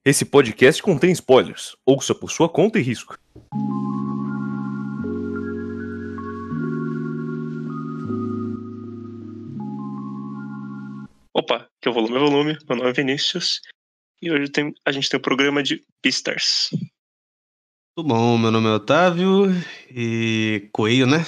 Esse podcast contém spoilers. Ouça por sua conta e risco. Opa, que é o Volume é Volume, meu nome é Vinícius e hoje a gente tem o programa de Beastars. Tudo bom, meu nome é Otávio e Coelho, né?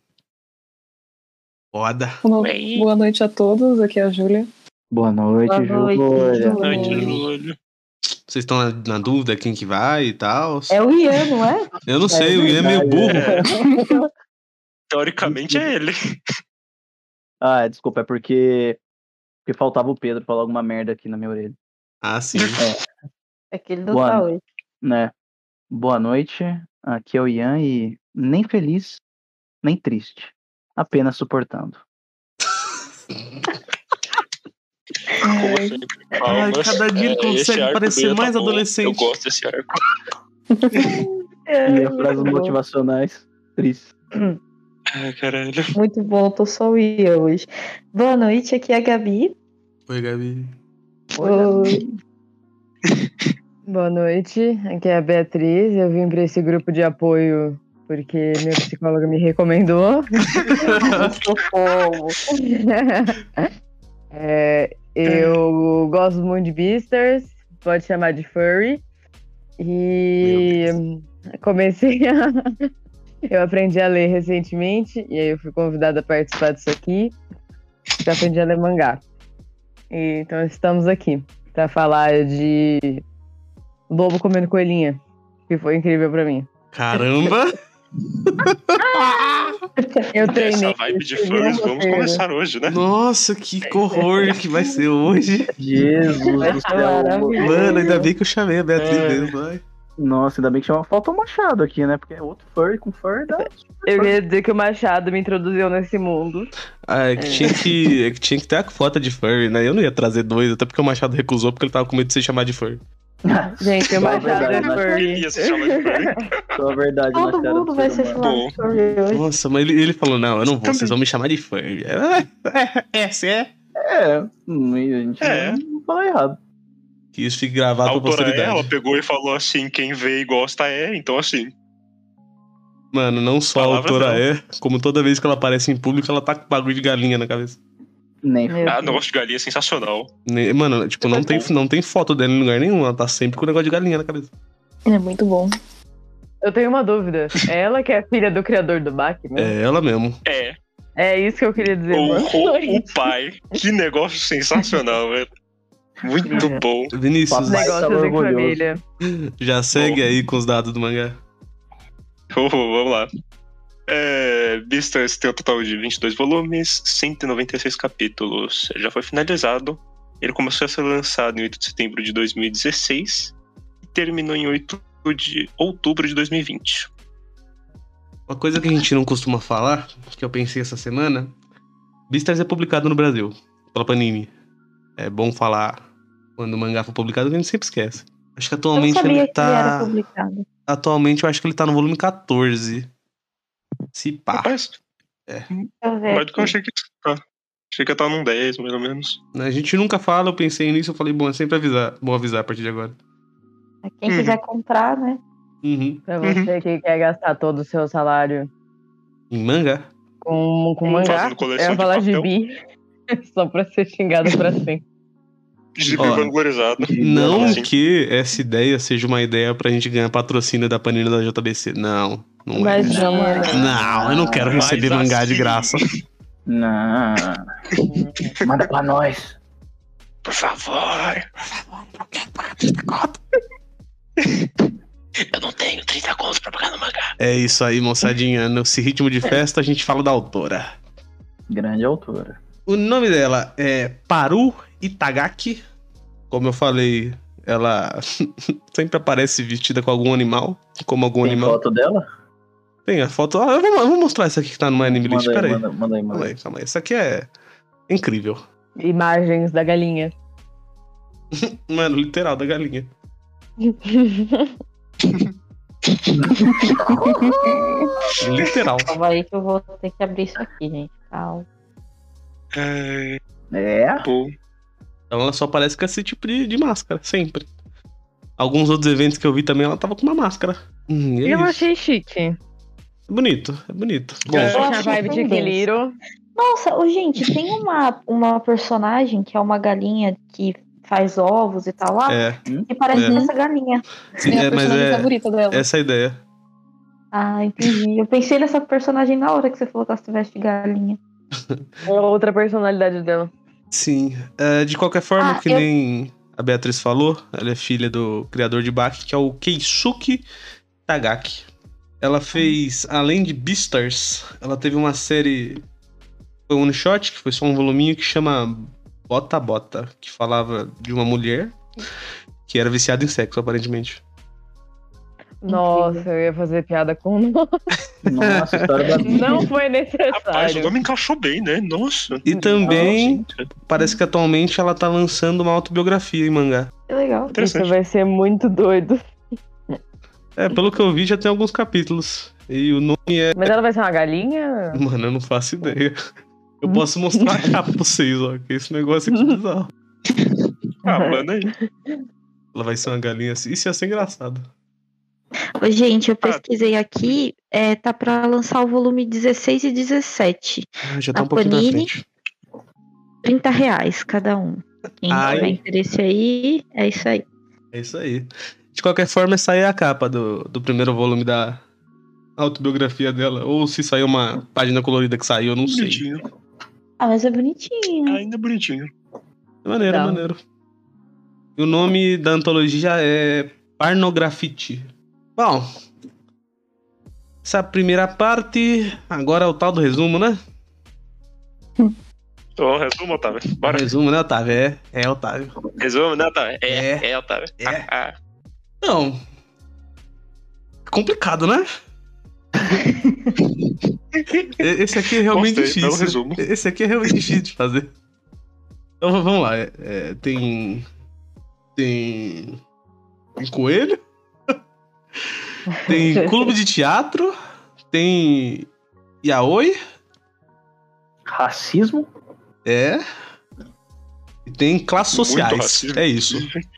Foda. Boa noite a todos, aqui é a Júlia. Boa noite, Júlia. Boa noite, Júlia. Vocês estão na dúvida quem que vai e tal? É o Ian, não é? Eu não sei, o Ian é meio burro. Teoricamente é ele. Ah, desculpa, é porque faltava o Pedro falar alguma merda aqui na minha orelha. Ah, sim. É que ele não tá hoje. Né? Boa noite, aqui é o Ian e nem feliz, nem triste. Apenas suportando. Como sempre. Ai, cada dia ele consegue parecer mais adolescente. Eu gosto desse arco. E as frases motivacionais tristes. Ai, caralho. Muito bom, tô só o Ian hoje. Boa noite, aqui é a Gabi. Oi, Gabi. Oi. Boa noite, aqui é a Beatriz. Eu vim para esse grupo de apoio porque minha psicóloga me recomendou. Socorro. Eu gosto muito de Beastars, pode chamar de furry. E comecei a... Eu aprendi a ler recentemente, e aí eu fui convidada a participar disso aqui. Eu aprendi a ler mangá. Então estamos aqui para falar de Lobo Comendo Coelhinha, que foi incrível pra mim. Caramba! Eu treinei. Essa vibe de fãs, vamos começar hoje, né? Nossa, que horror que vai ser hoje. Jesus do céu. Mano, ainda bem que eu chamei a Beatriz mesmo, vai. Nossa, ainda bem que chama. Falta o Machado aqui, né? Porque é outro furry com furry dá. Eu queria dizer que o Machado me introduziu nesse mundo. Ah, é que tinha que ter a foto de furry, né? Eu não ia trazer dois, até porque o Machado recusou porque ele tava com medo de ser chamado de furry. Gente, o Machado é furry. Ia se chamar de furry. Só a verdade, Todo Machado. mundo vai ser chamado de furry hoje. Nossa, mas ele falou, não, eu não vou, vocês vão me chamar de furry. Você é? A gente não fala errado. Que isso fique A gravado pra autora posteridade. ela pegou e falou assim, quem vê e gosta então assim. Mano, não só a Palavras autora não. como toda vez que ela aparece em público, ela tá com bagulho de galinha na cabeça. Nem Negócio de galinha é sensacional. Mano, tipo, não tem foto dela em lugar nenhum, ela tá sempre com o negócio de galinha na cabeça. É muito bom. Eu tenho uma dúvida. É ela que é filha do criador do Batman? É ela mesmo. É isso que eu queria dizer. O pai. Que negócio sensacional, velho. Muito bom. Vinícius, Papai. Negócios tava em orgulhoso. família. já segue aí com os dados do mangá. Vamos lá. Beastars tem um total de 22 volumes, 196 capítulos. Já foi finalizado. Ele começou a ser lançado em 8 de setembro de 2016 e terminou em 8 de outubro de 2020. Uma coisa que a gente não costuma falar, que eu pensei essa semana, Beastars é publicado no Brasil, pela Panini. É bom falar quando o mangá for publicado, que a gente sempre esquece. Acho que Eu não atualmente sabia ele que ele era tá... publicado. Atualmente eu acho que ele tá no volume 14. Se pá. Rapaz, Deixa eu ver mais do que eu aqui. achei que tá. Achei que ia estar num 10, mais ou menos. A gente nunca fala, eu pensei nisso, eu falei, bom, é sempre avisar. Bom avisar a partir de agora. Quem quiser comprar, né? Uhum. Pra você que quer gastar todo o seu salário Em mangá? com mangá, Fazendo coleção eu ia de falar papel. gibi. Só pra ser xingado pra sempre. Gibi Ó, vanglorizado. Não Assim. que essa ideia seja uma ideia pra gente ganhar patrocínio da Panini da JBC. Não é. Imagina. Não, eu não quero receber Mas mangá de assim, graça. Não. Manda pra nós. Por favor. Eu não tenho 30 contos pra pagar no mangá. É isso aí, moçadinha. Nesse ritmo de festa, a gente fala da autora. Grande autora. O nome dela é Paru Itagaki. Como eu falei, ela sempre aparece vestida com algum animal. Como algum Tem animal. foto dela? Tem a foto. Eu vou mostrar essa aqui que tá no My Anime List. Manda Pera aí, aí. manda aí. Calma aí. Essa aqui é incrível. Imagens da galinha. Mano, literal, da galinha. Literal. Calma aí que eu vou ter que abrir isso aqui, gente. Calma. É? Pô. Ela só aparece com esse tipo de máscara, sempre. Alguns outros eventos que eu vi também, ela tava com uma máscara. E é Eu isso. achei chique. É bonito, é bonito. Bom, Eu Eu achei a achei vibe de tendência. Equilírio. Nossa, gente, tem uma personagem que é uma galinha que faz ovos e tal lá, e parece É. essa galinha. sim, É a mas personagem é favorita dela. essa a ideia. Ah, entendi. Eu pensei nessa personagem na hora que você falou que ela se veste de galinha. É outra personalidade dela. Sim. De qualquer forma, Ah, que nem a Beatriz falou, ela é filha do criador de Baki, que é o Keisuke Tagaki. Ela fez, além de Beastars, ela teve uma série, foi um one shot, que foi só um voluminho, que chama Bota Bota, que falava de uma mulher que era viciada em sexo, aparentemente. Nossa, eu ia fazer piada com o nome. Nossa, história da vida. Não foi Rapaz, o necessário. nome encaixou bem, né? Nossa. E também, Nossa, parece que atualmente ela tá lançando uma autobiografia em mangá. Que legal. Isso interessante. vai ser muito doido. Pelo que eu vi, já tem alguns capítulos. E o nome é... Mas ela vai ser uma galinha? Mano, eu não faço ideia. Eu posso mostrar a capa pra vocês, ó. Que esse negócio aqui é bizarro. Manda aí. Ela vai ser uma galinha assim. Isso ia ser engraçado. Ô, gente, eu pesquisei aqui, tá pra lançar o volume 16 e 17. Já tá A um pouquinho na Panini. frente. R$30 cada um. Quem Ai. tiver interesse aí, é isso aí. É isso aí. De qualquer forma, essa aí é a capa do primeiro volume da autobiografia dela. Ou se saiu uma página colorida que saiu, eu não sei. Bonitinho. Ah, mas é bonitinho. Ainda bonitinho. É maneiro, é Não. maneiro. E o nome da antologia é Parnografite. Bom, essa primeira parte, agora é o tal do resumo, né? Ô, resumo, Otávio. Bora. Resumo, né, Otávio? É, Otávio. Resumo, né, Otávio? É. Otávio. É. Não. Complicado, né? Esse aqui é realmente Gostei, belo difícil. resumo. Esse aqui é realmente difícil de fazer. Então vamos lá. Tem coelho. Tem clube de teatro. Tem yaoi. Racismo? E tem classes Muito sociais. racismo. É isso.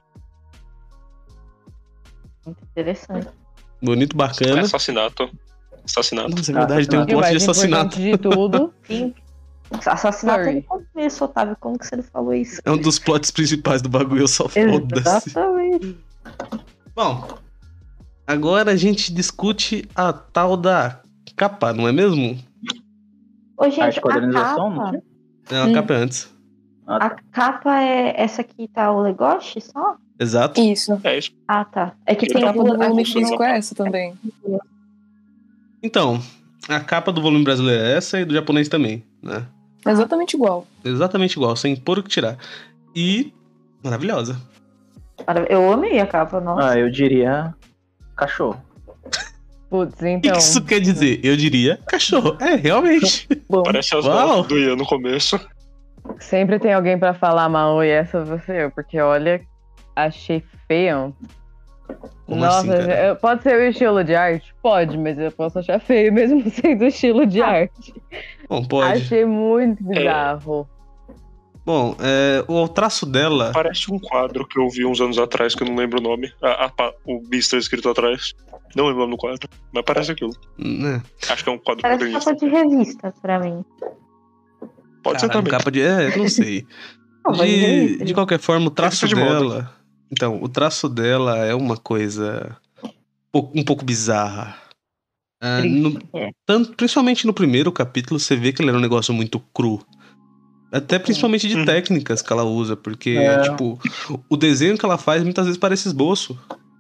Muito interessante. Bonito, bacana. Assassinato. Nossa, é verdade, tem um E o plot de mais assassinato. importante de tudo, Assassinato Furry. no começo, Otávio. Como que você não falou isso? É um dos plots principais do bagulho, só foda-se. Exatamente. Bom, agora a gente discute a tal da capa, não é mesmo? Ô, gente, Arte a quadrinização, não capa, tinha? É uma capa antes. a capa é essa aqui, tá o Legoshi só? Exato. Isso. É isso. Ah, tá. É que A tem A capa do volume aqui físico no- é essa também. Então, a capa do volume brasileiro é essa e do japonês também, né? É exatamente igual. Exatamente igual, sem pôr o que tirar. E maravilhosa. Eu amei a capa, nossa. Ah, eu diria cachorro. putz, O que então. isso quer dizer? Eu diria cachorro. É, realmente. Bom, Parece as Uau. notas do Ian no começo. Sempre tem alguém pra falar mal e essa você eu, porque olha, achei feio. Como Nossa, assim, cara? pode ser o estilo de arte? Pode, mas eu posso achar feio mesmo sendo o estilo de arte. Bom, pode. Achei muito bizarro. Bom, o traço dela... Parece um quadro que eu vi uns anos atrás, que eu não lembro o nome. O Beast escrito atrás. Não lembro o nome do quadro, mas parece aquilo. Né? Acho que é um quadro parece quadrinista. capa de revista pra mim. Pode ser Caralho, também. capa de... não sei. Não, mas De qualquer forma, o traço Revista de moda. dela... Então, o traço dela é uma coisa um pouco bizarra. É. Principalmente no primeiro capítulo, você vê que ele era um negócio muito cru. Até principalmente de Uhum. técnicas que ela usa, porque, É. tipo, o desenho que ela faz muitas vezes parece esboço.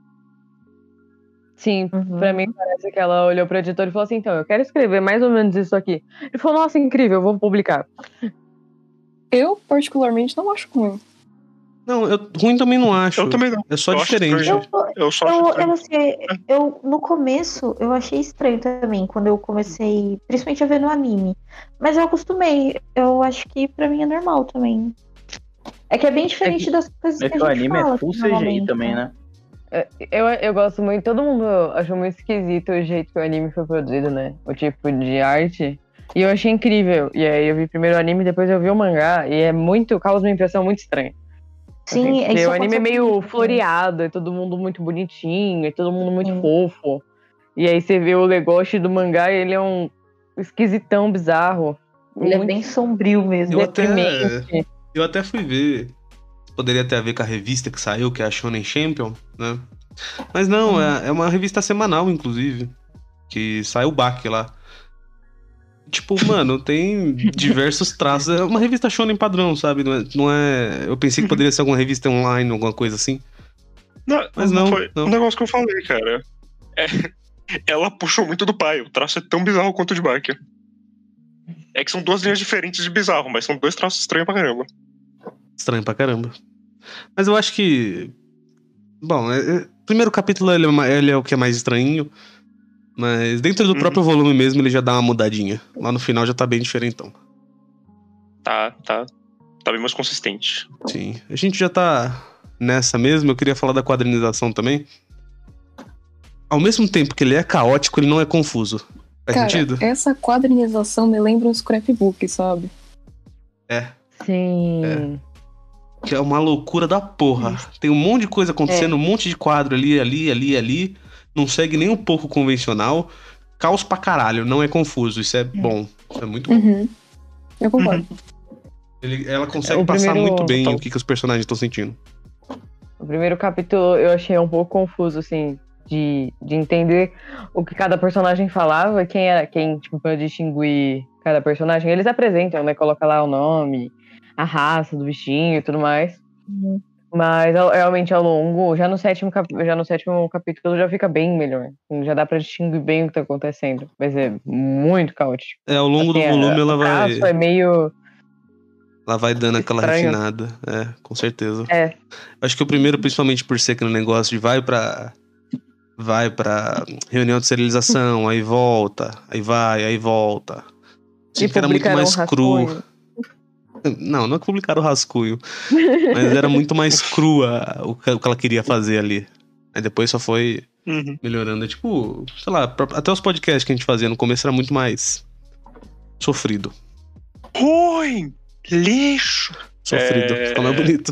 Sim, Uhum. pra mim parece que ela olhou pro editor e falou assim, então, eu quero escrever mais ou menos isso aqui. Ele falou, nossa, incrível, eu vou publicar. Eu, particularmente, não acho ruim. Não, ruim também não acho. Eu também não. É só Eu acho diferente. estranho. Eu só acho Eu, estranho. assim, no começo, eu achei estranho também, quando eu comecei, principalmente a ver no anime. Mas eu acostumei, eu acho que pra mim é normal também. É que é bem diferente das coisas É que que a o gente anime fala. é full aqui CGI normalmente, também, né? Eu gosto muito, todo mundo achou muito esquisito o jeito que o anime foi produzido, né? O tipo de arte. E eu achei incrível. E aí eu vi primeiro o anime, depois eu vi o mangá, e causa uma impressão muito estranha. Sim, Porque isso o anime é aconteceu meio comigo. floreado, é todo mundo muito bonitinho, é todo mundo muito Sim. fofo. E aí você vê o Legoshi do mangá, ele é um esquisitão, bizarro. Ele é muito bem sombrio mesmo. deprimente. Eu até fui ver. Poderia ter a ver com a revista que saiu, que é a Shonen Champion, né? Mas não, é uma revista semanal, inclusive. Que sai o baque lá. Tipo, mano, tem diversos traços. É uma revista shonen padrão, sabe? Não é... Eu pensei que poderia ser alguma revista online, alguma coisa assim. Não, Mas não, foi não. um negócio que eu falei, cara. Ela puxou muito do pai. O traço é tão bizarro quanto o de Baki. É que são duas linhas diferentes de bizarro, mas são dois traços estranhos pra caramba. Estranho pra caramba. Mas eu acho que... Bom, o primeiro capítulo ele é o que é mais estranho. Mas dentro do próprio volume mesmo ele já dá uma mudadinha. Lá no final já tá bem diferentão. Tá bem mais consistente. Sim. A gente já tá nessa mesmo. Eu queria falar da quadrinização também. Ao mesmo tempo que ele é caótico, ele não é confuso. Faz Cara, sentido? essa quadrinização me lembra um scrapbook, sabe? Sim. Que é uma loucura da porra. Tem um monte de coisa acontecendo, um monte de quadro ali. Não segue nem um pouco convencional. Caos pra caralho, não é confuso. Isso é bom. Isso é muito bom. Uhum. Eu concordo. Ela consegue O passar primeiro- muito bem Total. o que os personagens estão sentindo. O primeiro capítulo eu achei um pouco confuso, assim, de entender o que cada personagem falava, quem era quem, tipo, pra distinguir cada personagem. Eles apresentam, né? Coloca lá o nome, a raça do bichinho e tudo mais. Mas realmente ao longo, já no sétimo capítulo já fica bem melhor. Já dá pra distinguir bem o que tá acontecendo. Mas é muito caótico. Ao longo Assim, do volume o traço é meio. ela vai dando aquela estranho. refinada. É, com certeza. É. Acho que o primeiro, principalmente por ser aquele negócio de vai pra reunião de serialização, aí volta, aí vai, aí volta. E Que era muito publicaram mais um cru. rascunho. Não é que publicaram o rascunho. Mas era muito mais crua o que ela queria fazer ali. Aí depois só foi melhorando. É tipo, sei lá, até os podcasts que a gente fazia no começo era muito mais sofrido. Ruim! Lixo! Sofrido, fica mais bonito.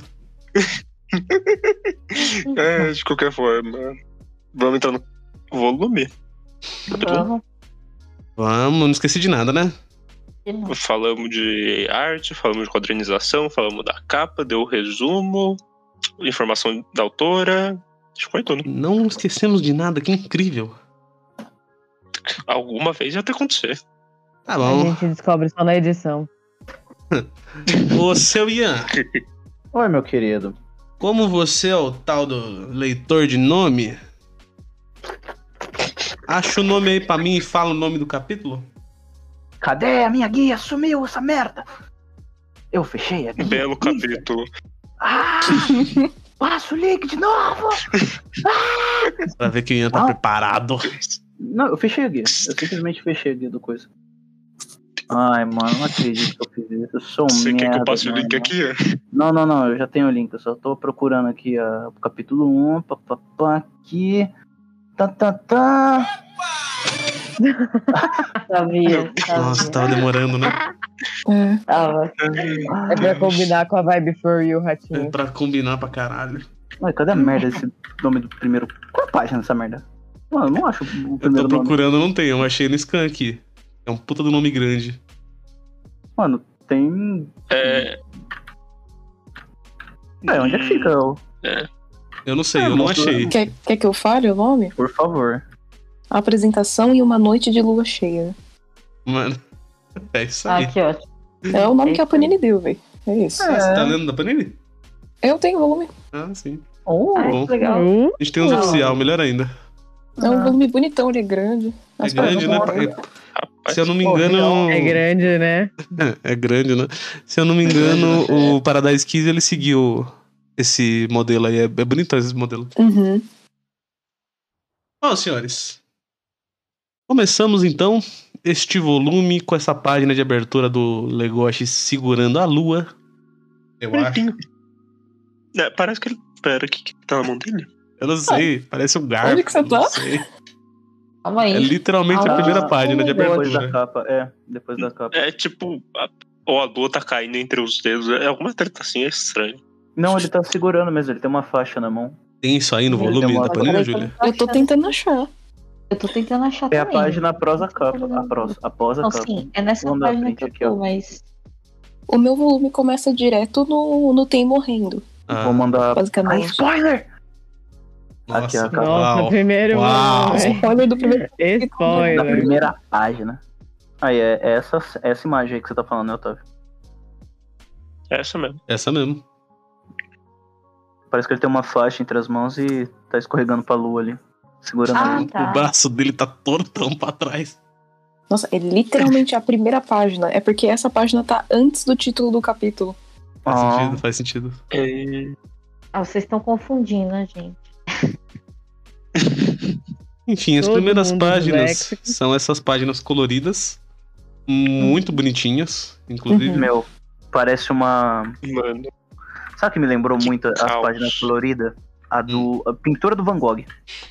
De qualquer forma. Vamos entrar no volume? Capítulo 1? Vamos, não esqueci de nada, né? Falamos de arte, falamos de quadrinização, falamos da capa, deu o resumo, informação da autora. Acho que foi tudo. Não esquecemos de nada, que incrível. Alguma vez ia ter que acontecer. Tá A bom. gente descobre só na edição. Ô, seu Ian, Oi, meu querido. como você é o tal do leitor de nome, acha o nome aí pra mim e fala o nome do capítulo? Cadê a minha guia? Sumiu essa merda. Eu fechei a guia. Belo capítulo. Ah! Passa o link de novo! Pra ver que o Ian tá Não. preparado. Não, eu fechei a guia. Eu simplesmente fechei a guia do coisa. Ai, mano, não acredito que eu fiz isso. Eu sou um Você merda. quer que eu passe o mano. link aqui? Não, eu já tenho o link. Eu só tô procurando aqui o capítulo 1. Aqui. Tá. Sabia. Nossa, tava demorando, né? É. Tava. É pra combinar com a vibe furry e o É ratinho. pra combinar pra caralho. Ai, cadê a merda desse nome do primeiro? Qual a página dessa merda? Mano, eu não acho o Eu primeiro tô nome. procurando, não tem. Eu achei no scan aqui. É um puta do nome grande. Mano, tem. Onde é que fica? Eu não sei, eu não achei. Quer que eu fale o nome? Por favor. A apresentação e uma noite de lua cheia. Mano, é isso Ah, aí. que ótimo. É o nome que a Panini deu, velho. É isso. Ah, você tá lendo da Panini? Eu tenho volume. Ah, sim. Oh, Ai, bom. que legal. A gente tem os oficial, melhor ainda. É um volume bonitão, ele é grande. É As grande, né? páginas são- Se eu não me Pô, engano. É grande, né? É grande, né? Se eu não me engano, o Paradise Kiss ele seguiu esse modelo aí. É bonitão esse modelo. Uhum. Bom, senhores. Começamos então este volume com essa página de abertura do Legoshi segurando a lua. Eu acho. Parece que ele. Pera, o que tá na mão dele? Eu não sei, parece um garfo. Onde que você não tá? sei. Calma aí. É literalmente a primeira página de Depois da abertura. capa, Depois da capa. É tipo. Ou a lua tá caindo entre os dedos. É alguma treta assim, é estranho. Não, ele tá segurando mesmo, ele tem uma faixa na mão. Tem isso aí no Ele volume demora. da Panini, Júlia? Eu tô tentando achar. Eu tô tentando achar É a também. página após a capa. Após a Não, capa. sim, é nessa Vamos dar página print que eu aqui, ó. tô, mas... O meu volume começa direto no Tem morrendo, Vou mandar. basicamente. Spoiler! Nossa, Aqui, ó, cara. Nossa, uau. primeiro. Uau. Spoiler do primeiro. Da Spoiler. primeira página. Aí, é essa imagem aí que você tá falando, né, Otávio? É essa mesmo. Essa mesmo. Parece que ele tem uma faixa entre as mãos e tá escorregando pra lua ali. Segurando a lua. Tá. O braço dele tá tortão pra trás. Nossa, é literalmente a primeira página. É porque essa página tá antes do título do capítulo. Faz sentido. Vocês estão confundindo, né, gente? Enfim, as Todo primeiras mundo páginas disléxico. são essas páginas coloridas, muito bonitinhas, inclusive. Meu, parece uma. Mano. Sabe o que me lembrou Que muito as caos. páginas coloridas? A pintura do Van Gogh.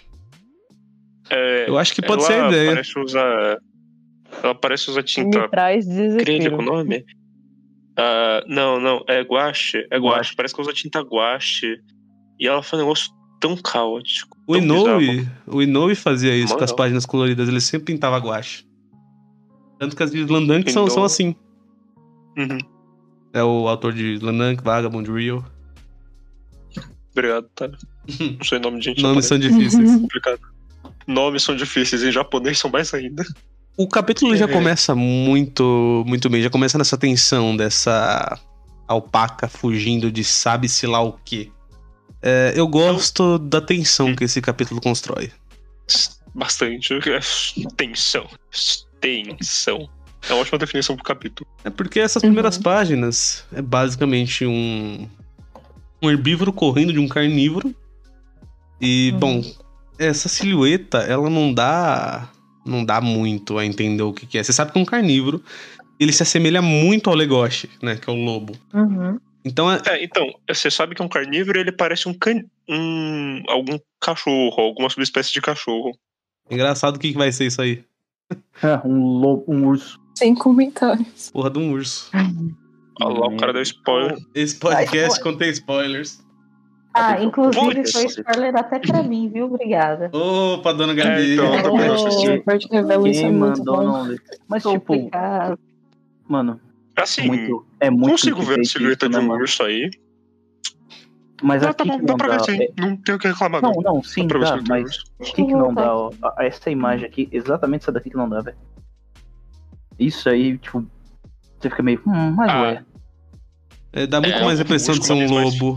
É, Eu acho que pode ela ser a ideia. Ela parece usar tinta. Me traz Acredita desespero. com o nome? Não, é guache. É Guache. guache. Parece que usa tinta guache. E ela faz um negócio tão caótico. O tão bizarro. Inoue fazia isso Mano. com as páginas coloridas, ele sempre pintava guache. Tanto que as de Slandank são Inoue. assim. Uhum. É o autor de Slandank, Vagabond, Real. Obrigado, tá? Não sei o nome de gente Nomes são japonês. difíceis. Complicado. Nomes são difíceis, em japonês são mais ainda. O capítulo já começa muito, muito bem. Já começa nessa tensão dessa alpaca fugindo de sabe-se lá o quê. Eu gosto da tensão que esse capítulo constrói. Bastante. Tensão. Tensão. É uma ótima definição pro capítulo. É porque essas primeiras páginas é basicamente um herbívoro correndo de um carnívoro. E, bom, essa silhueta, ela não dá muito a entender o que é. Você sabe que é um carnívoro, ele se assemelha muito ao Legoshi, né, que é o lobo. Então, Então, você sabe que é um carnívoro e ele parece algum cachorro, alguma subespécie de cachorro. engraçado o que vai ser isso aí. Um urso. Sem comentários. Porra de um urso. Olha lá, o cara deu spoiler. Esse podcast contém spoilers. Inclusive foi spoiler até pra mim, viu? Obrigada. Opa, dona Gabi. Então, eu também assisti. O Bert revela isso é Quem muito mandou bom. não ler. Mas, tipo, Complicado. mano, Assim, é muito consigo ver a clickbait silhueta isso, de né, um mano? urso aí. Mas Tá aqui bom, que dá não pra dá. ver sim. Não tenho o que reclamar, Não, sim, Dá pra ver dá, silhueta de um mas urso. aqui que não dá, ó. Essa imagem aqui, exatamente essa daqui que não dá, velho. Isso aí, tipo, você fica meio, mas ué. Dá muito mais a impressão de ser um lobo.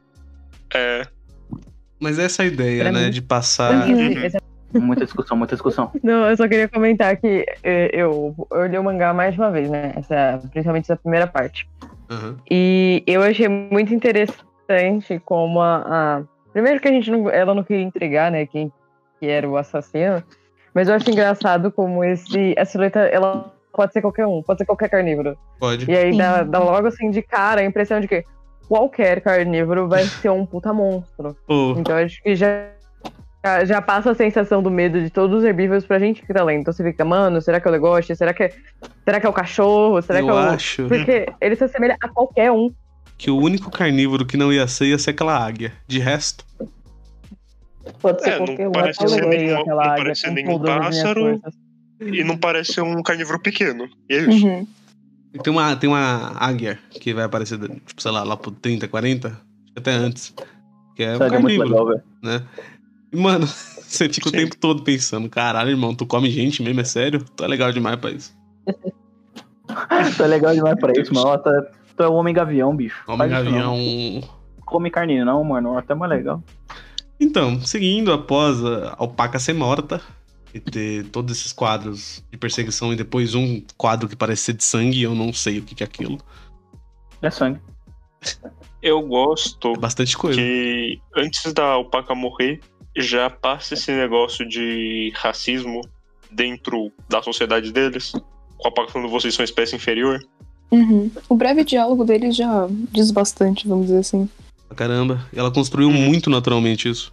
Mas essa é a ideia, Pra né? mim- De passar. Muita discussão. Não, eu só queria comentar que eu li o mangá mais de uma vez, né? Principalmente essa primeira parte. Uhum. E eu achei muito interessante como primeiro que ela não queria entregar, né, quem que era o assassino. Mas eu acho engraçado como a silhueta, ela pode ser qualquer um, pode ser qualquer carnívoro. Pode. E aí dá logo assim de cara a impressão de que qualquer carnívoro vai ser um puta monstro. Pô, Então acho que já passa a sensação do medo de todos os herbívoros pra gente que tá lendo. Então você fica, mano, será que é o Legoshi? Será que é o cachorro? Será que é eu o... acho Porque ele se assemelha a qualquer um. que o único carnívoro que não ia ser aquela águia. De resto, Pode ser não qualquer um. parece é ser legal. nenhum- aquela não águia parece ser com nenhum todas as minhas pássaro. forças. E não parece ser um carnívoro pequeno. E é isso. Uhum. e tem uma águia que vai aparecer, tipo, sei lá pro 30, 40, até antes. Que é um Sabe, é muito carnívoro, legal, velho. né? E, mano, você fica o Sim. tempo todo pensando, caralho, irmão, tu come gente mesmo, é sério? Tu é legal demais pra isso. Tu é legal demais pra isso, mano. Tu é o homem gavião, bicho. Homem Faz isso não. gavião. Come carninho, não, mano. Até mais legal. Então, seguindo após a alpaca ser morta e ter todos esses quadros de perseguição e depois um quadro que parece ser de sangue, eu não sei o que é aquilo. É sangue. Eu gosto É bastante coisa. que antes da alpaca morrer, já passa esse negócio de racismo dentro da sociedade deles. Com a alpaca falando vocês são espécie inferior. Uhum. O breve diálogo dele já diz bastante, vamos dizer assim. Pra caramba. E ela construiu muito naturalmente isso.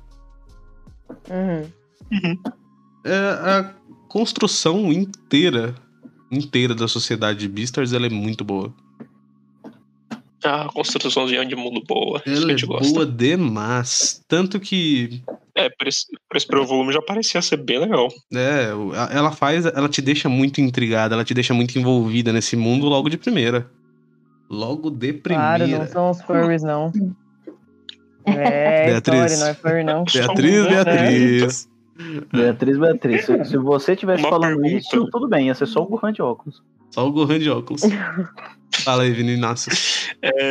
Uhum. A construção inteira da sociedade de Beastars, ela é muito boa. Ah, construçãozinha de mundo boa. Isso que a Ela é gente gosta. boa demais. Tanto que Por esse primeiro volume já parecia ser bem legal. ela te deixa muito intrigada, ela te deixa muito envolvida nesse mundo logo de primeira. Logo de primeira. Claro, não são os furries, não. É Beatriz. história, não é furry, não. Beatriz. Beatriz, se você tivesse Uma falando pergunta. isso, tudo bem, ia ser só o Gohan de óculos. Só o Gohan de óculos. Fala aí, Vinícius.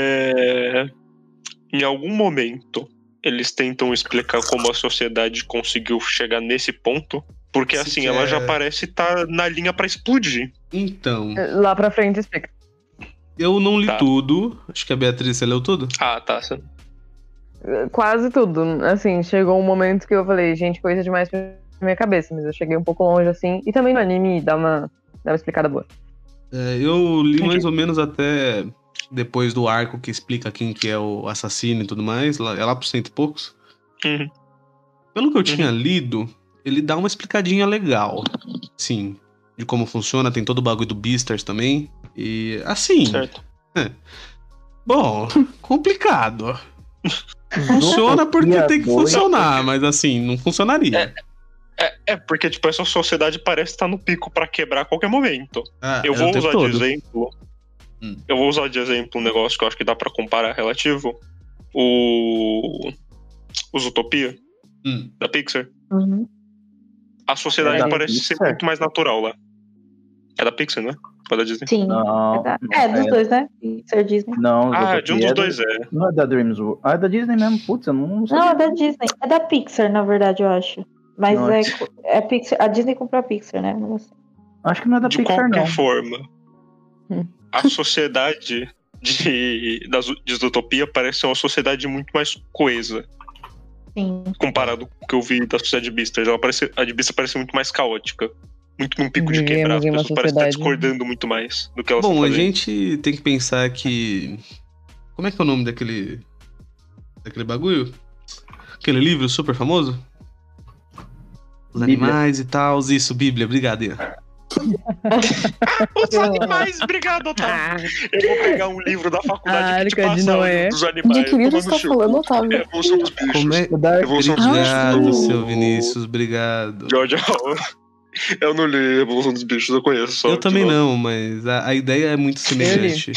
Em algum momento, eles tentam explicar como a sociedade conseguiu chegar nesse ponto. Porque Se assim, ela quer- já parece estar na linha pra explodir. Então, Lá pra frente explica. eu não li Tá. tudo. Acho que a Beatriz, você leu tudo? Ah, tá. Quase tudo. Assim, chegou um momento que eu falei, gente, coisa demais pra minha cabeça, mas eu cheguei um pouco longe assim. E também no anime dá uma explicada boa. Eu li Entendi. mais ou menos até depois do arco que explica quem que é o assassino e tudo mais. É lá por 100 e poucos. Uhum. Pelo que eu tinha lido, ele dá uma explicadinha legal. Sim. De como funciona. Tem todo o bagulho do Beastars também. E assim. Certo. Bom, complicado. Funciona porque tem que funcionar, mas assim, não funcionaria. Porque, tipo, essa sociedade parece estar no pico pra quebrar a qualquer momento. Eu É vou o tempo usar todo. de exemplo. Hum. Eu vou usar de exemplo um negócio que eu acho que dá pra comparar relativo. Os Utopia, da Pixar. Uhum. A sociedade É da parece ser Pixar? muito mais natural lá. É da Pixar, né? Foi da Disney. Sim. Não, Dos dois, né? Pixar Disney. Não, Ah, de um dos dois Não é da Dreams World. Ah, é da Disney mesmo. Putz, eu não sei. Não, é da Disney. É da Pixar, na verdade, eu acho. Mas Não, é Pixar. A Disney comprou a Pixar, né? Acho que não é da De Pixar, qualquer não. forma, a sociedade de Utopia parece ser uma sociedade muito mais coesa. Sim. Comparado com o que eu vi da sociedade de Beastars. A de Beastars parece muito mais caótica. Muito num pico de quebrar. As Vivemos em uma pessoas parecem estar sociedade. discordando muito mais do que elas Bom, estão a fazendo. gente tem que pensar que. Como é que é o nome daquele bagulho? Aquele livro super famoso? Os Bíblia. animais e tal. Isso, Bíblia, obrigado, Ian. Os animais, obrigado, Otávio. Eu vou pegar um livro da faculdade que te Arca de passa o Noé. livro dos animais. De que livro Toma você no tá seu falando, cu. Otávio? Revolução dos Bichos. Como é? Revolução dos Obrigado, Bichos. seu Vinícius, obrigado. George Orwell. Eu não li Revolução dos Bichos, eu conheço só. Eu também de nome. não, mas a ideia é muito semelhante.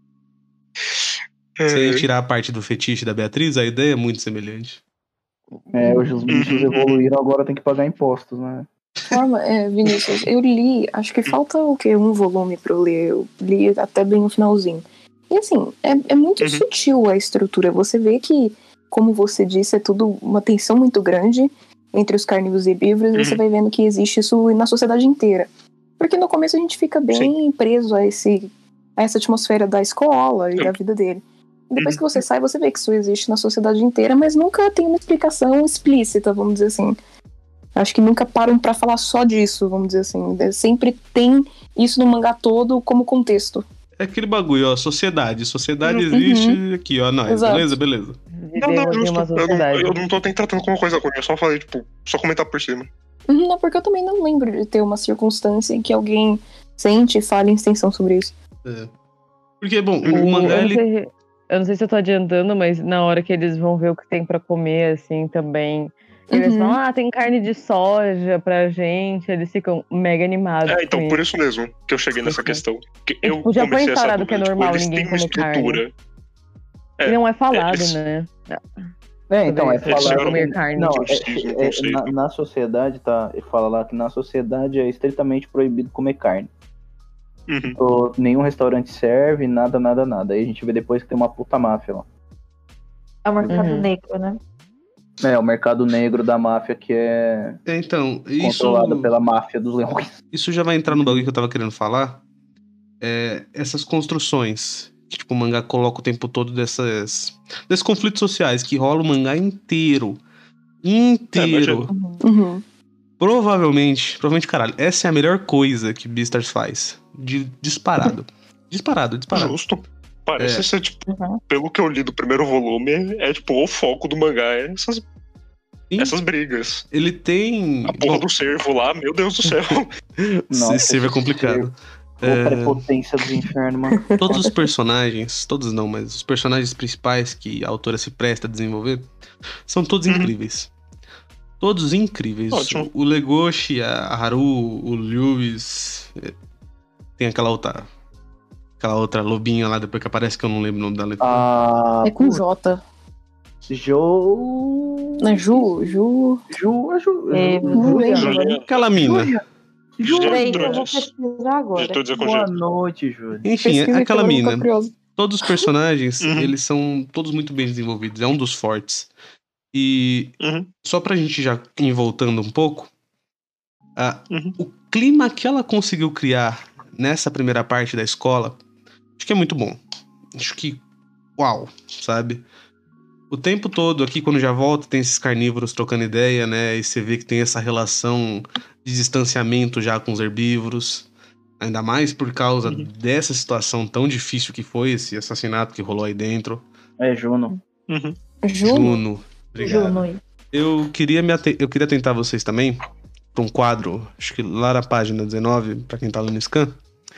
Sem tirar a parte do fetiche da Beatriz, a ideia é muito semelhante. Hoje os bichos evoluíram, agora tem que pagar impostos, né? Vinícius, eu li, acho que falta o quê? Um volume pra eu ler. Eu li até bem o finalzinho. E assim, é muito sutil a estrutura. Você vê que, como você disse, é tudo uma tensão muito grande entre os carnívoros e herbívoros, e você vai vendo que existe isso na sociedade inteira. Porque no começo a gente fica bem preso a essa atmosfera da escola e da vida dele. E depois que você sai, você vê que isso existe na sociedade inteira, mas nunca tem uma explicação explícita, vamos dizer assim. Acho que nunca param pra falar só disso, vamos dizer assim. Sempre tem isso no mangá todo como contexto. É aquele bagulho, ó, sociedade. Sociedade existe aqui, ó, nós. Exato. Beleza. Vivemos em uma sociedade. Eu não tô tratando como uma coisa ruim, eu só falei, tipo, só comentar por cima. Não, porque eu também não lembro de ter uma circunstância em que alguém sente e fale em extensão sobre isso. Porque, bom, o mangá, ele... Eu não sei se eu tô adiantando, mas na hora que eles vão ver o que tem pra comer, assim, também. Eles falam, tem carne de soja pra gente. Eles ficam mega animados. Então, por isso mesmo que eu cheguei nessa questão. Que eu tipo, já foi comecei essa instaurado que é dúvida, normal eles ninguém têm uma comer carne. estrutura. E não é falado, eles- né? Então, é Eles falar. tiveram comer carne. Não, um conceito. na sociedade, tá? Fala lá que na sociedade é estritamente proibido comer carne. Uhum. Nenhum restaurante serve, nada. Aí a gente vê depois que tem uma puta máfia lá. É o mercado Uhum. negro, né? O mercado negro da máfia que é Então, controlada pela máfia dos leões. isso já vai entrar no bagulho que eu tava querendo falar. Essas construções que, tipo, o mangá coloca o tempo todo desses conflitos sociais que rola o mangá inteiro. Uhum. Provavelmente, caralho, essa é a melhor coisa que Beastars faz. Disparado. Disparado. Justo. Parece ser, tipo, pelo que eu li do primeiro volume, é tipo, o foco do mangá é essas brigas. Ele tem... A porra do cervo lá, meu Deus do céu. Nossa, Esse servo é complicado. Ô, prepotência do inferno, mano. Todos os personagens, todos não, mas os personagens principais que a autora se presta a desenvolver são todos incríveis. Todos incríveis. Ótimo. O Legoshi, a Haru, o Lewis. Tem aquela outra lobinha lá depois que aparece, que eu não lembro o nome da letra. Ah, É com J. Ju. Não é Ju? Não lembro. Juliana. Aquela mina. Peraí, que eu vou Gertrudes. pesquisar agora. Gertrudes é com Boa G. noite, Júlio. Enfim, Pesquisa que aquela agora eu vou mina. ficar curiosa. Todos os personagens, Uhum. eles são todos muito bem desenvolvidos. É um dos fortes. E Uhum. só pra gente já ir voltando um pouco, Uhum. o clima que ela conseguiu criar nessa primeira parte da escola, acho que é muito bom. Acho que, uau, sabe? O tempo todo aqui, quando já volta, tem esses carnívoros trocando ideia, né? E você vê que tem essa relação de distanciamento já com os herbívoros. Ainda mais por causa dessa situação tão difícil que foi esse assassinato que rolou aí dentro. É Juno. Uhum. Juno. Obrigado. Juno. Eu queria atentar vocês também pra um quadro, acho que lá na página 19, pra quem tá lendo no scan,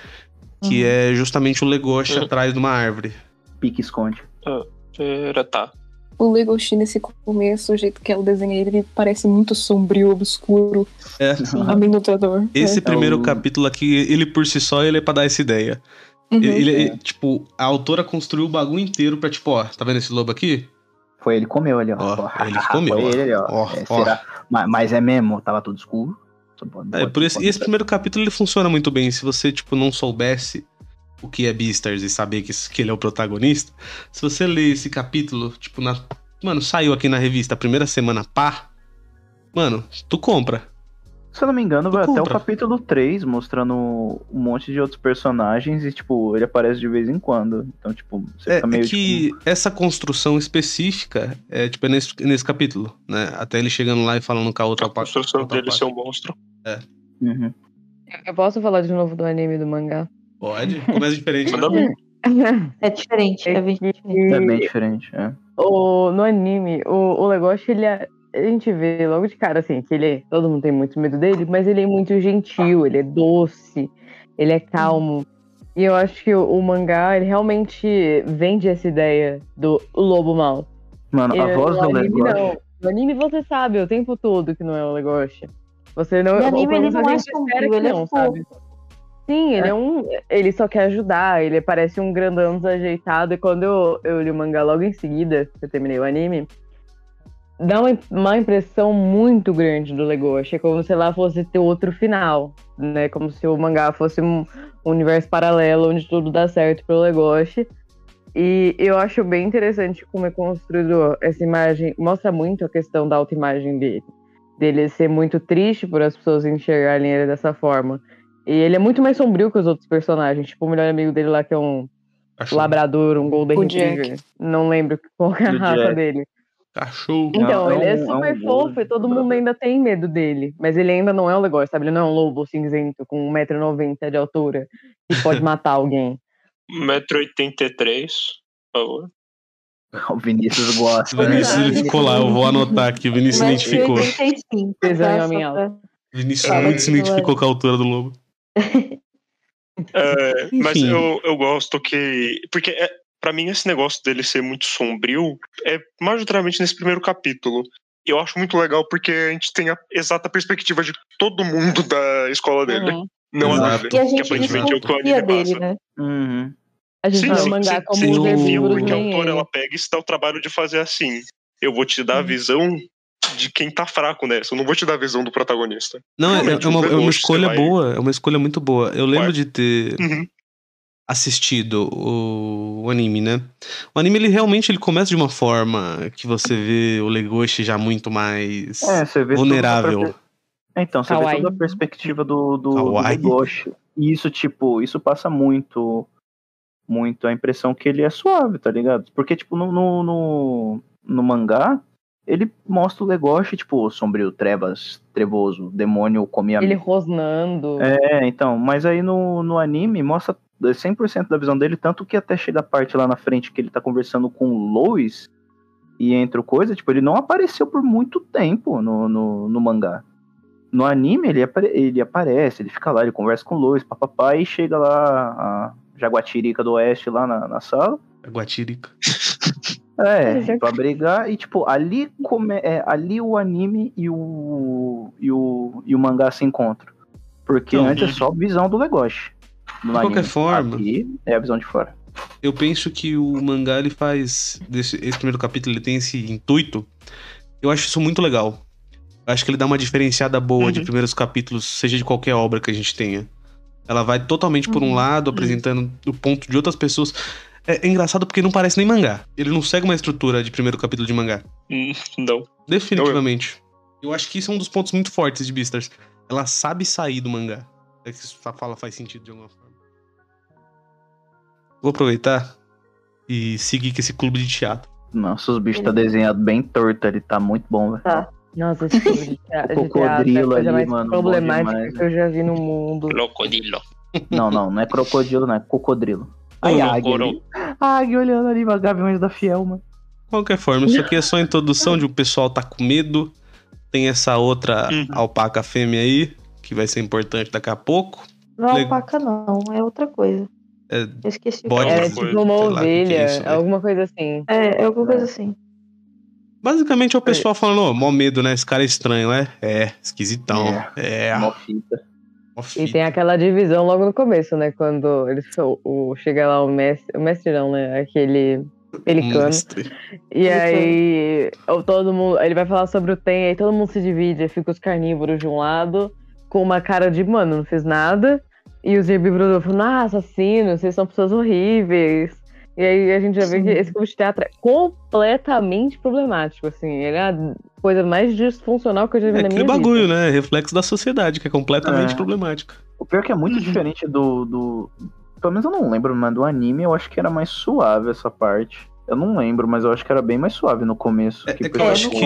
que é justamente o Legoshi atrás de uma árvore. Pique esconde. Pera, tá. O Legoshi nesse começo, o jeito que ela desenha ele parece muito sombrio, obscuro, É. amedrontador. Esse primeiro o- capítulo aqui, ele por si só, ele é pra dar essa ideia. Uhum. Tipo, a autora construiu o bagulho inteiro pra, tipo, ó, tá vendo esse lobo aqui? Foi ele que comeu ali, ó. Ó, ele que comeu, Foi ó. ele ali, ó. Ó, ó. Será? Mas é mesmo? Tava tudo escuro? E esse primeiro capítulo, ele funciona muito bem. Se você, tipo, não soubesse o que é Beastars e saber que ele é o protagonista, se você ler esse capítulo, tipo, mano, saiu aqui na revista a primeira semana, pá, mano, tu compra. Se eu não me engano, Tu vai até o compra. capítulo 3, mostrando um monte de outros personagens e, tipo, ele aparece de vez em quando. Então, tipo, você fica meio, que tipo... essa construção específica é, tipo, nesse capítulo, né? Até ele chegando lá e falando com a outra A construção outra dele parte. ser um monstro. Uhum. Eu posso falar de novo do anime e do mangá? Pode, começa diferente. Manda Né? ver. É diferente, é bem diferente. É bem diferente, é. No anime, o Legoshi, a gente vê logo de cara, assim, que todo mundo tem muito medo dele, mas ele é muito gentil, ele é doce, ele é calmo. E eu acho que o mangá, ele realmente vende essa ideia do lobo mau. Mano, a voz no do anime, Legoshi... não. No anime você sabe o tempo todo que não é o Legoshi. Você não, No anime ou pelo ele menos não a é gente espera sombrio, que ele é não, fofo. sabe? Sim, ele só quer ajudar, ele parece um grandão desajeitado. E quando eu li o mangá logo em seguida, que eu terminei o anime, dá uma impressão muito grande do Legoshi. É como se lá fosse ter outro final, né? Como se o mangá fosse um universo paralelo onde tudo dá certo pro Legoshi. E eu acho bem interessante como é construído essa imagem. Mostra muito a questão da autoimagem dele ser muito triste por as pessoas enxergarem ele dessa forma. E ele é muito mais sombrio que os outros personagens. Tipo, o melhor amigo dele lá, que é um Cachorro. labrador, um golden O retriever. Jack. Não lembro qual que é a Do raça Jack. dele. Cachorro. Então, É ele é um super golden fofo e todo mundo ainda tem medo dele. Mas ele ainda não é um Legoshi, sabe? Ele não é um lobo cinzento com 1,90 m de altura que pode matar alguém. 1,83 m, por favor. O Vinícius gosta. O Vinícius, ele ficou lá, eu vou anotar aqui, o Vinícius se identificou. 1,85 m. Desenho em homem alto. O Vinícius É, muito se identificou com a altura do lobo. Mas Enfim. eu gosto que... Porque, pra mim, esse negócio dele ser muito sombrio é majoritariamente nesse primeiro capítulo. E eu acho muito legal porque a gente tem a exata perspectiva de todo mundo da escola dele. Uhum. Não Exato. a dele. E a Que gente aparentemente é o que o desconfia anime dele, passa. né? Uhum. A gente vê o mangá como você os confia herbívoros porque a nem autora ele. ela pega e se dá o trabalho de fazer assim. Eu vou te dar a visão de quem tá fraco nessa. Eu não vou te dar a visão do protagonista. Não, Realmente, é uma Legoshi, escolha você vai- boa, é uma escolha muito boa. Eu lembro Vai. de ter Uhum. assistido o anime, né? O anime, ele realmente começa de uma forma que você vê o Legoshi já muito mais Você vê vulnerável. Então, você vê Kawaii. toda a perspectiva do Kawaii. Legoshi. E isso passa muito a impressão que ele é suave, tá ligado? Porque, tipo, no mangá, ele mostra o Legoshi, tipo, sombrio, trevoso, demônio come Ele amigo. rosnando. Então, mas aí no anime mostra 100% da visão dele, tanto que até chega a parte lá na frente que ele tá conversando com o Lois e entra o coisa, tipo, ele não apareceu por muito tempo no mangá. No anime, ele aparece, ele fica lá, ele conversa com o Lois, papapá, e chega lá a Jaguatirica do Oeste lá na sala. Guatirica. Pra brigar, e tipo, ali o anime e o mangá se encontram. Porque antes é só a visão do Legoshi. De qualquer forma, aqui é a visão de fora. Eu penso que o mangá, ele faz... Esse primeiro capítulo, ele tem esse intuito. Eu acho isso muito legal. Eu acho que ele dá uma diferenciada boa de primeiros capítulos, seja de qualquer obra que a gente tenha. Ela vai totalmente por um lado, apresentando o ponto de outras pessoas. É engraçado porque não parece nem mangá. Ele não segue uma estrutura de primeiro capítulo de mangá. Não. Definitivamente. Eu acho que isso é um dos pontos muito fortes de Beastars. Ela sabe sair do mangá. É que essa fala faz sentido de alguma forma. Vou aproveitar e seguir com esse clube de teatro. Nossa, os bichos tá desenhado bem torto, ele tá muito bom, velho. Tá. Nossa, esse clube de teatro, Crocodilo é a coisa ali, mais mano, problemática demais, que eu já vi no mundo. Crocodilo. Não é crocodilo, não é cocodrilo. Ai, a águia ali. A águia olhando ali, Gaviões da Fiel, mano. De qualquer forma, isso aqui é só a introdução de o pessoal tá com medo. Tem essa outra alpaca fêmea aí, que vai ser importante daqui a pouco. Não é alpaca, não, é outra coisa. Eu esqueci o que É tipo uma ovelha, alguma coisa assim. É alguma coisa assim. Basicamente é o pessoal falando, mó medo, né? Esse cara é estranho, né? Esquisitão. Mó fita. E tem aquela divisão logo no começo, né? Quando eles chega lá o mestre não, né? Aquele pelicano. E aí todo mundo, ele vai falar sobre o Ten, aí todo mundo se divide, aí fica os carnívoros de um lado, com uma cara de, mano, não fiz nada. E os herbívoros falam, assassinos, vocês são pessoas horríveis. E aí a gente já vê que esse clube de teatro é completamente problemático, assim. Ele é a coisa mais disfuncional que eu já vi na minha vida. É aquele bagulho, né? Reflexo da sociedade, que é completamente problemático. O pior é que é muito diferente do... Pelo menos eu não lembro, mas do anime eu acho que era mais suave essa parte. Eu não lembro, mas eu acho que era bem mais suave no começo. Que eu acho que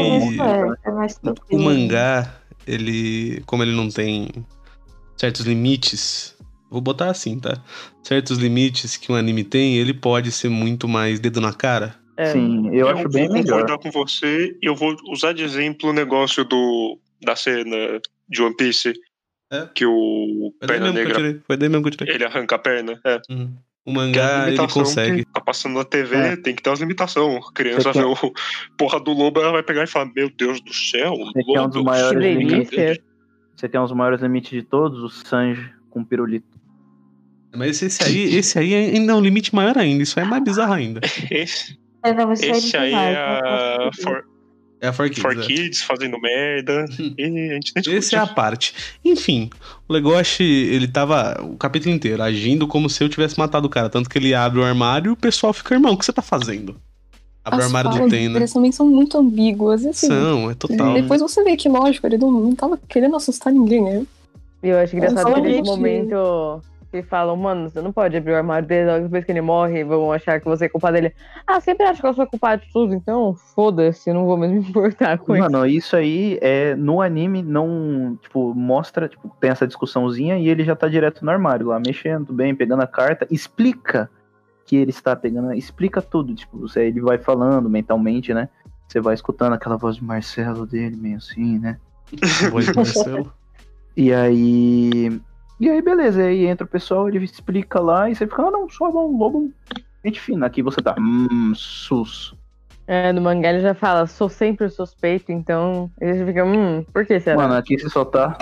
o mangá, ele... Como ele não tem certos limites... Vou botar assim, tá? Certos limites que um anime tem, ele pode ser muito mais dedo na cara. Sim, eu acho bem melhor. Eu vou concordar com você e eu vou usar de exemplo o negócio da cena de One Piece. Que o Perna Negra... Foi daí mesmo que eu tirei. Ele arranca a perna, O mangá, ele consegue. Tá passando na TV, tem que ter umas limitações. A criança vê o porra do lobo, ela vai pegar e falar, meu Deus do céu, Você quer um dos maiores limites? Você quer um dos maiores limites de todos? O Sanji com pirulito. Mas esse aí ainda é um limite maior ainda. Isso aí é mais bizarro ainda. Esse aí é a For Kids fazendo merda. E a gente nem discute. Essa é a parte. Enfim, o Legoshi, ele tava o capítulo inteiro agindo como se eu tivesse matado o cara. Tanto que ele abre o armário e o pessoal fica, irmão, o que você tá fazendo? Abre o armário do Ten, né? Eles também são muito ambíguas, assim. É total. Depois você vê que, lógico, ele não tava querendo assustar ninguém, né? E eu acho engraçado que nesse momento que falam, mano, você não pode abrir o armário dele depois que ele morre, vão achar que você é culpado dele. Sempre acho que eu sou culpado de tudo, então foda-se, não vou mesmo me importar com isso. Mano, isso aí no anime não, tipo, mostra, tipo, tem essa discussãozinha e ele já tá direto no armário lá, mexendo bem, pegando a carta, explica que ele está pegando, explica tudo, tipo, ele vai falando mentalmente, né? Você vai escutando aquela voz de Marcelo dele, meio assim, né? Voz de Marcelo. E aí, beleza, aí entra o pessoal, ele explica lá, e você fica, não, só um lobo, gente fina, aqui você tá, sus. No mangá ele já fala, sou sempre o suspeito, então ele já fica, por que será? Mano, aqui você só tá...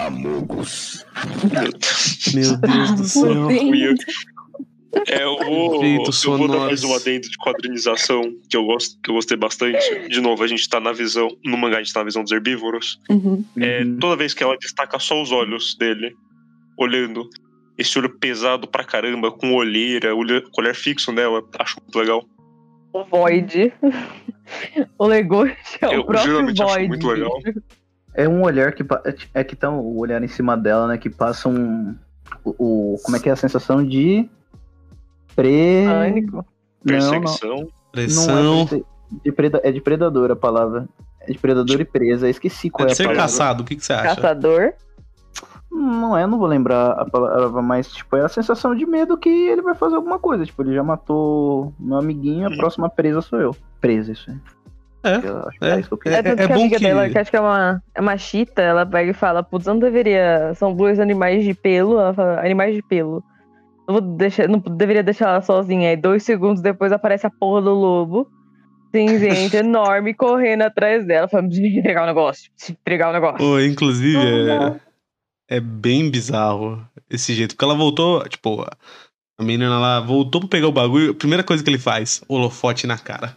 Meu Deus do céu. Eu vou dar mais um adendo de quadrinização que eu gostei bastante. De novo, a gente tá na visão, no mangá a gente tá na visão dos herbívoros. Toda vez que ela destaca só os olhos dele, olhando, esse olho pesado pra caramba, com olheira, com olhar fixo nela, acho muito legal. O Void. O Legoshi é o próprio geralmente Void. acho muito legal. É um olhar que tá o olhar em cima dela, né, que passa como é que é a sensação de Pânico. Perseguição. Pressão. É de predador a palavra. É de predador e presa. Eu esqueci qual é a ser palavra. caçado, o que você acha? Caçador. Não vou lembrar a palavra, mas tipo, é a sensação de medo que ele vai fazer alguma coisa. Tipo, ele já matou meu amiguinho, a próxima presa sou eu. Presa, isso aí. É, Acho que isso que eu queria. É tanto É que a bom amiga que- dela, que acho que é uma chita, ela pega e fala, putz, não deveria. São dois animais de pelo. Ela fala, animais de pelo. Não deveria deixar ela sozinha. Aí 2 segundos depois aparece a porra do lobo. Cinzento, enorme, correndo atrás dela. Falando, preciso entregar o negócio. Preciso entregar o negócio. Ô, inclusive, Não. é bem bizarro esse jeito. Porque ela voltou, tipo, a menina lá voltou pra pegar o bagulho. A primeira coisa que ele faz, holofote na cara.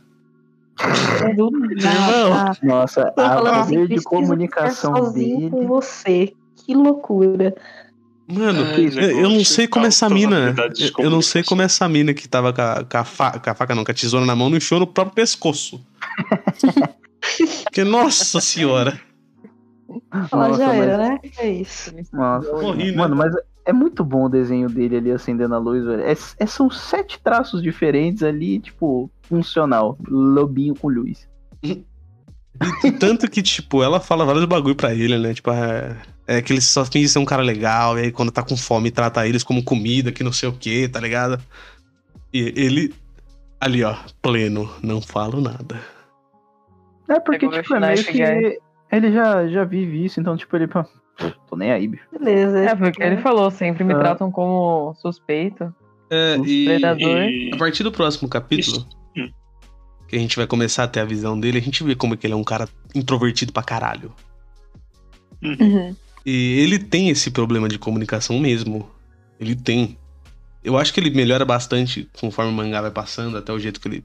Do nada. Nossa, Tô falando a assim, poder de preciso comunicação ficar sozinho dele. com você. Que loucura. Mano, Ai, eu não negócio, sei como essa altas mina. habilidades de Eu não sei como comunicação. essa mina que tava com a faca, não, com a tesoura na mão, não enfiou no próprio pescoço. Porque, nossa senhora. Ela Nossa, já mas- era, né? É isso. Nossa, Morri, né? mano, mas é muito bom o desenho dele ali acendendo a luz, velho. São 7 traços diferentes ali, tipo, funcional. Lobinho com luz. E tanto que, tipo, ela fala vários bagulho pra ele, né? Tipo, é que ele só finge ser um cara legal, e aí quando tá com fome trata eles como comida, que não sei o que, tá ligado? E ele, ali ó, pleno, não falo nada. É porque, Pegou tipo, é o meio Snipe, que ele já vive isso, então, tipo, ele, pô, tô nem aí, bicho. Beleza. É, porque ele falou, sempre me Ah. tratam como suspeito. É, Predador. E... a partir do próximo capítulo, Hum. que a gente vai começar a ter a visão dele, a gente vê como é que ele é um cara introvertido pra caralho. Uhum. E ele tem esse problema de comunicação mesmo. Ele tem. Eu acho que ele melhora bastante conforme o mangá vai passando, até o jeito que ele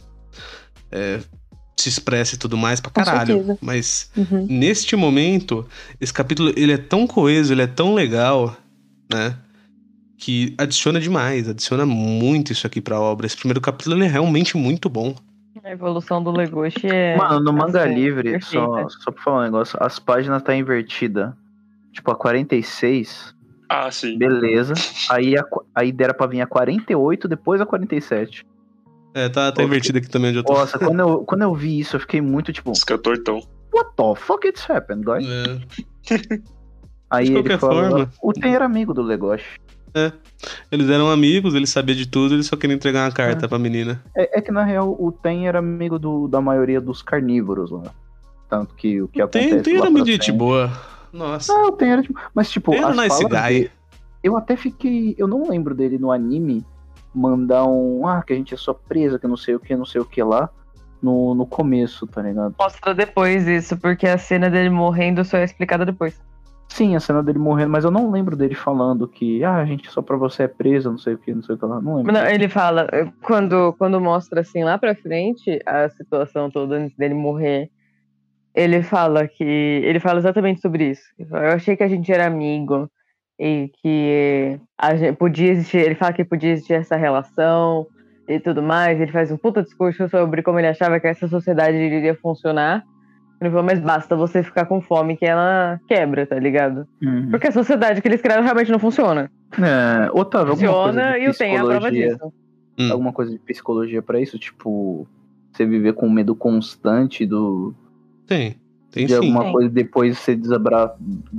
se expressa e tudo mais pra Com caralho. certeza. Mas Uhum. neste momento, esse capítulo ele é tão coeso, ele é tão legal, né? Que adiciona muito isso aqui pra obra. Esse primeiro capítulo ele é realmente muito bom. A evolução do Legoshi é. Mano, no manga assim, livre, perfeita. só pra falar um negócio, as páginas tá invertida. Tipo, a 46, Ah, sim. beleza. Aí dera pra vir a 48, depois a 47. É, tá invertido aqui também onde eu tô. Nossa, quando eu vi isso, eu fiquei muito tipo, Fica tortão. what the fuck it's happened, guys? É. Aí De ele qualquer falou, forma. o Ten era amigo do Legoshi. Eles eram amigos, ele sabia de tudo, ele só queria entregar uma carta pra menina. É que na real o Ten era amigo da maioria dos carnívoros lá. Tanto que o que acontece Tem lá era pra muito gente frente- boa. Nossa. Ah, o Ten era tipo... Mas tipo, Tem era as nice falas guy. dele, eu até fiquei... Eu não lembro dele no anime mandar um... Ah, que a gente é só presa, que não sei o que lá. No começo, tá ligado? Mostra depois isso, porque a cena dele morrendo só é explicada depois. Sim, a cena dele morrendo, mas eu não lembro dele falando que... Ah, a gente só pra você é presa, não sei o que lá. Não lembro. Não, ele fala, quando mostra assim lá pra frente, a situação toda antes dele morrer, ele fala exatamente sobre isso. Ele fala, eu achei que a gente era amigo e que a gente podia existir, ele fala que podia existir essa relação e tudo mais, ele faz um puta discurso sobre como ele achava que essa sociedade iria funcionar. Ele falou, mas basta você ficar com fome que ela quebra, tá ligado? Uhum. Porque a sociedade que eles criaram realmente não funciona. Otávio, alguma coisa Funciona de e o Tem é a prova psicologia... disso. Alguma coisa de psicologia pra isso? Tipo, você viver com medo constante Tem de sim. alguma Tem. coisa e depois você falar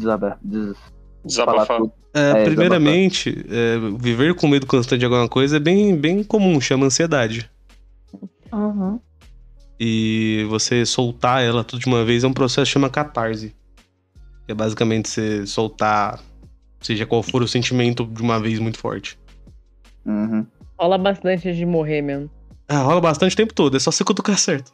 Desabafar. tudo. Primeiramente, viver com medo constante de alguma coisa é bem comum, chama ansiedade. Uhum. E você soltar ela tudo de uma vez é um processo que chama catarse. Que é basicamente você soltar, seja qual for o sentimento, de uma vez muito forte. Uhum. Rola bastante antes de morrer mesmo. Rola bastante o tempo todo, é só você cutucar certo.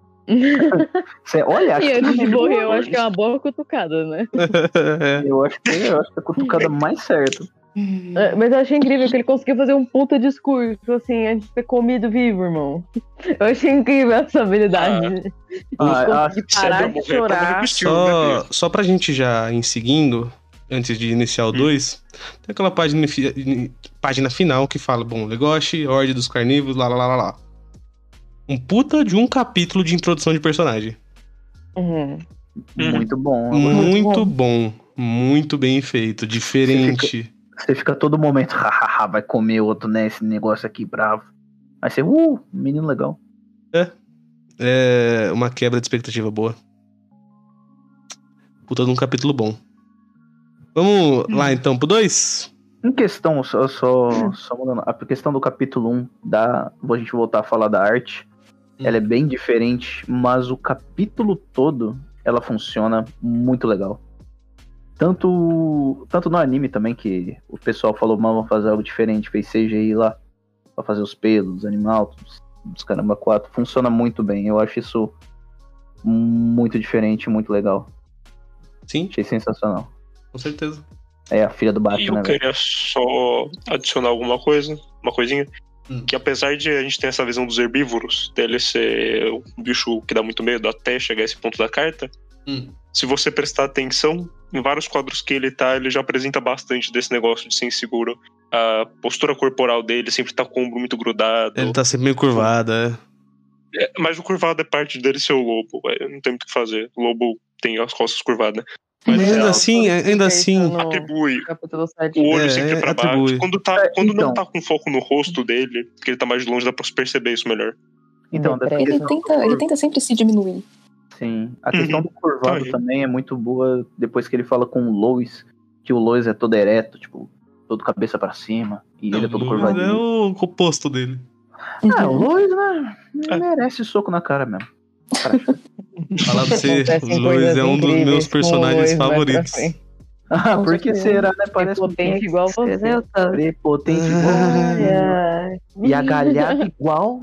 Olha, acho E que antes de não- morrer, eu acho que é uma boa cutucada, né? eu acho que é a cutucada mais certa. Mas eu achei incrível que ele conseguiu fazer um puta discurso, assim, antes de ter comido vivo, irmão. Eu achei incrível essa habilidade. Conseguir parar de chorar. Só pra gente já ir seguindo, antes de iniciar o 2, tem aquela página final que fala, bom, Legoshi, Ordem dos Carnívoros, lá. Um puta de um capítulo de introdução de personagem. Uhum. Muito bom. Muito bom. Muito bem feito. Diferente. Você fica todo momento, hahaha, vai comer outro, né? Esse negócio aqui bravo. Aí você, menino legal. É uma quebra de expectativa boa. Puta de um capítulo bom. Vamos lá então pro 2? Em questão, só mudando, a questão do capítulo 1, a gente voltar a falar da arte. Ela é bem diferente, mas o capítulo todo, ela funciona muito legal. Tanto no anime também, que o pessoal falou, mal, vamos fazer algo diferente, fez CGI lá, pra fazer os pelos, dos animais, dos caramba 4. Funciona muito bem, eu acho isso muito diferente, muito legal. Sim, Achei sensacional. com certeza. É a filha do E Batman, eu velho. queria só adicionar uma coisinha. Hum. Que apesar de a gente ter essa visão dos herbívoros, dele ser um bicho que dá muito medo até chegar a esse ponto da carta, se você prestar atenção, em vários quadros que ele tá, ele já apresenta bastante desse negócio de ser inseguro. A postura corporal dele sempre tá com o ombro muito grudado. Ele tá sempre meio curvado, Mas o curvado é parte dele ser o lobo, não tem muito o que fazer. O lobo tem as costas curvadas, né? Mas Mas ainda assim, atribui Capítulo 7. o olho sempre pra baixo. atribui. Quando então. não tá com foco no rosto dele, porque ele tá mais longe, dá pra perceber isso melhor. Então, dessa Depressa. questão Ele tenta sempre se diminuir. Sim, a questão do curvado Aí. também é muito boa depois que ele fala com o Lois, que o Lois é todo ereto, tipo, todo cabeça pra cima, e ele é todo é curvadinho. o oposto dele. Ah, o Lois, né, merece soco na cara mesmo. Falar pra você, Acontecem o Lois coisas é um dos incríveis meus com o personagens Lois mais pra favoritos. frente. Ah, Com por que certeza. será, né? Parece um Prepotente igual você. Entendeu? Tá? prepotente igual. Ai, ai. E a galhada igual.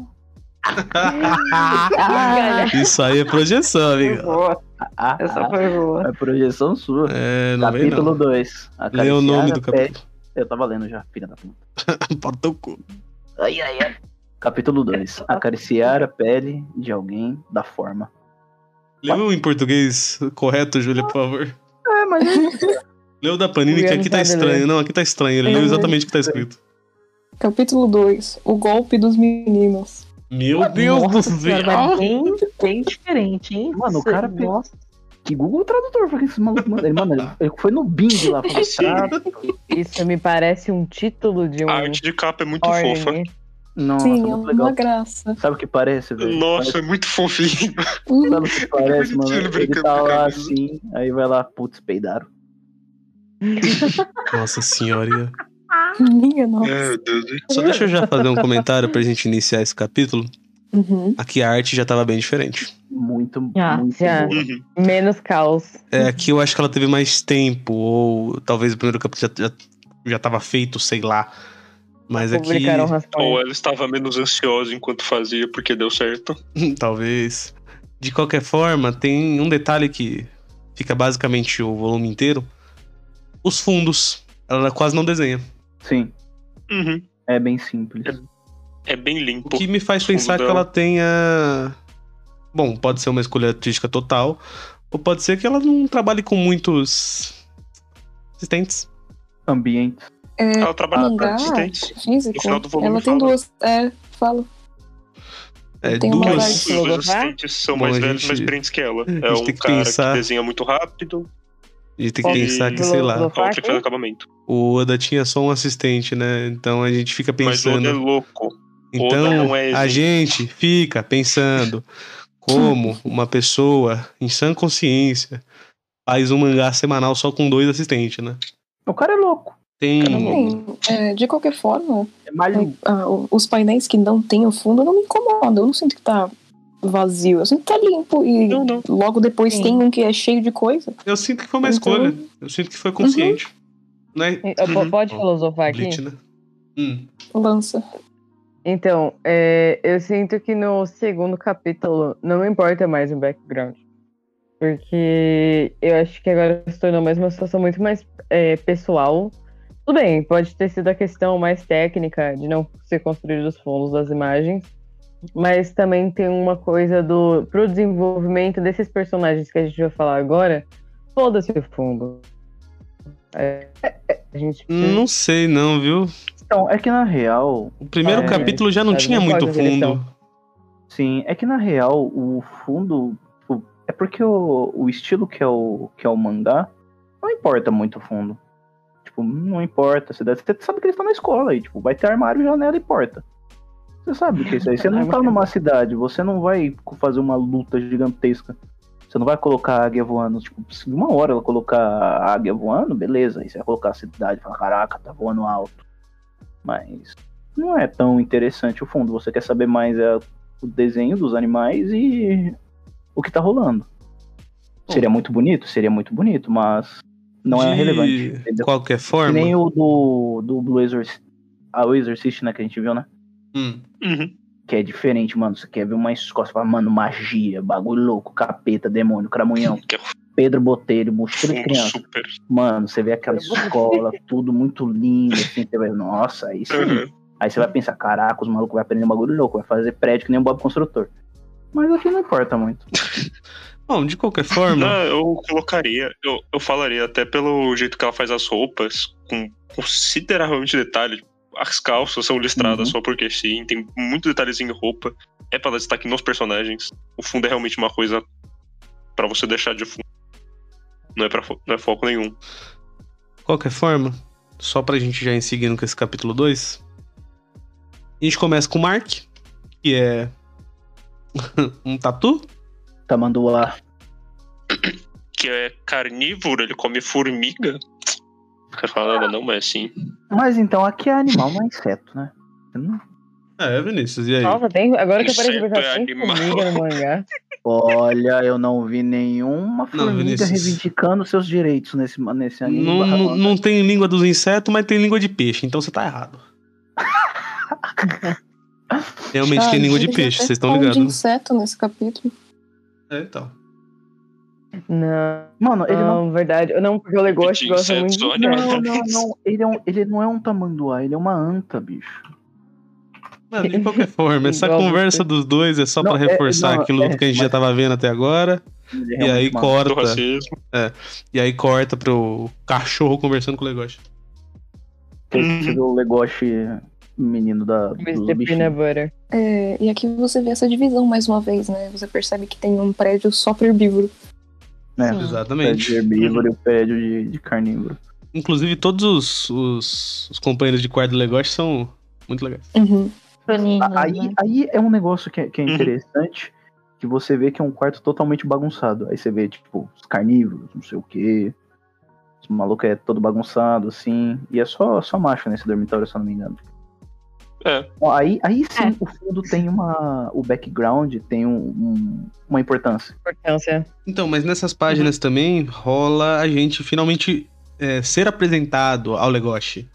Isso aí é projeção, Foi amigo. boa. Essa foi boa. É projeção sua. É, não vem Capítulo não. 2. Lê o nome do capítulo. Eu tava lendo já, filha da puta. Para teu cu. Ai, ai, ai. Capítulo 2. Acariciar a pele de alguém da forma. Leu em português correto, Júlia, por favor. Mas Leu o da Panini, que aqui tá estranho. Não, aqui tá estranho. Ele leu exatamente o que tá escrito. Capítulo 2. O golpe dos meninos. Meu Deus do Nossa céu. senhora, mas bem diferente, hein? Mano, o cara pegou- Nossa. que Google Tradutor foi que esse maluco manda. Ele foi no Bing lá. Falou, Sim. Isso me parece um título de um A arte de capa é muito Orne. fofa. Nossa, Sim, é muito uma legal. graça. Sabe o que parece, velho? Nossa, é muito fofinho. Sabe o que parece, mano? Ele Ele brincando tá com a lá camisa. assim, aí vai lá, putz, peidaram. Nossa senhora. Minha nossa. Meu Deus. Só deixa eu já fazer um comentário pra gente iniciar esse capítulo. Uhum. Aqui a arte já tava bem diferente. Muito, Ah, muito já. boa. menos caos. Aqui eu acho que ela teve mais tempo, ou talvez o primeiro capítulo já tava feito, sei lá. Mas aqui, Publicaram Ou raspões. ela estava menos ansiosa enquanto fazia, porque deu certo. talvez. De qualquer forma, tem um detalhe que fica basicamente o volume inteiro. Os fundos. Ela quase não desenha. Sim, Uhum. é bem simples. É bem O limpo. que me faz Os fundos pensar que dela. ela tenha... Bom, pode ser uma escolha artística total, ou pode ser que ela não trabalhe com muitos assistentes. Ambiente. Ela trabalha com Mangá assistentes. físico. No final do volume Ela tem fala. duas. Fala. Tem Tem uma duas. vai. Os Filosofar? assistentes são Bom, mais a velhos, gente- mais experientes que ela. a gente É um tem que cara pensar- que desenha muito rápido, A gente tem que Posso pensar que, sei lá, a outra que faz acabamento. o Oda tinha só um assistente, né? Então a gente fica Mas o Oda é pensando. louco. Então Oda não é a exemplo. gente fica pensando como uma pessoa em sã consciência faz um mangá semanal só com 2 assistentes, né? O cara é louco. Tem. Sim, de qualquer forma, É maluco. os painéis que não tem o fundo não me incomodam. Eu não sinto que tá vazio. Eu sinto que tá limpo. E Não. logo depois Sim. tem um que é cheio de coisa. Eu sinto que foi uma Então- escolha. Eu sinto que foi consciente. Né? Pode filosofar aqui? Bleach, né? Lança. Então, eu sinto que no segundo capítulo não importa mais o background. Porque eu acho que agora se tornou mais uma situação muito mais pessoal. Tudo bem, pode ter sido a questão mais técnica de não ser construído os fundos das imagens. Mas também tem uma coisa pro desenvolvimento desses personagens que a gente vai falar agora. Foda-se o fundo. A gente precisa- Não sei, não, viu? Então, é que na real, O primeiro É, capítulo já não sabe, tinha não muito pode ver fundo. então. sim, é que na real, o fundo. É porque o estilo que é o mangá não importa muito o fundo. Tipo, não importa. Você sabe que eles estão na escola aí, tipo, vai ter armário, janela e porta. Você sabe que é isso aí. Você não tá numa cidade, você não vai fazer uma luta gigantesca. Você não vai colocar a águia voando. Tipo, se uma hora ela colocar a águia voando, beleza. Aí você vai colocar a cidade e falar, caraca, tá voando alto. Mas não é tão interessante o fundo. Você quer saber mais o desenho dos animais e o que tá rolando. Seria muito bonito, mas não é relevante. De Entendeu? qualquer forma. Que nem o do Blue Exorcist, o Exorcist, né, que a gente viu, né? Uhum. Que é diferente, mano. Você quer ver uma escola, você fala, mano, magia, bagulho louco, capeta, demônio, cramunhão. Que é Pedro Botelho, mochila de fundo criança. super. Mano, você vê aquela escola, tudo muito lindo, assim, você vai, nossa, aí sim. Uhum. Aí você vai pensar, caraca, os malucos vão aprender um bagulho louco, vai fazer prédio que nem um Bob Construtor. Mas aqui não importa muito. Bom, de qualquer forma. Não, eu colocaria, eu falaria até pelo jeito que ela faz as roupas, com consideravelmente detalhe. As calças são listradas só porque sim, tem muito detalhezinho em roupa. É pra dar destaque nos personagens. O fundo é realmente uma coisa pra você deixar de fundo. Não é foco nenhum. De qualquer forma, só pra gente já ir seguindo com esse capítulo 2, a gente começa com o Mark, que é um tatu. Tamanduá. Que é carnívoro, ele come formiga. Não quero falar nada não, mas assim. Mas então aqui é animal, não é inseto, né? Vinícius, e aí? Nossa, agora que eu parei de Inseto pensar, é tem animal. formiga no mangá. Olha, eu não vi nenhuma formiga Vinícius. reivindicando seus direitos nesse anime. Não tem língua dos insetos, mas tem língua de peixe, então você tá errado. Realmente tem língua de peixe, vocês estão ligados? de né? inseto nesse capítulo. Então. Não, Mano, ele não. verdade. Não, porque o Legoshi gosta muito de Insetos, inseto. Não. Ele não é um tamanduá, ele é uma anta, bicho. Mano, de qualquer forma, essa Igual conversa você. dos dois é só Não, pra reforçar aquilo que a gente já mas- tava vendo até agora. Ele é E aí realmente uma anta. Do corta. racismo. E aí corta pro cachorro conversando com o Legoshi. Você viu o Legoshi, menino dos Mr. bichinhos. Peanut Butter. E aqui você vê essa divisão mais uma vez, né? Você percebe que tem um prédio só pra herbívoro. Né? Sim. O prédio Exatamente. de herbívoro e o prédio de carnívoro. Inclusive, todos os companheiros de quarto do Legoshi são muito legais. Uhum. Panina, né? Aí é um negócio que é interessante, que você vê que é um quarto totalmente bagunçado. Aí você vê, tipo, os carnívoros, não sei o quê. Esse maluco é todo bagunçado, assim. E é só macho nesse dormitório, se eu não me engano. É. Bom, aí sim, o fundo tem o background tem uma importância. Importância. Então, mas nessas páginas também rola a gente finalmente ser apresentado ao Legoshi.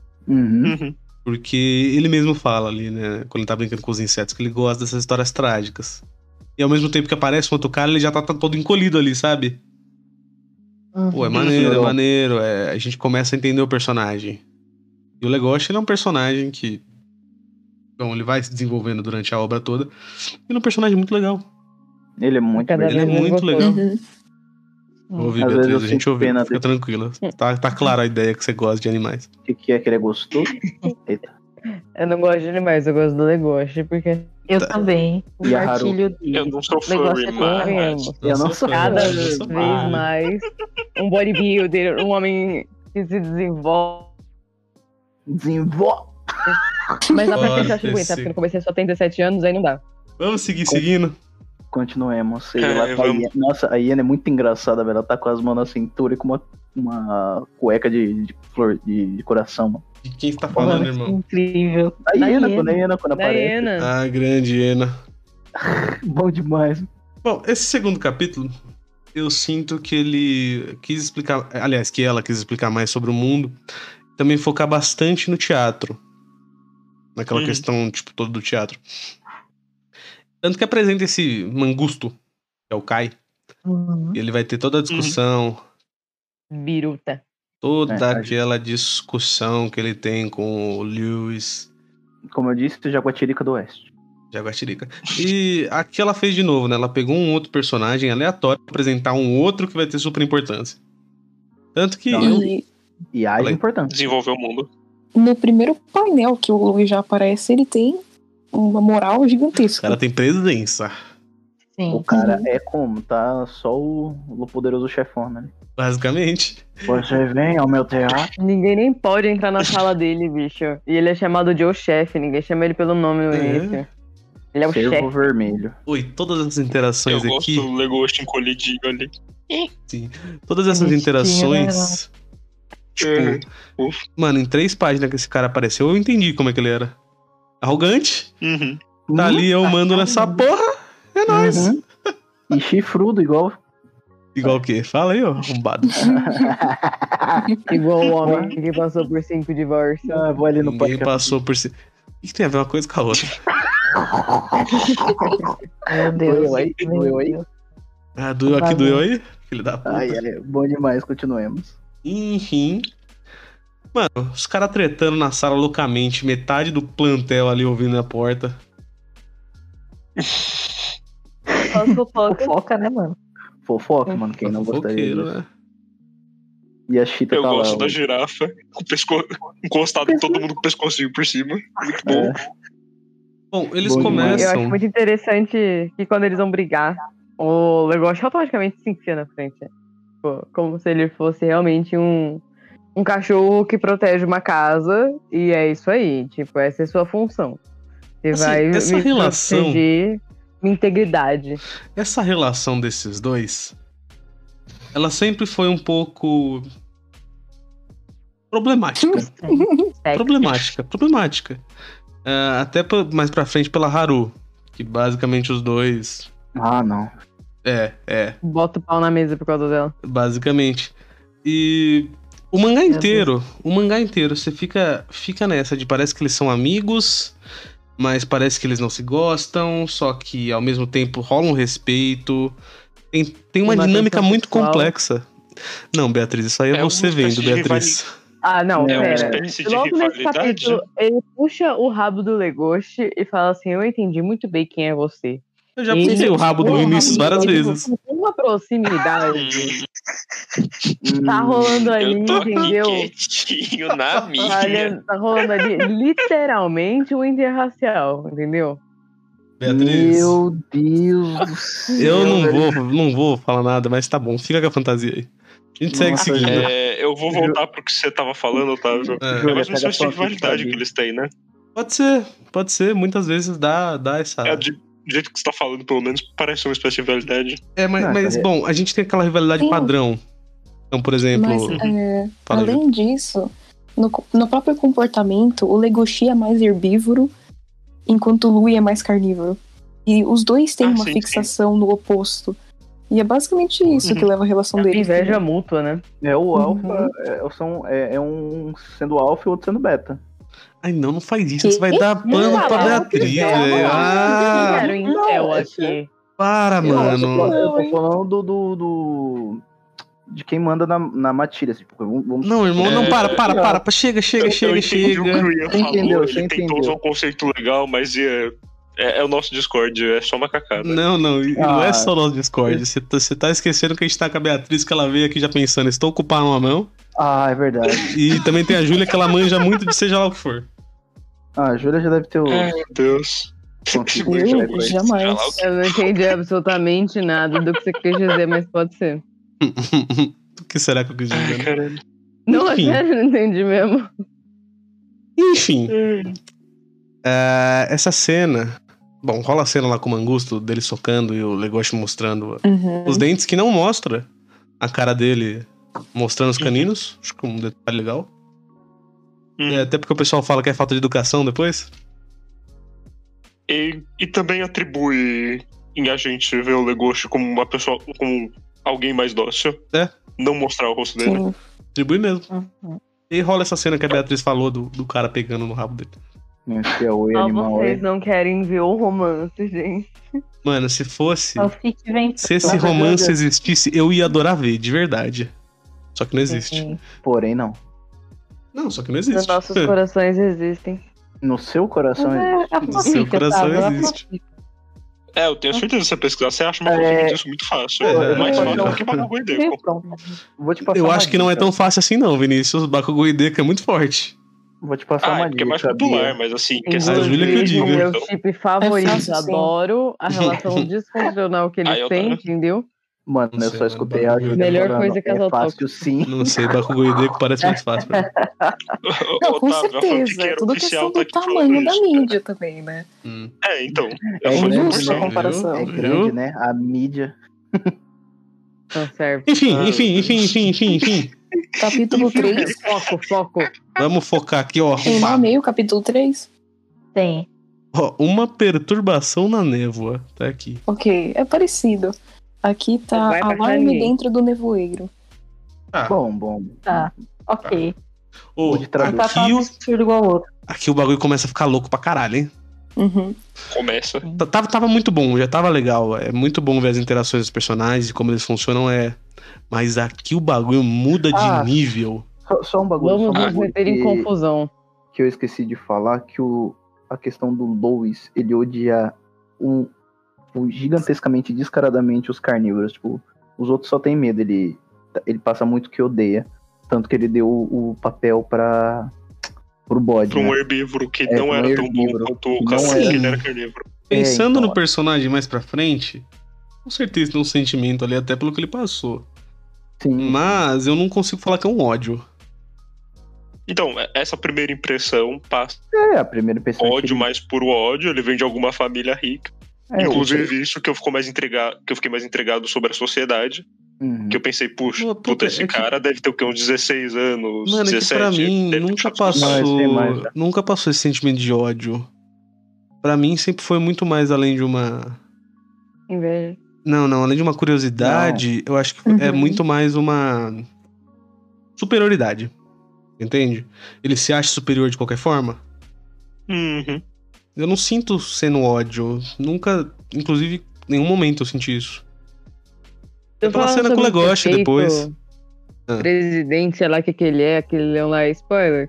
Uhum. Porque ele mesmo fala ali, né, quando ele tá brincando com os insetos, que ele gosta dessas histórias trágicas. E ao mesmo tempo que aparece um outro cara, ele já tá todo encolhido ali, sabe? Pô, é maneiro. A gente começa a entender o personagem. E o Legoshi, ele é um personagem que... Bom, ele vai se desenvolvendo durante a obra toda. Ele é um personagem muito legal. Ele é muito Cada legal. Ele é vez mais muito gostoso. legal. Uhum. Ouvi, Às vezes Beatriz, eu a gente sinto ouviu. pena Fica tranquila. Tá clara a ideia que você gosta de animais. O que é que ele é gostoso? Eita. Eu não gosto de animais, eu gosto do Legoshi, porque Eu também. O E a Haru? martilho Eu dele. não sou Negócio furry, é mas... convenhamos. Eu não sou Cada fã, vez eu sou fã. mais um bodybuilder, um homem que se desenvolve. Desenvolve. Mas na frente eu acho Pode bonito, tá? ser. Porque no começo só tem 17 anos, aí não dá. Vamos seguindo. Continuemos. É, Ela tá vamos. aí. Nossa, a Iana é muito engraçada, velho. Ela tá com as mãos na cintura e com uma cueca de flor de coração, mano. De quem você tá falando, Mano, irmão? incrível. A Iana, Iena. quando Da aparece. Iena. Ah, grande Ena. Bom demais. Bom, esse segundo capítulo, eu sinto que ele quis explicar... Aliás, que ela quis explicar mais sobre o mundo. Também focar bastante no teatro. Naquela questão, tipo, toda do teatro. Tanto que apresenta esse mangusto, que é o Kai. Uhum. E ele vai ter toda a discussão, Biruta. toda É, aquela discussão que ele tem com o Lewis, Como eu disse, Jaguatirica do Oeste. Jaguatirica. E aqui ela fez de novo, né? Ela pegou um outro personagem aleatório pra apresentar um outro que vai ter super importância. Tanto que... Não, E E haja Falei. importância. Desenvolver o mundo. no primeiro painel que o Louis já aparece, ele tem uma moral gigantesca. ela tem presença, Sim. O cara é como? Tá só o poderoso chefão, né? basicamente. Você vem ao meu teatro. Ninguém nem pode entrar na sala dele, bicho. E ele é chamado de o chefe, ninguém chama ele pelo nome no início. Ele é o Servo chefe. vermelho. Oi, todas essas Eu interações gosto aqui, do Legoshi encolhidinho ali. todas essas Bonitinho, interações, tipo, Ufa. mano, em 3 páginas que esse cara apareceu, eu entendi como é que ele era. Arrogante, Uhum. Tá ali, eu mando nessa porra. É nóis. Uhum. E chifrudo, igual. Igual o quê? Fala aí, ó, arrombado. Igual o homem que passou por 5 divórcios. Ah, vou ali no Ninguém podcast. passou por si. O que tem a ver uma coisa com a outra? Meu Deus. Doeu aí? Doeu aí? Ah, doeu aqui, doeu aí? Filho da puta. Ai, bom demais, continuemos. Enfim. Mano, os caras tretando na sala loucamente, metade do plantel ali ouvindo a porta. Só fofoca. Fofoca, né, mano? Fofoca, mano, quem não gostaria Fofoqueiro, disso. né? E a Chita Eu tá gosto lá. da girafa com o encostado em todo mundo com o pescocinho por cima. Muito bom. Bom, eles Bom demais. Eu começam. acho muito interessante que quando eles vão brigar, o Legoshi automaticamente se enfia na frente. Tipo, como se ele fosse realmente um cachorro que protege uma casa. E é isso aí. Tipo, essa é a sua função. Você Assim, vai essa me relação- proteger minha integridade. Essa relação desses dois, ela sempre foi um pouco problemática. Problemática. Até mais pra frente pela Haru, que basicamente os dois. Ah, não. Bota o pau na mesa por causa dela. Basicamente. E o mangá inteiro, você fica nessa de parece que eles são amigos, mas parece que eles não se gostam, só que ao mesmo tempo rola um respeito. Tem uma Uma dinâmica tensão muito sexual. complexa. Não, Beatriz, isso aí é É você uma espécie vendo, de Beatriz. Ah, não, É uma pera. espécie de Logo nesse rivalidade? capítulo, ele puxa o rabo do Legoshi e fala assim: eu entendi muito bem quem é você. Eu já E- puxei o rabo do Vinícius várias vezes. Com uma proximidade. Tá rolando ali, Eu tô aqui entendeu? quietinho na minha. Olha, tá rolando ali literalmente um interracial, entendeu? Beatriz, Meu Deus do céu. eu não vou falar nada, mas tá bom, fica com a fantasia aí. A gente segue Nossa, seguindo. Eu vou voltar pro que você tava falando, Otávio. É. É mais Pega uma espécie de sua rivalidade fita que eles têm, né? Pode ser, muitas vezes dá essa. Do jeito que você tá falando, pelo menos, parece uma espécie de rivalidade. Mas bom, a gente tem aquela rivalidade Sim. padrão. Então, por exemplo. Mas, fala, Ju. além disso, no próprio comportamento, o Legoshi é mais herbívoro, enquanto o Lui é mais carnívoro. E os dois têm uma sim, fixação no oposto. E é basicamente isso que leva a relação deles. Inveja mútua, né? É o Uhum. alfa, é um sendo alfa e o outro sendo beta. Ai, não faz isso. Que? Você vai dar pano Não, pra não, Beatriz, não, velho. não, Ah, Eu quero Intel aqui. para, Eu mano. tô falando de quem manda na matilha. Assim, vamos... Não, irmão, não, para. Chega. Eu entendi o que o Ian Você entendeu, falou, você ele tentou entendeu. usar um conceito legal, mas é o nosso Discord, é só macacada. Não é só o nosso Discord. Você tá esquecendo que a gente tá com a Beatriz, que ela veio aqui já pensando, estou ocupando uma mão. Ah, é verdade. E também tem a Júlia, que ela manja muito de seja lá o que for. Ah, a Júlia já deve ter o... Ai, meu Deus. conseguido. Eu jamais. Eu não entendi absolutamente nada do que você quis dizer, mas pode ser. O que será que eu quis dizer? Né? Caralho. Não, Enfim. sério, não entendi mesmo. Enfim. Essa cena. Bom, rola a cena lá com o Mangusto, dele socando e o Legoshi mostrando Uhum. os dentes, que não mostra a cara dele mostrando os caninos. Acho que é um detalhe legal. Até porque o pessoal fala que é falta de educação depois. E também atribui em a gente ver o Legoshi como uma pessoa, como alguém mais dócil. É. Não mostrar o rosto dele. Sim. Atribui mesmo. Uhum. E rola essa cena que a Beatriz falou do cara pegando no rabo dele. Esse é o Só animal. vocês não querem ver o romance, gente. Mano, se fosse. Só fique vendo. Se esse romance existisse, eu ia adorar ver, de verdade. Só que não existe. Porém, não. Não, só que não Nos existe. nossos corações existem. No seu coração Mas é a No fanfic, seu coração Otávio, é a existe. fanfic. Eu tenho certeza que você pesquisar, você acha uma coisa disso muito fácil. É, Mais é, fácil é, do que Bakugou e Deco. Pronto. Vou te passar Eu uma acho que não é dica. tão fácil assim, não, Vinícius. Bakugou e Deco é muito forte. Vou te passar uma Porque é mais dica, popular, Bia. mas assim, A questão Júlia que eu diga. Meu então, chip favorito, É fácil, sim. adoro a relação disfuncional que Aí eles eu têm, também. entendeu? Mano, Não eu sei, só mano, escutei a Júlia Melhor falando, coisa que é ela fácil sim. Não sei, Bakugou e Deco parece mais fácil pra mim. Não, com Otávio, a certeza. fanfiqueira Tudo oficial questão tá do aqui falando tamanho da isso, cara. mídia também, né? Então. É Eu grande, justo a né? comparação. É Viu? grande, né? A mídia. Não serve. Enfim. Capítulo 3. Foco. Vamos focar aqui, ó. Tem nome aí, o capítulo 3? Tem. Ó, uma perturbação na névoa. Tá aqui. Ok, é parecido. Aqui tá Vai pra alarme ninguém. dentro do nevoeiro. Ah, Bom. Tá, ok. ô, Pode traduzir. Não tá tão absurdo igual o outro. aqui o bagulho começa a ficar louco pra caralho, hein? Uhum. Começa. Tava muito bom, já tava legal. É muito bom ver as interações dos personagens e como eles funcionam, Mas aqui o bagulho muda de Ah, nível. Só um bagulho. Vamos só um nos bagulho meter em confusão. que eu esqueci de falar, que a questão do Lois, ele odia gigantescamente, descaradamente os carnívoros. Tipo, os outros só tem medo, ele passa muito que odeia. Tanto que ele deu o papel pro bode. Pra um né? herbívoro que É, não pra um era tão bom herbívoro quanto que o não caçador, era. que ele era carnívoro. Pensando então, no personagem mais pra frente, com certeza tem um sentimento ali, até pelo que ele passou. Sim. Mas eu não consigo falar que é um ódio. Então, essa primeira impressão passa A primeira impressão é que ódio, ele- mais puro ódio. Ele vem de alguma família rica. Inclusive, isso que eu fiquei mais intrigado sobre a sociedade. Uhum. Que eu pensei, puxa, Pô, puta, puta, esse é que- cara deve ter o quê? Uns 16 anos, Mano, é que 17. pra mim deve ter nunca puxado os pais. Não, esse tem mais, né? nunca passou esse sentimento de ódio. Pra mim sempre foi muito mais além de uma... Inveja. Não, além de uma curiosidade, eu acho que é Uhum. muito mais uma superioridade. Entende? Ele se acha superior de qualquer forma. Uhum. Eu não sinto sendo ódio. Nunca, inclusive, em nenhum momento eu senti isso. Tô Pela falando cena com o sobre o Legoshi prefeito, depois. Ah. Presidente, sei lá o que ele é, aquele leão lá é spoiler.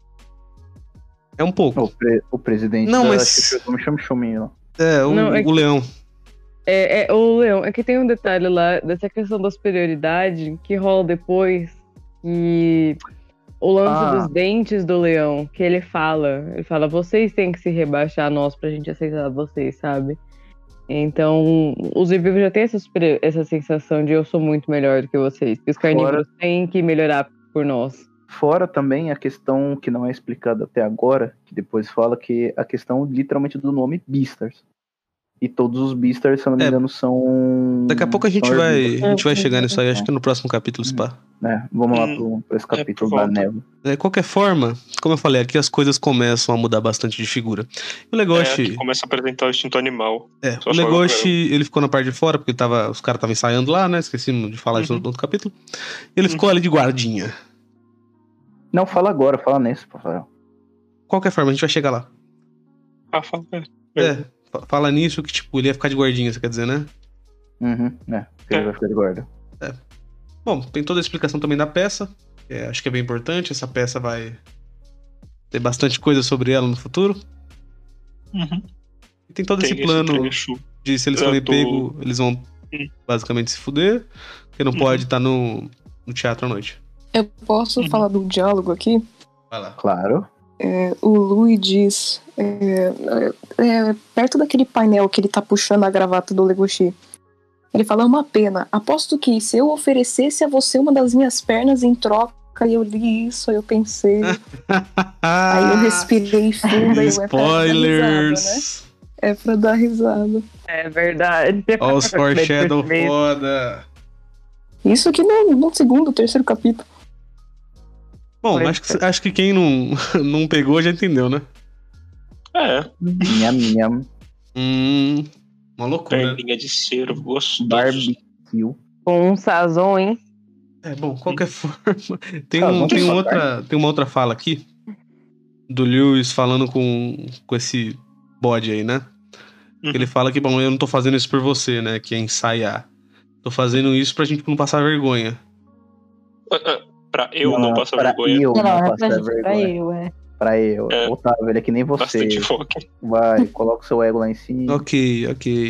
É um pouco. O presidente Não, da mas- Xuxum lá. É, Não, é o leão. O leão, é que tem um detalhe lá dessa questão da superioridade que rola depois, que o lance Ah. dos dentes do leão, que ele fala, vocês têm que se rebaixar a nós pra gente aceitar vocês, sabe? Então, os herbívoros já têm essa sensação de eu sou muito melhor do que vocês, que os carnívoros têm que melhorar por nós. Fora também a questão que não é explicada até agora, que depois fala que a questão literalmente do nome Beastars. E todos os Beastars, se eu não me É. engano, são. Daqui a pouco a gente são vai herbívoros. chegar nisso aí, acho que no próximo capítulo, Spa. Vamos lá pra esse por capítulo da volta. névoa. De qualquer forma, como eu falei, aqui as coisas começam a mudar bastante de figura. O Legoshi, Que começa a apresentar o instinto animal. Só o só Legoshi, ele ficou na parte de fora, porque os caras estavam ensaiando lá, né? Esqueci de falar isso no outro capítulo. Ele ficou ali de guardinha. Não, fala agora, fala nesse, Rafael. Qualquer forma, a gente vai chegar lá. Fala. Fala nisso que, tipo, ele ia ficar de guardinha, você quer dizer, né? Uhum, ele vai ficar de guarda. Bom, tem toda a explicação também da peça. Acho que é bem importante. Essa peça vai ter bastante coisa sobre ela no futuro. Uhum. E tem todo Tem esse plano trecho. de se eles forem do- pegos, eles vão basicamente se fuder, porque não pode estar no teatro à noite. Eu posso falar do diálogo aqui? Vai lá. Claro. O Louis diz, perto daquele painel que ele tá puxando a gravata do Legoshi, ele fala, é uma pena, aposto que se eu oferecesse a você uma das minhas pernas em troca, e eu li isso, aí eu pensei, aí eu respirei fundo, aí eu, Spoilers! é pra dar risada. É verdade. Olha os foreshadow Perfeito. foda. Isso aqui no segundo, terceiro capítulo. Bom, acho que quem não pegou já entendeu, né? Nham. Uma loucura. Perninha de cervo, gostoso. Barbecue. Com um sazon, hein? Bom, qualquer forma. Tem Não, uma outra fala aqui do Lewis falando com esse bode aí, né? Uhum. Ele fala que, bom, eu não tô fazendo isso por você, né? Que é ensaiar. Tô fazendo isso pra gente não passar vergonha. Pra eu não passar pra vergonha. Eu Não, não é pra passar gente, pra vergonha. eu, Pra eu. Otávio, ele é que nem você. Bastante foco. Vai, coloca o seu ego lá em cima. Ok.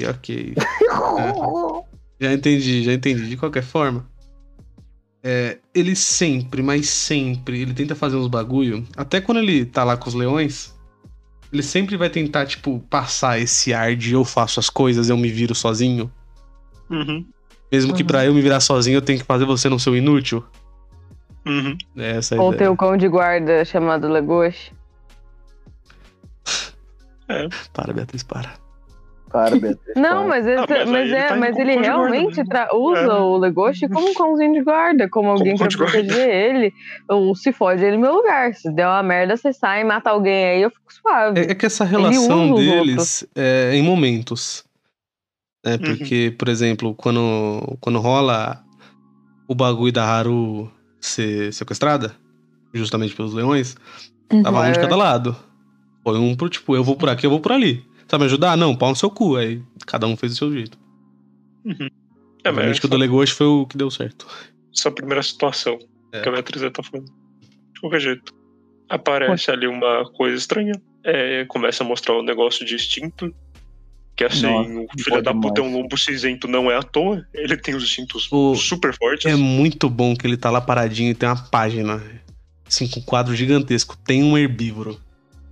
Já entendi. De qualquer forma, ele sempre, mas sempre, ele tenta fazer uns bagulho. Até quando ele tá lá com os leões, ele sempre vai tentar, tipo, passar esse ar de eu faço as coisas, eu me viro sozinho. Uhum. Mesmo que pra eu me virar sozinho, eu tenho que fazer você não ser um inútil. Uhum. Essa é a Com o ideia. teu cão de guarda chamado Legoshi. Para, Beatriz, para. Cara, Beatriz. Não, mas, Ah, mas aí ele tá indo ele como cão de realmente guarda, né? usa o Legoshi como um cãozinho de guarda, como alguém cão pra de guarda. proteger ele. Ou se fode ele no meu lugar. Se der uma merda, você sai e mata alguém aí, eu fico suave. É que essa relação usa os deles é em momentos. Né? Uhum. Porque, por exemplo, quando rola o bagulho da Haru ser sequestrada, justamente pelos leões, tava um de cada lado. Foi um pro tipo, eu vou por aqui, eu vou por ali. Sabe me ajudar? Não, pau no seu cu. Aí cada um fez do seu jeito. Obviamente que o do Legoshi foi o que deu certo. Essa primeira situação que a Beatriz tá falando. De qualquer jeito. Aparece ali uma coisa estranha. Começa a mostrar um negócio de instinto. Que assim, Nossa, o filho da puta é um lombo cinzento, não é à toa. Ele tem os instintos super fortes. É muito bom que ele tá lá paradinho e tem uma página, assim, com um quadro gigantesco. Tem um herbívoro.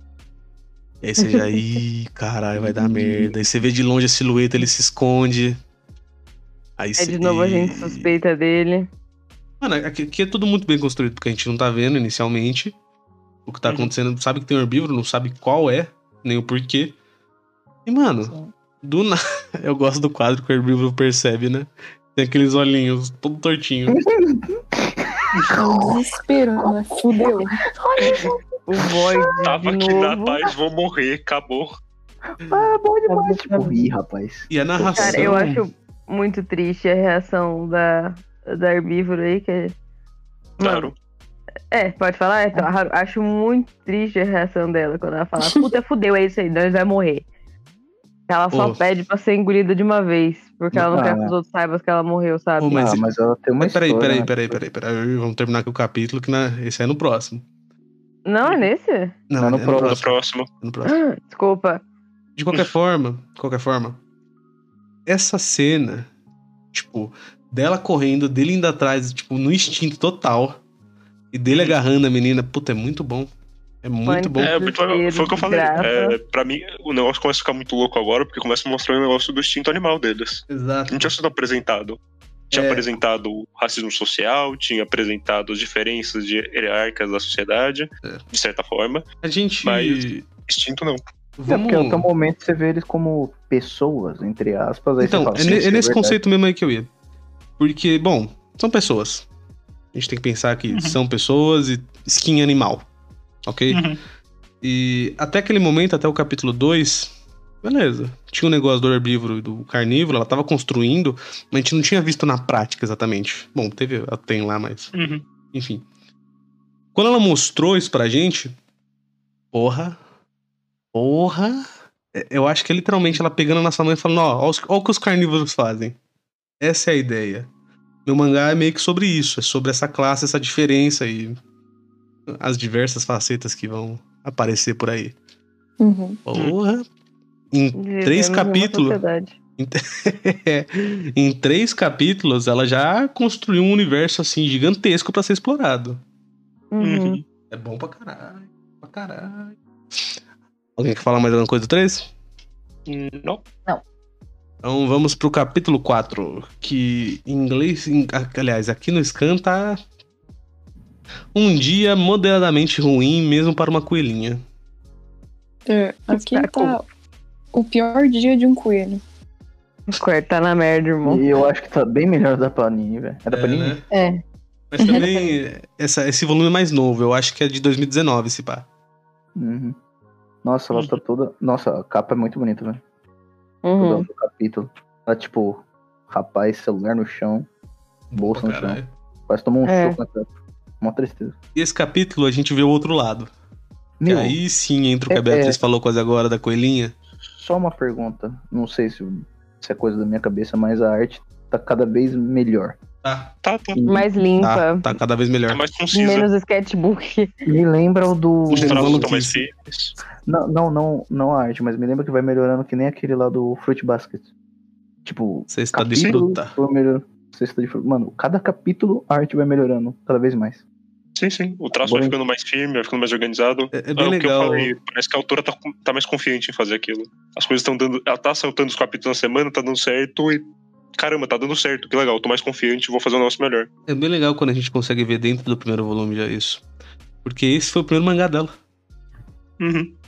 E aí você já, ih, caralho, vai dar merda. Aí você vê de longe a silhueta, ele se esconde. Aí De novo a gente suspeita dele. Mano, aqui é tudo muito bem construído, porque a gente não tá vendo inicialmente o que tá acontecendo. Sabe que tem um herbívoro, não sabe qual é, nem o porquê. E, mano, do nada. Eu gosto do quadro que o herbívoro percebe, né? Tem aqueles olhinhos todo tortinho. Desespero, né? Fudeu. O Void Tava de aqui na novo. paz, vou morrer, acabou. Ah, bom demais. Tipo, ih, rapaz. E a narração. Cara, eu acho muito triste a reação da herbívoro aí, que Claro. pode falar? Então, acho muito triste a reação dela quando ela fala, puta, fudeu, é isso aí, nós vai morrer. Ela só pede pra ser engolida de uma vez, porque ela não quer que os outros saibam que ela morreu, sabe? Mas ela tem uma Peraí, história. peraí. Vamos terminar aqui o capítulo, que esse é no próximo. Não, é nesse? Não, é no próximo. Desculpa. De qualquer forma, essa cena, tipo, dela correndo, dele indo atrás, tipo, no instinto total, e dele agarrando a menina, puta, é muito bom. É muito bom. Muito legal. Foi o que eu falei. Pra mim, o negócio começa a ficar muito louco agora, porque começa a mostrar o negócio do instinto animal deles. Exato. Não tinha sido apresentado. Tinha apresentado o racismo social, tinha apresentado as diferenças hierárquicas da sociedade, de certa forma. Mas instinto não. Porque até o momento você vê eles como pessoas, entre aspas. Aí então, você fala, é nesse conceito mesmo aí que eu ia. Porque, bom, são pessoas. A gente tem que pensar que são pessoas e skin animal. Ok? E até aquele momento, até o capítulo 2, beleza. Tinha um negócio do herbívoro e do carnívoro, ela tava construindo, mas a gente não tinha visto na prática exatamente. Bom, tem lá, mas... Enfim. Quando ela mostrou isso pra gente, porra, eu acho que é literalmente ela pegando a nossa mãe e falando, ó o que os carnívoros fazem. Essa é a ideia. Meu mangá é meio que sobre isso, é sobre essa classe, essa diferença e as diversas facetas que vão aparecer por aí. Porra! Em 3 capítulos. Em 3 capítulos, ela já construiu um universo assim gigantesco pra ser explorado. É bom pra caralho. Alguém quer falar mais alguma coisa do 3? Não. Então vamos pro capítulo 4, que em inglês, aliás, aqui no Scan tá um dia moderadamente ruim mesmo para uma coelhinha. Aqui tá o pior dia de um coelho. O coelho tá na merda, irmão. E eu acho que tá bem melhor da Panini, velho. É da Panini? Né? É. Mas também esse volume é mais novo, eu acho que é de 2019, esse pá. Nossa, ela tá toda... Nossa, a capa é muito bonita, velho. Uhum. Todo o capítulo. Tá tipo, rapaz, celular no chão, bolsa no chão. Parece tomar um choque na cara. Uma tristeza. E esse capítulo a gente vê o outro lado. E aí sim entra o que a Beatriz falou quase agora da coelhinha. Só uma pergunta. Não sei se é coisa da minha cabeça, mas a arte tá cada vez melhor. Tá. Mais limpa. Tá cada vez melhor. Tá mais concisa. Menos sketchbook. Me lembra o do... Os traços estão mais firmes. Não a arte, mas me lembra que vai melhorando que nem aquele lá do Fruit Basket. Tipo, Cesta de fruta. Cesta de fruta. Mano, cada capítulo a arte vai melhorando cada vez mais. Sim. O traço vai ficando mais firme, vai ficando mais organizado. É bem legal. O que eu falei, parece que a autora tá mais confiante em fazer aquilo. As coisas estão dando... Ela tá saltando os capítulos na semana, tá dando certo e... Caramba, tá dando certo, que legal, tô mais confiante, vou fazer um negócio melhor. É bem legal quando a gente consegue ver dentro do primeiro volume já isso. Porque esse foi o primeiro mangá dela.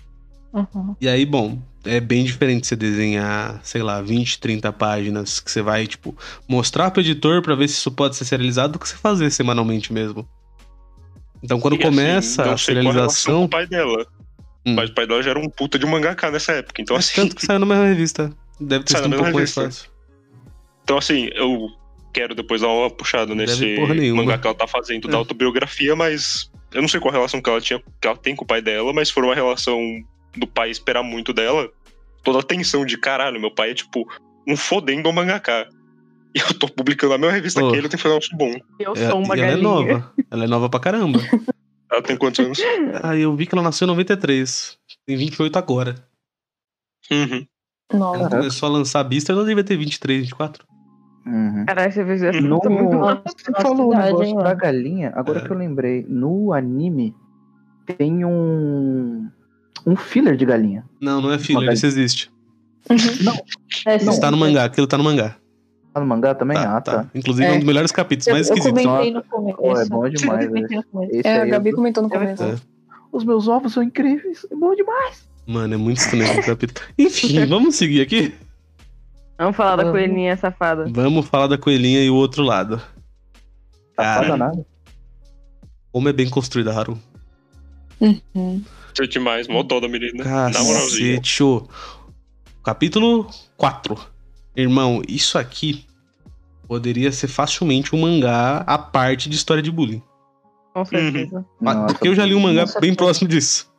Uhum. E aí, bom, é bem diferente você desenhar, sei lá, 20, 30 páginas que você vai, tipo, mostrar pro editor pra ver se isso pode ser serializado do que você fazer semanalmente mesmo. Então, quando começa não a sei qual a relação com serialização... o pai dela. Mas o pai dela já era um puta de mangaka nessa época. Então, Mas assim. tanto que saiu na mesma revista. Deve ter Sai sido na um pouco mesma mais revista. fácil. Então, assim, eu quero depois dar uma puxada nesse porra nenhuma. mangá que ela tá fazendo da autobiografia, mas eu não sei qual a relação que ela tem com o pai dela, mas for uma relação do pai esperar muito dela, toda a tensão de caralho, meu pai é tipo um fodendo mangaka. E eu tô publicando a mesma revista que ele, eu tenho que fazer um negócio bom. Eu sou uma E ela é galinha. nova. Ela é nova pra caramba. Ela tem quantos anos? Ah, eu vi que ela nasceu em 93. Tem 28 agora. Uhum. Nossa. Quando começou a lançar Beastars, ela devia ter 23, 24. Uhum. Caralho, você fez essa No... tá muito mal. Você falou o cidade, negócio hein, da mano? galinha, agora que eu lembrei, no anime tem um filler de galinha. Não é filler, isso existe. É, Isso tá no mangá, aquilo tá no mangá. Tá no mangá também? Tá. Inclusive é um dos melhores capítulos, mais Eu esquisitos. comentei no começo. Oh, é bom demais, Eu comentei no começo. Esse A aí Gabi eu- comentou no começo. É. Os meus ovos são incríveis, é bom demais. Mano, é muito estranho esse capítulo. Enfim, vamos seguir aqui? Vamos falar da coelhinha safada. Vamos falar da coelhinha e o outro lado. Safada Cara, nada. como é bem construída, Haru. Uhum. Isso é demais, mó dó da menina. Na moralzinha. Cacete, ô. Capítulo 4. Irmão, isso aqui poderia ser facilmente um mangá à parte de história de bullying. Com certeza. Nossa, Porque eu já li um mangá Nossa, bem foi. próximo disso.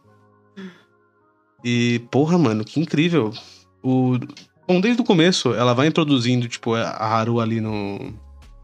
E, porra, mano, que incrível. Bom, desde o começo, ela vai introduzindo, tipo, a Haru ali no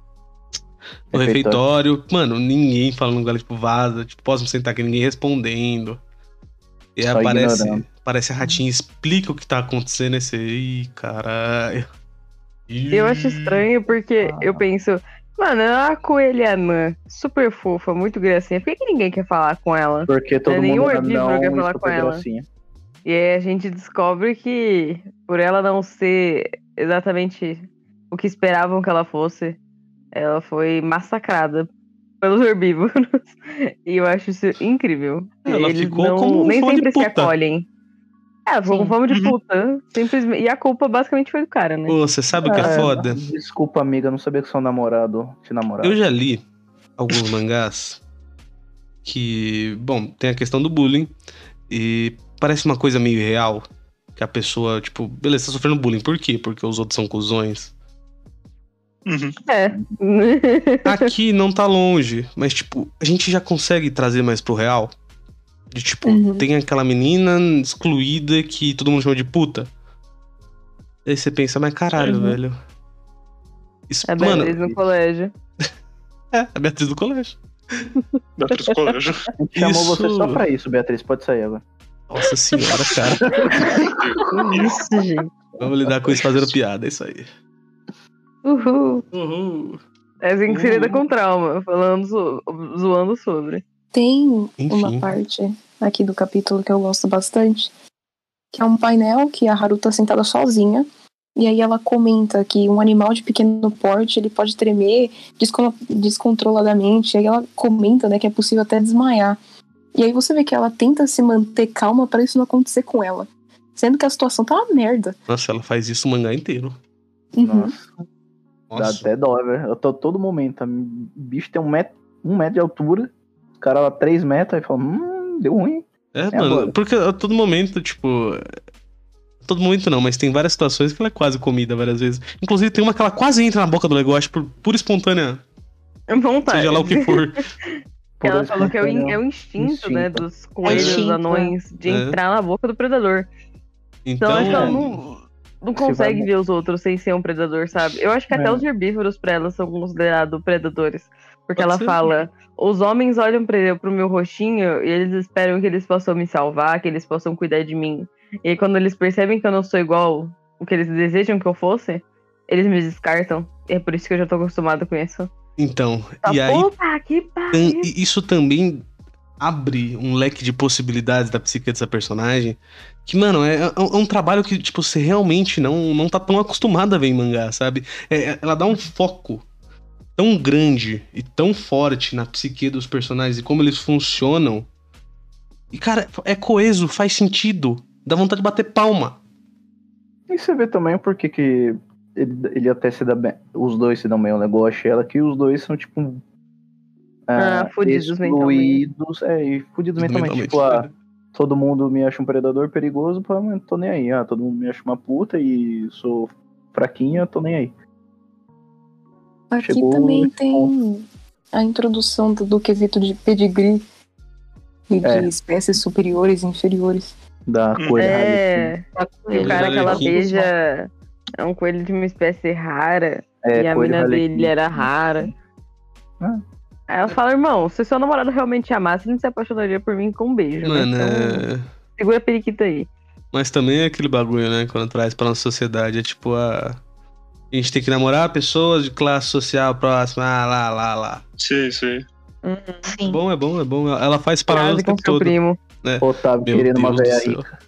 refeitório. Mano, ninguém falando com ela, tipo, vaza. Tipo, posso me sentar aqui, ninguém respondendo. E Só aí ignorando. aparece a ratinha, explica o que tá acontecendo. Esse, ih, caralho. Eu acho estranho porque eu penso, mano, é uma coelha anã, super fofa, muito gracinha. Por que ninguém quer falar com ela? Porque todo Nenhum mundo herbívoro não quer falar e com super ela. gracinha. E aí a gente descobre que, por ela não ser exatamente o que esperavam que ela fosse, ela foi massacrada pelos herbívoros. E eu acho isso incrível. Ela Eles ficou não, como nem fome de sempre se puta. acolhem. Ela ficou com Sim. fome de puta. Simplesmente. E a culpa basicamente foi do cara, né? Pô, você sabe o que é foda? Desculpa, amiga, não sabia que seu namorado te namorava. Eu já li alguns mangás que, bom, tem a questão do bullying e parece uma coisa meio real. Que a pessoa, tipo, beleza, tá sofrendo bullying. Por quê? Porque os outros são cuzões. Uhum. É. Aqui não tá longe, mas, tipo, a gente já consegue trazer mais pro real. De, tipo, tem aquela menina excluída que todo mundo chama de puta. Aí você pensa, mas caralho, velho. Isso, É mano, Beatriz no colégio. a Beatriz do colégio. Beatriz do colégio. A gente chamou Isso- você só pra isso, Beatriz. Pode sair agora. Nossa senhora, cara. Isso, gente. Vamos lidar com isso fazendo piada, é isso aí. Uhul. Uhul. É assim que se lida com trauma, zoando sobre. Tem Enfim. uma parte aqui do capítulo que eu gosto bastante, que é um painel que a Haru tá sentada sozinha, e aí ela comenta que um animal de pequeno porte, ele pode tremer descontroladamente, e aí ela comenta, né, que é possível até desmaiar. E aí você vê que ela tenta se manter calma pra isso não acontecer com ela, sendo que a situação tá uma merda. Nossa, ela faz isso o mangá inteiro. Uhum. Nossa, dá Nossa. até dó, velho. Eu tô todo momento. O bicho tem 1 metro de altura. O cara lá 3 metros. Aí fala, deu ruim. É, mano, agora. porque a todo momento, tipo. A todo momento não, mas tem várias situações que ela é quase comida várias vezes. Inclusive tem uma que ela quase entra na boca do negócio por pura espontânea, Vontade. seja lá o que for. Ela falou que é espontâneo o instinto, né, instinto. dos coelhos, instinto, anões, de é. entrar na boca do predador. Então, Então, acho que ela não consegue vai- ver os outros sem ser um predador, sabe? Eu acho que até É. os herbívoros pra ela são considerados predadores. Porque Pode ela ser. fala, os homens olham pro meu rostinho e eles esperam que eles possam me salvar, que eles possam cuidar de mim. E aí, quando eles percebem que eu não sou igual o que eles desejam que eu fosse, eles me descartam. E é por isso que eu já tô acostumada com isso. então, Tá, e aí puta que pariu! isso também abre um leque de possibilidades da psique dessa personagem. Que, mano, é um trabalho que, tipo, você realmente não tá tão acostumado a ver em mangá, sabe? Ela dá um foco tão grande e tão forte na psique dos personagens e como eles funcionam. E, cara, é coeso, faz sentido Dá vontade de bater palma. E você vê também por que ele até se dá bem. Os dois se dão bem. O negócio é ela que os dois são tipo. Fudidos mentalmente. Excluídos. E fudidos mentalmente. Tipo, todo mundo me acha um predador perigoso, pô, mas tô nem aí. Todo mundo me acha uma puta e sou fraquinha, tô nem aí. Aqui Chegou também tem a introdução do quesito de pedigree e de espécies superiores e inferiores. Da coelha. O cara que ela beija é um coelho de uma espécie rara. E a mina dele era rara. Aí ela fala, irmão, se seu namorado realmente amasse, ele não se apaixonaria por mim com um beijo. Mano, então, segura a periquita aí. Mas também é aquele bagulho, né? Quando traz pra nossa sociedade, é tipo a gente tem que namorar pessoas de classe social próxima, lá. Sim. Sim. É bom. Ela faz parada o tempo todo. Primo. Né? Otávio Meu querendo uma Deus velha do rica.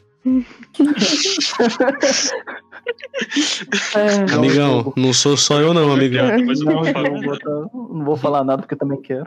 Amigão, não sou só eu não, amigão. Mas eu Não vou falar nada porque eu também quero.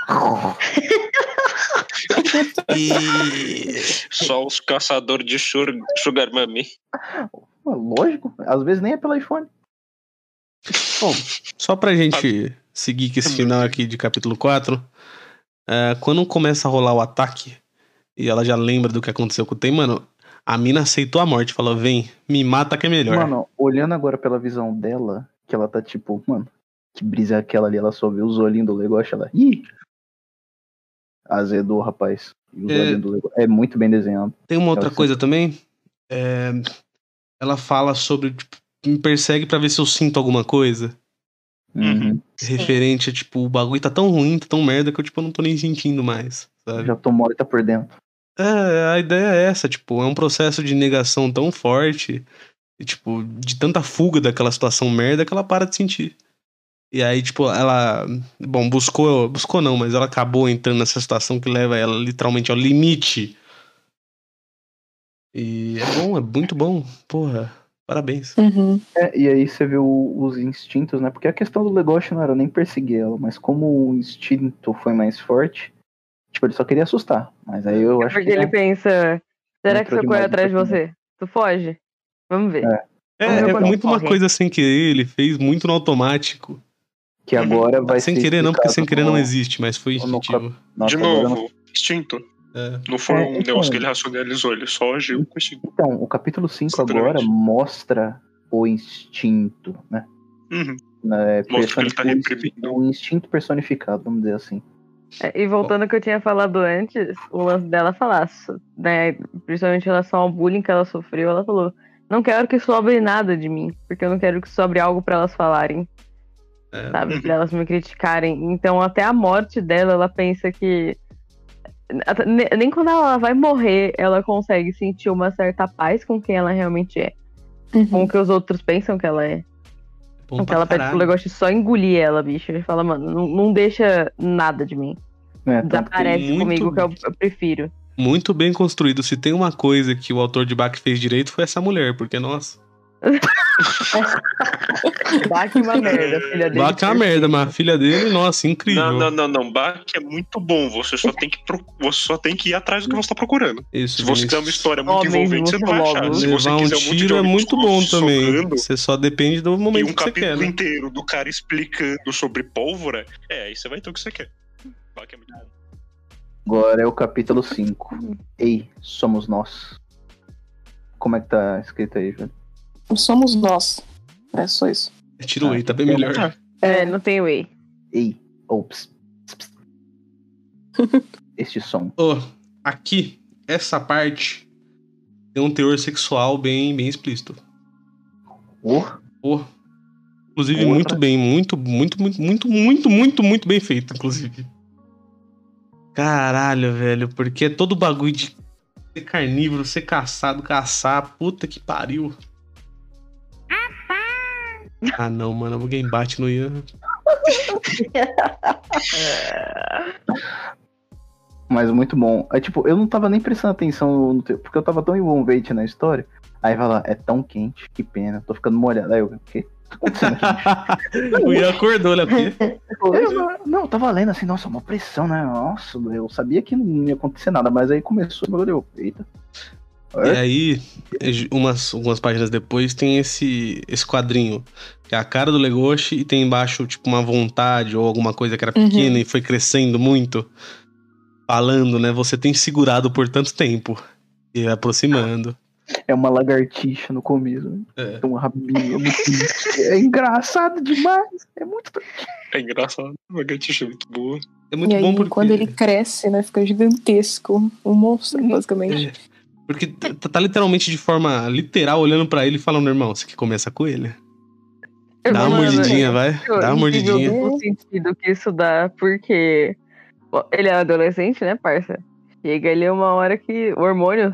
Só os caçadores de Sugar Mummy. Lógico, às vezes nem é pelo iPhone. Bom, só pra gente seguir com esse final aqui de capítulo 4, quando começa a rolar o ataque e ela já lembra do que aconteceu com o Tem, mano, a mina aceitou a morte, falou, vem, me mata que é melhor. Mano, olhando agora pela visão dela, que ela tá tipo, mano, que brisa é aquela ali, ela só vê os olhinhos do negócio, ela, ih, azedou, rapaz. E os olhinhos do negócio. É muito bem desenhado. Tem uma outra coisa também, ela fala sobre, tipo, me persegue pra ver se eu sinto alguma coisa. Referente a, tipo, o bagulho tá tão ruim, tá tão merda que eu, tipo, eu não tô nem sentindo mais, sabe? Já tô morta por dentro. A ideia é essa, tipo, é um processo de negação tão forte, e, tipo, de tanta fuga daquela situação merda que ela para de sentir. E aí, tipo, ela, bom, buscou não, mas ela acabou entrando nessa situação que leva ela literalmente ao limite. E é muito bom, porra. Parabéns. E aí você vê os instintos, né? Porque a questão do Legoshi não era nem perseguir ela, mas como o instinto foi mais forte, tipo, ele só queria assustar. Mas aí eu acho que... Porque ele pensa, será que se eu correr atrás de você, tu foge? Vamos ver. É muito uma coisa sem querer, ele fez muito no automático. Que agora vai sem ser querer não, porque sem querer não existe, mas foi instintivo. De novo, instinto. Não foi um negócio que ele racionalizou, ele só agiu com instinto. Então, o capítulo 5 agora mostra o instinto, né? Mostra que ele tá reprimindo. O instinto personificado, vamos dizer assim. E voltando ao que eu tinha falado antes, o lance dela falar, né, principalmente em relação ao bullying que ela sofreu, ela falou, não quero que sobre nada de mim, porque eu não quero que sobre algo pra elas falarem, sabe, pra elas me criticarem. Então até a morte dela, ela pensa que nem quando ela vai morrer, ela consegue sentir uma certa paz com quem ela realmente é, com o que os outros pensam que ela é. Então ela pede pro negócio de só engolir ela, bicho. Ele fala, mano, não deixa nada de mim. Desaparece comigo, que eu prefiro. Muito bem construído. Se tem uma coisa que o autor de Bach fez direito, foi essa mulher, porque, nossa. Bach é uma merda, filha dele. Bach é uma merda, mas a filha dele, nossa, incrível. Não. Bach é muito bom. Você só tem que ir atrás do que você tá procurando. Isso, se você quiser uma história muito envolvente, você não vai achar. Se você levar quiser um tiro é muito bom também. Socando, você só depende do momento que você quer. E um capítulo inteiro do cara explicando sobre pólvora, aí você vai ter o que você quer. Bach é muito bom. Agora é o capítulo 5. Ei, somos nós. Como é que tá escrito aí, velho? Somos nós. É só isso. Tira o Ei, tá bem melhor. Não tem Ei. Ei, ops. Este som. Aqui, essa parte tem um teor sexual bem explícito. Inclusive, muito bem. Muito bem feito, inclusive. Caralho, velho. Porque é todo bagulho de ser carnívoro, ser caçado, caçar. Puta que pariu. Ah, não, mano. Alguém bate no Ian. Mas muito bom. Aí, tipo, eu não tava nem prestando atenção no porque eu tava tão envolvente na história. Aí vai lá, é tão quente, que pena. Tô ficando molhado. Aí eu, o quê? Tá acontecendo aqui? O Ian acordou, né? Não, tava lendo assim, nossa, uma pressão, né? Nossa, eu sabia que não ia acontecer nada, mas aí começou, eu, eita. E aí, algumas páginas depois, tem esse quadrinho, que é a cara do Legoshi e tem embaixo, tipo, uma vontade ou alguma coisa que era pequena e foi crescendo muito. Falando, né? Você tem segurado por tanto tempo. E vai aproximando. É uma lagartixa no começo. Né? É. Tem um rabinho. É engraçado demais. É muito. É engraçado. A lagartixa é muito boa. É muito E aí, bom porque... quando ele cresce, né, fica gigantesco. Um monstro, basicamente. É, porque tá literalmente de forma literal olhando pra ele e falando, irmão, você quer comer essa coelha? Dá uma mordidinha, vai. Dá uma mordidinha. O sentido que isso dá, porque ele é adolescente, né, parça? Chega ali uma hora que hormônios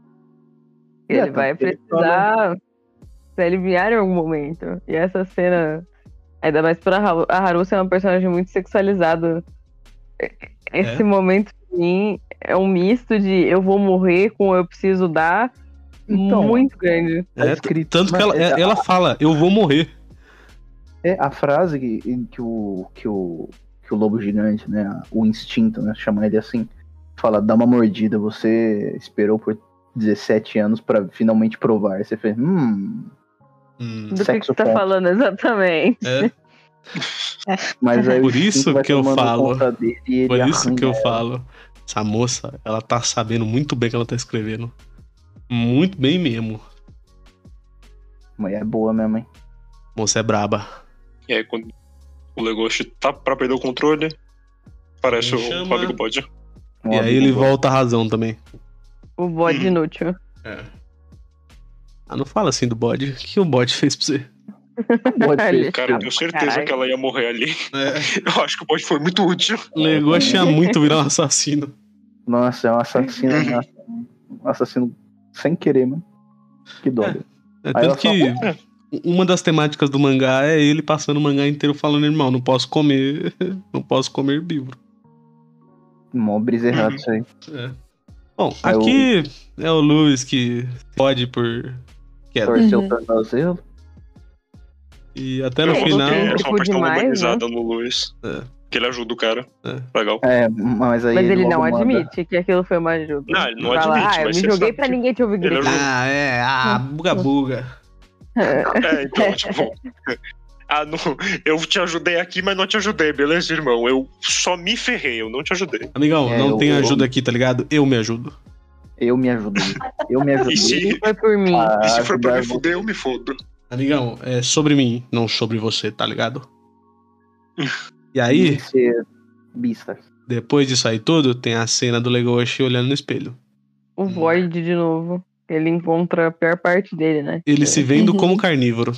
ele vai precisar se aliviar em algum momento. E essa cena, ainda mais pra a Haru ser uma personagem muito sexualizada. Esse momento, pra mim, é um misto de eu vou morrer com eu preciso dar muito grande. Tanto que ela fala, eu vou morrer. É a frase que o lobo gigante, né? O instinto, né? Chama ele assim. Fala, dá uma mordida, você esperou por 17 anos pra finalmente provar. Você fez, Do que você tá falando exatamente? É. Mas aí por isso que eu falo. Por isso que eu falo. Essa moça, ela tá sabendo muito bem o que ela tá escrevendo. Muito bem mesmo. Mas é boa mesmo, hein? Moça é braba. E aí, quando o Legoshi tá pra perder o controle, aparece o Fábio Bode. E aí ele volta à razão também. O bode inútil. É. Ah, não fala assim do bode. O que o bode fez pra você? Cara, eu tenho certeza que ela ia morrer ali. Eu acho que o bode foi muito útil. O Legoshi ia muito virar um assassino. Nossa, é um assassino. Um assassino sem querer, mano. Que dó. Tanto que uma das temáticas do mangá é ele passando o mangá inteiro falando, irmão, não posso comer livro. Mó brisa errado isso aí. Bom, aqui é o Luiz que pode por queda. Torceu o tornozelo. E até no final... É só uma questão demais, humanizada no Luiz. Que ele ajuda o cara. Legal. Mas aí ele não admite que aquilo foi uma ajuda. Não, ele não admite, eu mas me joguei pra ninguém te ouvir gritar. Buga. Então, tipo... eu te ajudei aqui, mas não te ajudei, beleza, irmão? Eu só me ferrei, eu não te ajudei. Amigão, não tem ajuda aqui, tá ligado? Eu me ajudo. Eu me ajudei. E se foi por mim? E se for pra me fuder, eu me fodo. Amigão, é sobre mim, não sobre você, tá ligado? E aí, depois disso aí tudo, tem a cena do Legoshi olhando no espelho. O Void de novo. Ele encontra a pior parte dele, né? Ele se vendo como carnívoro.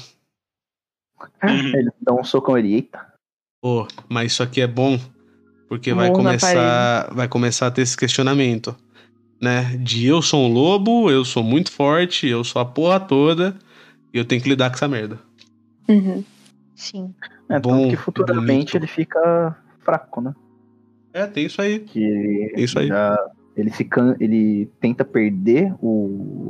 Ele dá um socão ali, eita. Pô, mas isso aqui é bom, porque vai começar a ter esse questionamento, né? De eu sou um lobo, eu sou muito forte, eu sou a porra toda, e eu tenho que lidar com essa merda. Sim. Tanto que futuramente ele fica fraco, né? Tem isso aí. Tem isso aí. Ele tenta perder o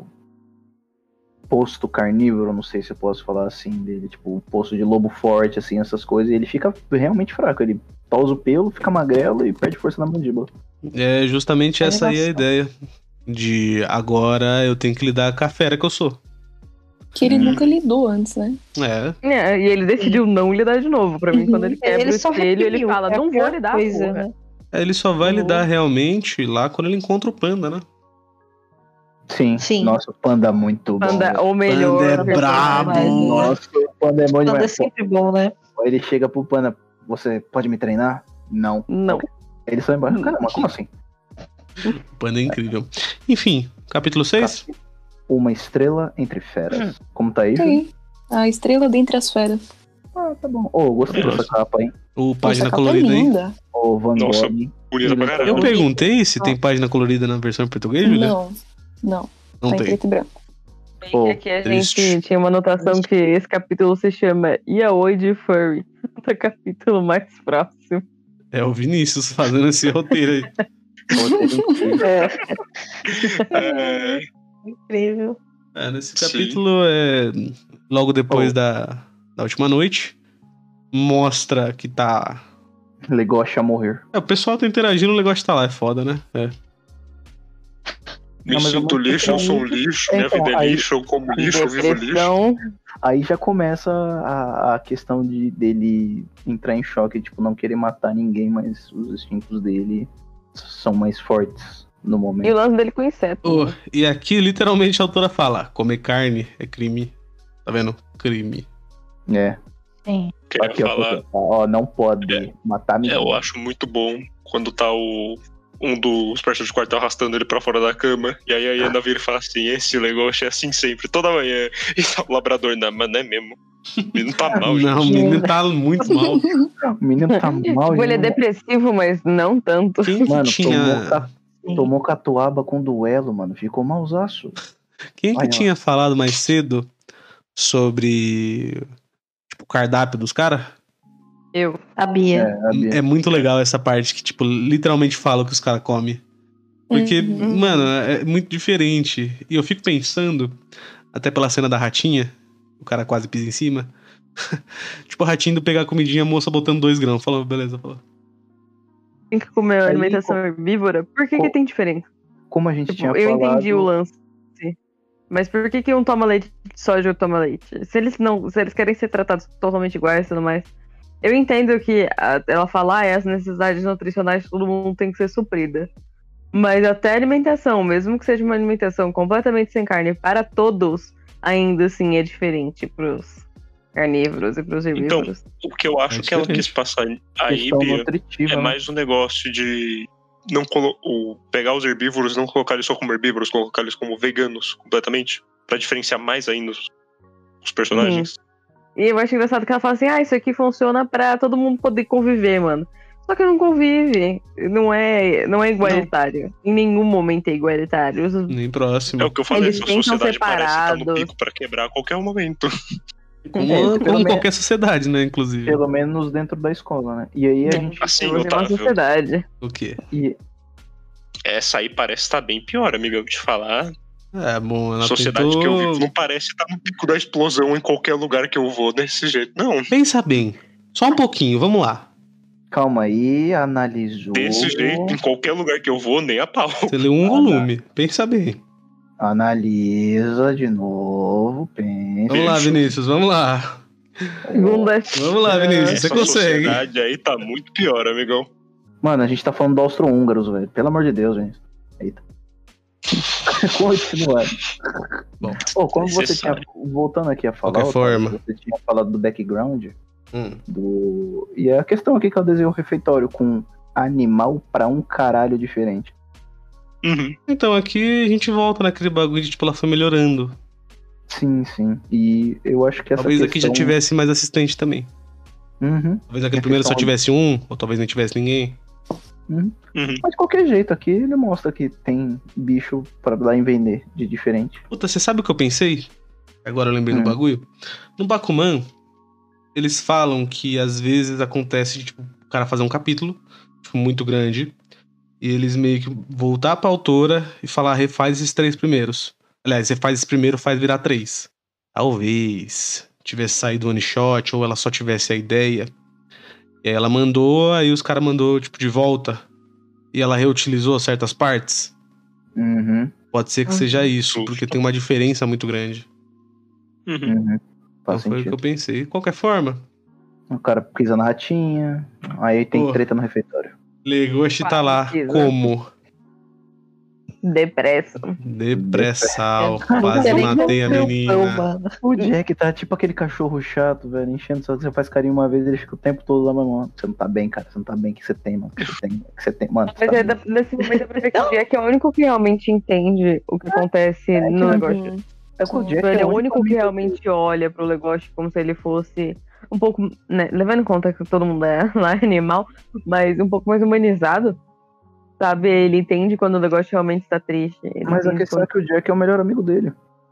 posto carnívoro, não sei se eu posso falar assim dele, tipo, o posto de lobo forte, assim, essas coisas, e ele fica realmente fraco, ele pausa o pelo, fica magrelo e perde força na mandíbula. É justamente essa aí a ideia, de agora eu tenho que lidar com a fera que eu sou. Que ele nunca lidou antes, né? E ele decidiu não lidar de novo, pra mim, quando ele quebra o espelho, ele fala, não vou lidar, coisa, né? Ele só vai lidar realmente lá quando ele encontra o panda, né? Sim. Nossa, o panda é muito bom. O melhor. Panda é brabo. Nossa, o panda é bom demais. Panda é sempre bom, né? Ele chega pro panda, você pode me treinar? Não. Ele só vai embora. Caramba, como assim? O panda é incrível. Enfim, capítulo 6? Uma estrela entre feras. Como tá aí? Sim. A estrela dentre as feras. Tá bom. Gostei dessa capa, hein? Página colorida aí. Van Gogh. Nossa, bonita pra caramba. Eu perguntei se tem página colorida na versão em português, Julia? Não tem. Em preto e branco. Aqui a gente tinha uma anotação que esse capítulo se chama Yaoi de Furry. O capítulo mais próximo. É o Vinícius fazendo esse roteiro aí. Incrível. Nesse capítulo, logo depois da última noite, mostra que tá... Legoshi a morrer. O pessoal tá interagindo, o Legoshi tá lá, é foda, né? Me Não, mas é sinto muito lixo, eu sou um estranho. lixo, minha Então, vida é aí- lixo, eu como lixo, eu vivo lixo. Depressão. Aí já começa a questão dele entrar em choque, tipo, não querer matar ninguém, mas os instintos dele são mais fortes no E o momento. lance dele com inseto. Oh, né? e aqui, literalmente, a autora fala: comer carne é crime. Tá vendo? Crime. É. Sim. Queria Aqui, ó, falar, ó, não pode matar ninguém. eu acho muito bom quando tá um dos personagens do quartel arrastando ele pra fora da cama, e aí a Iana vira e fala assim, esse negócio é assim sempre, toda manhã, e tá o labrador, não, mas não é mesmo. Ele não tá mal, Não, o gente. menino tá muito mal. O menino tá mal, Tipo, ele é gente. depressivo, mas não tanto. Quem que Mano, tinha. tomou catuaba com duelo, mano. Ficou malzaço. Quem que Olha lá. tinha falado mais cedo sobre tipo, o cardápio dos caras? Eu. A Bia. A Bia. É muito legal essa parte que, tipo, literalmente fala o que os caras comem. Porque, Uhum. mano, é muito diferente. E eu fico pensando, até pela cena da ratinha, o cara quase pisa em cima. Tipo, o ratinho indo pegar a comidinha, a moça botando 2 grãos. Falou, beleza, falou. Tem que comer Aí, alimentação herbívora. Por que, co- que tem diferença? Como a gente Tipo, tinha eu falado... entendi o lance. Mas por que, que um toma leite de soja e outro toma leite? Se eles querem ser tratados totalmente iguais e tudo mais. Eu entendo que ela fala, as necessidades nutricionais de todo mundo tem que ser suprida. Mas até a alimentação, mesmo que seja uma alimentação completamente sem carne para todos, ainda assim é diferente pros carnívoros e pros herbívoros. O que eu acho É que ela diferente. quis passar aí, Questão Bia, nutritiva, é né? mais um negócio de não pegar os herbívoros, não colocar eles só como herbívoros, colocar eles como veganos completamente, pra diferenciar mais ainda os personagens. E eu acho engraçado que ela fala assim, isso aqui funciona pra todo mundo poder conviver, mano. Só que não convive. Não é igualitário. Em nenhum momento é igualitário. Nem próximo. É o que eu falei, Eles essa tentam sociedade parece estar no separados. pico pra quebrar a qualquer momento. Como pelo qualquer sociedade, né, inclusive. Pelo menos dentro da escola, né? E aí a gente... Assim, Temos em uma Otávio, sociedade. O quê? E, essa aí parece estar bem pior, amiga, eu vou te falar. É, bom, ela Sociedade tentou... que eu vivo não parece estar no pico da explosão em qualquer lugar que eu vou desse jeito, não. Pensa bem. Só um pouquinho, vamos lá. calma aí, analisou... Desse jeito, em qualquer lugar que eu vou, nem a pau. Você leu um volume. Pensa bem. Analisa de novo, pensa. Vamos lá, Vinícius, vamos lá. Segunda. Vamos lá, Vinícius, você Essa consegue. sociedade aí tá muito pior, amigão. Mano, a gente tá falando do austro-húngaros, velho. Pelo amor de Deus, gente. Eita. Continuando. Bom, Pô, como você necessário. tinha... Voltando aqui a falar... Qualquer Otávio, forma. Você tinha falado do background hum. do... E a questão aqui que eu desenho o refeitório com animal pra um caralho diferente. Uhum. Então, aqui a gente volta naquele bagulho de tipo, ela foi melhorando. Sim, sim. E eu acho que essa Talvez aqui já questão... tivesse mais assistente também. Uhum. Talvez aquele A primeiro só questão- tivesse um, ou talvez não tivesse ninguém. Uhum. Mas de qualquer jeito, aqui ele mostra que tem bicho pra dar em vender de diferente. Puta, você sabe o que eu pensei? Agora eu lembrei do bagulho. No Bakuman, eles falam que às vezes acontece de tipo, o cara fazer um capítulo tipo, muito grande e eles meio que voltar pra autora e falar, refaz esses 3 primeiros. Aliás, você faz esse primeiro, faz virar 3. Talvez tivesse saído one shot ou ela só tivesse a ideia. E aí ela mandou, aí os caras mandou tipo de volta e ela reutilizou certas partes. Uhum, Pode ser que seja isso, porque tem uma diferença muito grande. Uhum. uhum. Então Faz foi o que sentido. eu pensei. De qualquer forma, O cara pisa na ratinha, aí tem Pô. treta no refeitório. Legoshi tá lá Precisa. como Depresso. depressal. Ai, Quase peraí, matei a não, menina. mano. O Jack tá tipo aquele cachorro chato, velho, enchendo só que você faz carinho uma vez, ele fica o tempo todo lá, mano. Você não tá bem, cara, você não tá bem, o que você tem, mano? O que você tem? O que você tem? Mano, você Mas tá é bem. nesse momento dá pra ver que o Jack é o único que realmente entende o que acontece no negócio. É que o Jack Ele é o único que amigo realmente olha pro negócio como se ele fosse um pouco, né, levando em conta que todo mundo é lá animal, mas um pouco mais humanizado, sabe? Ele entende quando o negócio realmente tá triste. Ele Mas a entende questão é que o Jack é o melhor amigo dele.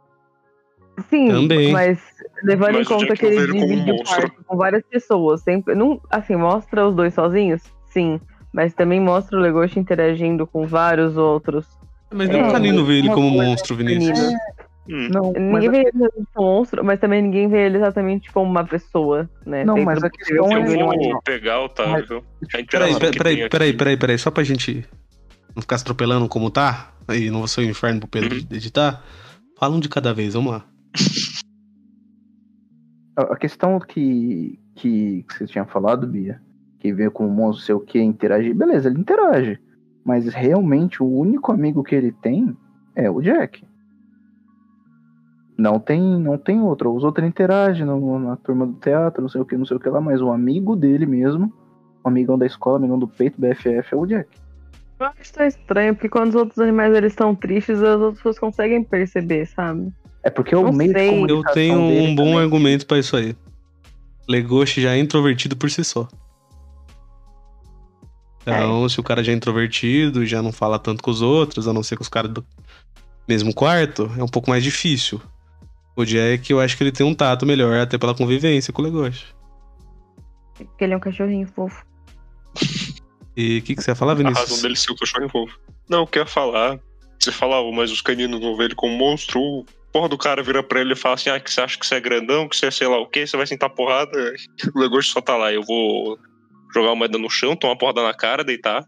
Sim, Também. mas levando Mas em o conta Jack que não vê ele ele como um divide o monstro. quarto com várias pessoas, sempre, não, assim, mostra os dois sozinhos, sim, mas também mostra o Legoshi interagindo com vários outros. Mas nem o canino vê ele como monstro, Vinícius. meninos. Não, Ninguém mas, vê ele exatamente como um monstro, mas também ninguém vê ele exatamente como uma pessoa, né? Não, Dentro mas do a questão possível, Eu ele é um vou animal. pegar, Otávio, a Peraí, interação que tem aqui. peraí, só pra gente não ficar se atropelando como tá, e não vou ser o inferno pro Pedro editar, fala um de cada vez, vamos lá. A questão que você tinha falado, Bia, que veio com o monstro, sei o que, interagir, beleza, ele interage. Mas realmente o único amigo que ele tem é o Jack. Não tem outro. Os outros interagem na turma do teatro, não sei o que lá, mas o amigo dele mesmo, o amigão da escola, o amigão do peito, BFF, é o Jack. Eu acho que tá estranho, porque quando os outros animais eles estão tristes, as outras pessoas conseguem perceber, sabe? É porque o Não meio de sei. comunicação Eu tenho dele um bom também. argumento pra isso aí. Legoshi já é introvertido por si só. Então, se o cara já é introvertido, já não fala tanto com os outros, a não ser com os caras do mesmo quarto, é um pouco mais difícil. O Jack, eu acho que ele tem um tato melhor, até pela convivência com o Legoshi. Porque ele é um cachorrinho fofo. E o que você ia falar, A razão Vinícius? dele ser o cachorro fofo. Não, eu quero falar. Você falava, mas os caninos vão ver ele como monstro. O porra do cara vira pra ele e fala assim: que você acha que você é grandão, que você é sei lá o quê, você vai sentar porrada. O Legoshi só tá lá. Eu vou jogar uma moeda no chão, tomar uma porrada na cara, deitar.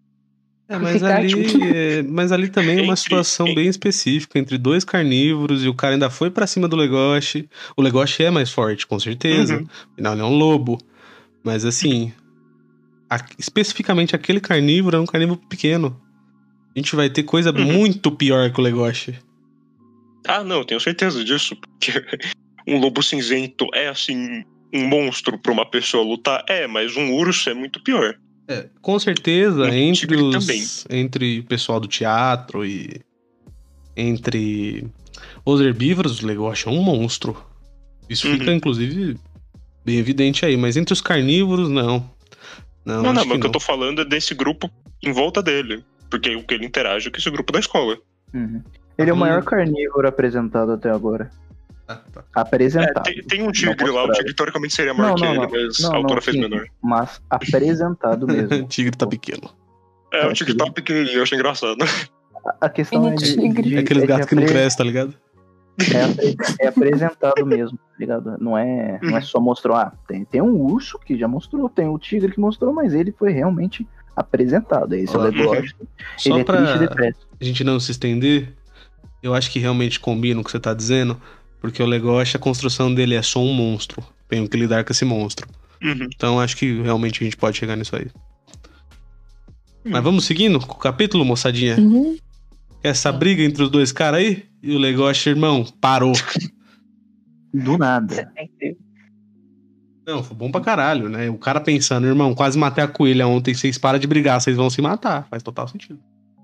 Mas ali também é uma situação bem específica entre dois carnívoros e o cara ainda foi pra cima do Legoshi. O Legoshi é mais forte, com certeza. Afinal, ele é um lobo. Mas assim, especificamente aquele carnívoro é um carnívoro pequeno. A gente vai ter coisa muito pior que o Legoshi. Ah, não, eu tenho certeza disso. Porque um lobo cinzento é assim, um monstro pra uma pessoa lutar? É, mas um urso é muito pior. Com certeza, tigre entre o pessoal do teatro e entre os herbívoros, o Legoshi é um monstro. Isso fica, inclusive, bem evidente aí. Mas entre os carnívoros, não. Não, Não, acho mas o que eu não. tô falando é desse grupo em volta dele. Porque o que ele interage é com esse grupo da escola. Ele é o maior carnívoro apresentado até agora. Apresentado. Tem um tigre Não lá, o mostrado. tigre teoricamente seria maior que ele, mas a altura fez sim, menor. Mas apresentado mesmo. O tigre tá pequeno. O tigre tá pequenininho, eu achei engraçado. A questão é de É aqueles gatos que não crescem, tá ligado? É apresentado mesmo, tá ligado? Não é só mostrar. Tem um urso que já mostrou, tem o tigre que mostrou, mas ele foi realmente apresentado. Esse é o Legoshi. Só Ele é pra triste e depresso. a gente não se estender, eu acho que realmente combina o que você tá dizendo, porque o Legoshi, a construção dele é só um monstro. Tenho que lidar com esse monstro. Então acho que realmente a gente pode chegar nisso aí. Mas vamos seguindo com o capítulo, moçadinha? Essa briga entre os dois caras aí? E o Legoshi, irmão, parou. Do nada. Não, foi bom pra caralho, né? O cara pensando, irmão, quase matei a coelha ontem, vocês param de brigar, vocês vão se matar. Faz total sentido.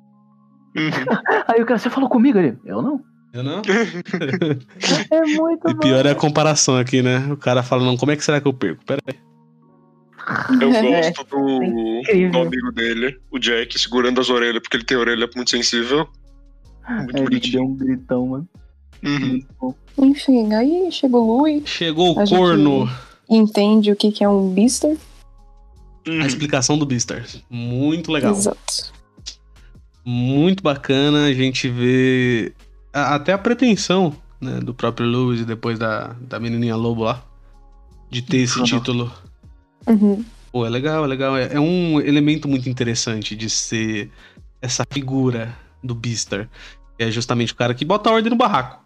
Aí o cara, você falou comigo ali? Eu não. Eu não? É muito E pior é a comparação aqui, né? O cara fala, não, como é que será que eu perco? Pera aí. Eu gosto do amigo dele, o Jack, segurando as orelhas, porque ele tem a orelha muito sensível. Muito Ele bonitinho. deu um gritão, mano. Enfim, aí chegou o Louie. Chegou A o gente corno. entende o que é um Beaster. A explicação do Beastars. Muito legal. Exato. Muito bacana. A gente vê até a pretensão, né, do próprio Lewis e depois da menininha lobo lá, de ter esse título. Pô, é legal, é legal. É um elemento muito interessante de ser essa figura do Beastar. Que é justamente o cara que bota a ordem no barraco.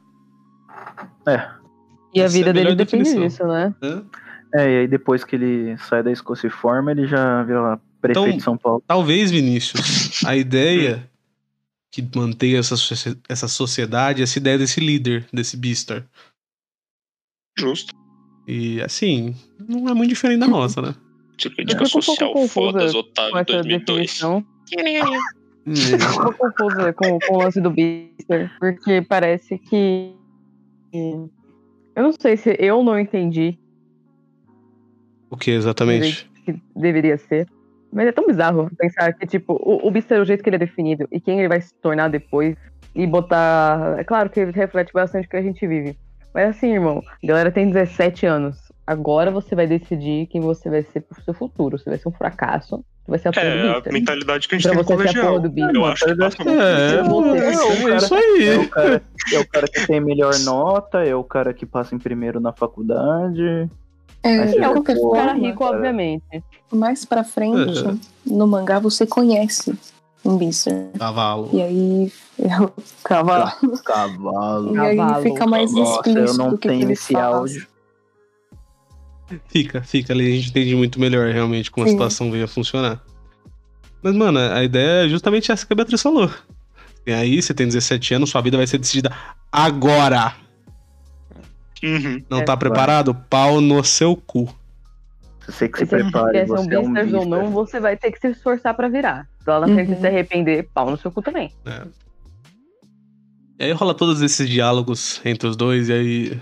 E a Essa é vida a melhor dele depende definição. disso, né? E aí depois que ele sai da Escócia e forma, ele já vira lá, prefeito Então, de São Paulo. Talvez, Vinícius, a ideia que mantém essa sociedade, essa ideia desse líder, desse Beastar. Justo. E assim, não é muito diferente da nossa, né? Crítica Eu fico um pouco social confusa foda-se, com Otávio essa 2002. definição. Eu tô confusa com o lance do Beaster, porque parece que... Eu não sei se eu não entendi O que exatamente? que deveria ser. Mas é tão bizarro pensar que, tipo, o Beaster é o jeito que ele é definido e quem ele vai se tornar depois e botar... É claro que ele reflete bastante o que a gente vive. Mas assim, irmão, a galera tem 17 anos. Agora você vai decidir quem você vai ser pro seu futuro. Você vai ser um fracasso, você vai ser a porra do É, a Beaster. mentalidade que a gente Pra tem no você ser a porra colegial. do Beaster. Eu acho que passa muito. É isso aí. É o cara que tem melhor nota, é o cara que passa em primeiro na faculdade. Aí você De qualquer vê, O cara forma, rico, obviamente. mais pra frente, no mangá você conhece um Beaster. Cavalo. E aí. Cavalo. Cavalo. E aí Cavalo. fica mais Nossa, eu explícito não do que tenho eles esse fazem. áudio. Fica ali, a gente entende muito melhor realmente como a Sim. situação veio a funcionar. Mas, mano, a ideia é justamente essa que a Beatriz falou. E aí, você tem 17 anos, sua vida vai ser decidida agora. Uhum. Não tá preparado? Pau no seu cu. Você que se Se você prepare, quer ser um você é um Beastars ou Beaster. não, você vai ter que se esforçar pra virar. Se lá na frente você se arrepender, pau no seu cu também. E aí rola todos esses diálogos entre os dois, e aí.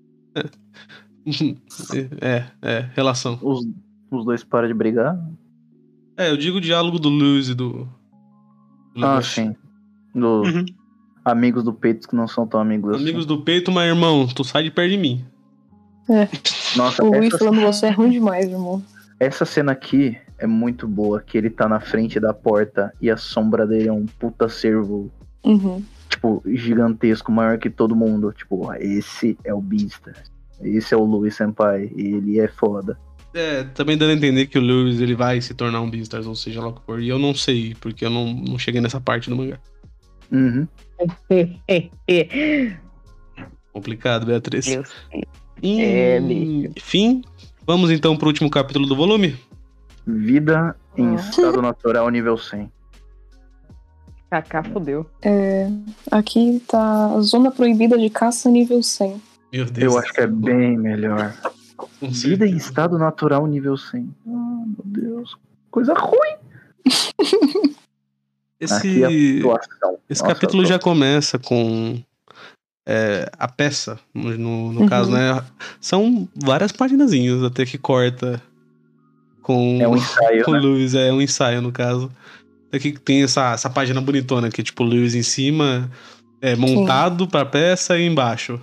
Relação. Os dois param de brigar? Eu digo o diálogo do Lewis e do Legoshi. Sim. Do Uhum. amigos do peito que não são tão amigos Amigos do peito, mas irmão, tu sai de perto de mim. assim. Nossa, O Luiz essa, falando você é ruim demais, irmão. essa cena aqui é muito boa, que ele tá na frente da porta e a sombra dele é um puta cervo, Uhum. tipo, gigantesco, maior que todo mundo. Tipo, esse é o Beaster. Esse é o Louis Senpai, ele é foda. Também dando a entender que o Lewis ele vai se tornar um Beastars, ou seja lá o que for. E eu não sei, porque eu não cheguei nessa parte do mangá. Uhum. Complicado, Beatriz. Deus. bicho. Enfim, vamos então pro último capítulo do volume. Vida em estado natural nível 100. Kaká fodeu. Aqui tá Zona Proibida de Caça nível 100. Meu Deus. Eu acho que é bem melhor. Com Vida em certeza. estado natural nível 100. Ah, meu Deus. Coisa ruim. Aqui é a situação. Esse Nossa, capítulo eu tô- já começa com a peça, no caso, né? São várias paginazinhas até que corta com É um ensaio, com o né? Lewis, é um ensaio no caso. Até que tem essa página bonitona, que é tipo o Lewis em cima, montado pra peça e embaixo.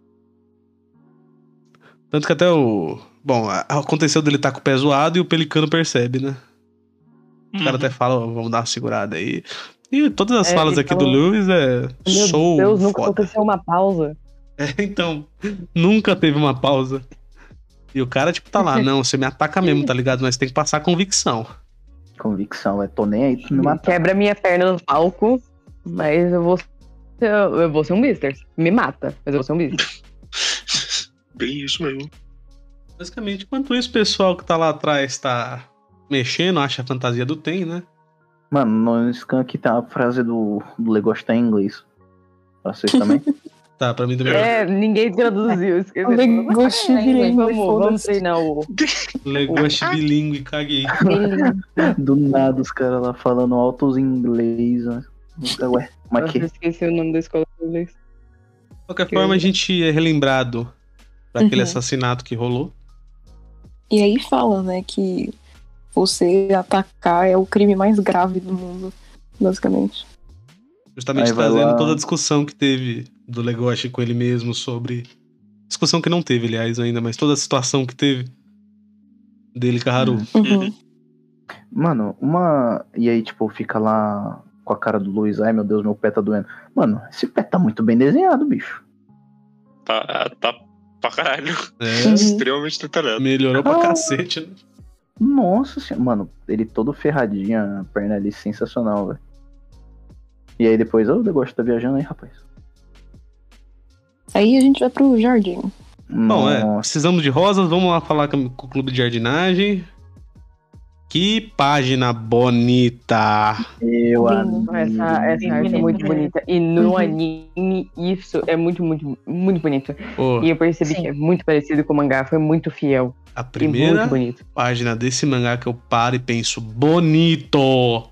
Tanto que até Bom, aconteceu dele estar com o pé zoado e o Pelicano percebe, né? O cara até fala, ó, vamos dar uma segurada aí. E todas as falas ele aqui do falou, Lewis Meu show Deus, nunca foda. aconteceu uma pausa. Então, nunca teve uma pausa. E o cara, tipo, tá lá, não, você me ataca mesmo, tá ligado? Mas tem que passar convicção. Convicção, tô nem aí pra me matar. Quebra minha perna no palco, mas eu vou ser um Beastars. Me mata, mas eu vou ser um Beastars. Bem isso mesmo. Basicamente, enquanto isso, o pessoal que tá lá atrás tá mexendo, acha a fantasia do Tem, né? Mano, no scan aqui tem a frase do Legoshi tá em inglês. Pra vocês também? Tá, pra mim também. Ninguém traduziu, esqueci. Legoshi bilíngue, Vamos foda-se. treinar o... Legoshi bilíngue, caguei. Do nada os caras lá falando altos em inglês. Né? Ué, mas Eu que? esqueci o nome da escola de inglês. De qualquer forma, a gente é relembrado daquele assassinato que rolou. E aí fala, né, que você atacar é o crime mais grave do mundo, basicamente. Justamente Aí vai trazendo lá. toda a discussão que teve do Legoshi com ele mesmo sobre... Discussão que não teve, aliás, ainda, mas toda a situação que teve dele com a Haru. Uhum. Mano, E aí, tipo, fica lá com a cara do Luiz. Ai, meu Deus, meu pé tá doendo. Mano, esse pé tá muito bem desenhado, bicho. Tá pra caralho. É, Extremamente detalhado. melhorou pra cacete, né? Nossa senhora. Mano, ele todo ferradinho, a perna ali sensacional, velho. E aí depois, o negócio tá viajando aí, rapaz. Aí a gente vai pro jardim. Bom, Nossa. precisamos de rosas, vamos lá falar com o clube de jardinagem. Que página bonita! Eu Lindo. amigo. Essa arte é muito bonita. E no anime, isso é muito, muito, muito bonito. Pô, E eu percebi que é muito parecido com o mangá, foi muito fiel. a E muito primeira bonito. página desse mangá que eu paro e penso, bonito!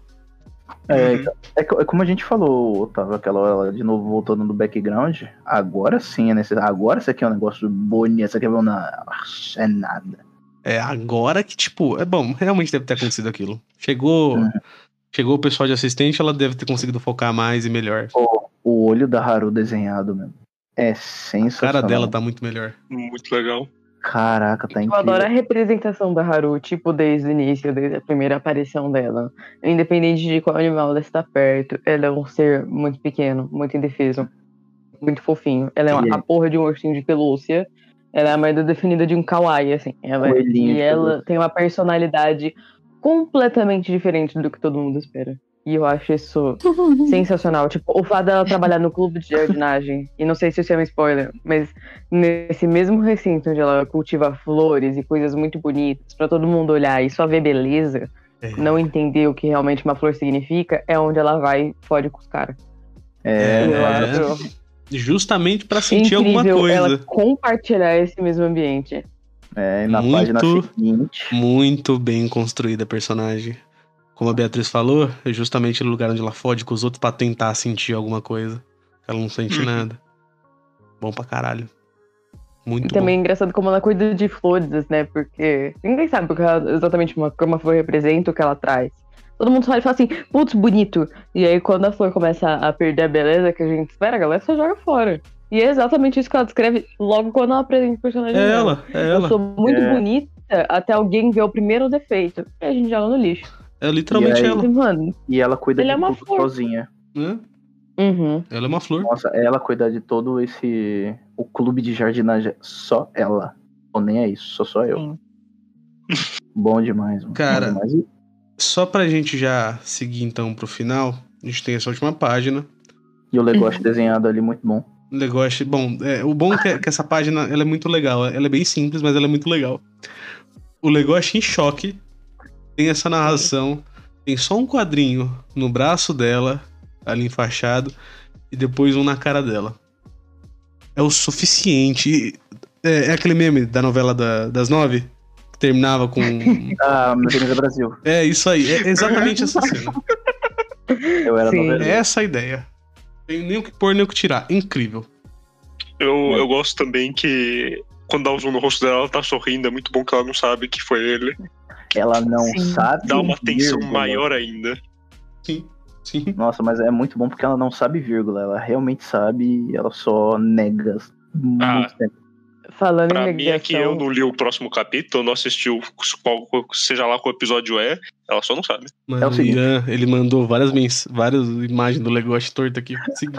É como a gente falou, Otávio, aquela hora, de novo, voltando no background. Agora sim, agora isso aqui é um negócio bonito. Isso aqui é nada. Agora que, tipo, bom, realmente deve ter acontecido aquilo. Chegou o pessoal de assistente, ela deve ter conseguido focar mais e melhor. O olho da Haru desenhado, mesmo. É A sensacional. cara dela tá muito melhor. Muito legal. Caraca, tá Eu incrível. adoro a representação da Haru, tipo, desde o início, desde a primeira aparição dela. Independente de qual animal ela está perto, ela é um ser muito pequeno, muito indefeso, muito fofinho. Ela é a porra de um ursinho de pelúcia. Ela é a merda definida de um kawaii, assim. Coelhinho de ela tem uma personalidade completamente diferente do que todo mundo espera. E eu acho isso sensacional. Tipo, o fato dela trabalhar no clube de jardinagem, e não sei se isso é um spoiler, mas nesse mesmo recinto onde ela cultiva flores e coisas muito bonitas pra todo mundo olhar e só ver beleza, não entender o que realmente uma flor significa, é onde ela vai e fode com os caras. Eu acho Justamente pra sentir incrível alguma coisa. ela compartilhar esse mesmo ambiente. E na página seguinte. Muito bem construída a personagem. Como a Beatriz falou, é justamente o lugar onde ela fode com os outros pra tentar sentir alguma coisa. Ela não sente nada. Bom pra caralho. Muito E também é bom. engraçado como ela cuida de flores, né? Porque ninguém sabe porque exatamente como a flor representa, o que ela traz. Todo mundo só fala assim, putz, bonito. E aí quando a flor começa a perder a beleza que a gente espera, a galera só joga fora. E é exatamente isso que ela descreve logo quando ela apresenta o personagem dela. Eu sou muito bonita até alguém ver o primeiro defeito. E a gente joga no lixo. É literalmente ela. Mano, E ela cuida de uma tudo flor sozinha. Ela é uma flor. Nossa, ela cuida de todo o clube de jardinagem. Só ela. Tô nem é isso, só eu. Sim. Bom demais, mano. Cara, Bom demais. só pra gente já seguir então pro final, a gente tem essa última página. E o Legoshi desenhado ali, muito bom. Legoshi, bom, o bom é que essa página ela é muito legal. Ela é bem simples, mas ela é muito legal. O Legoshi em choque, tem essa narração, tem só um quadrinho no braço dela, ali enfaixado, e depois um na cara dela. É o suficiente. É aquele meme da novela das 9? Que terminava com... Avenida Brasil. É isso aí, é exatamente essa cena. Eu era novela. É essa a ideia. Tem nem o que pôr, nem o que tirar. Incrível. Eu gosto também que quando dá um zoom no rosto dela, ela tá sorrindo. É muito bom que ela não sabe que foi ele. Ela não sabe. Dá uma tensão vírgula. maior ainda. Sim. Nossa, mas é muito bom porque ela não sabe vírgula. Ela realmente sabe e ela só nega muito tempo. Falando Pra em mim é que eu negação, não li o próximo capítulo, eu não assisti seja lá qual episódio ela só não sabe. Mano, É o seguinte. o Ian, ele mandou várias imagens do Legoshi torto aqui.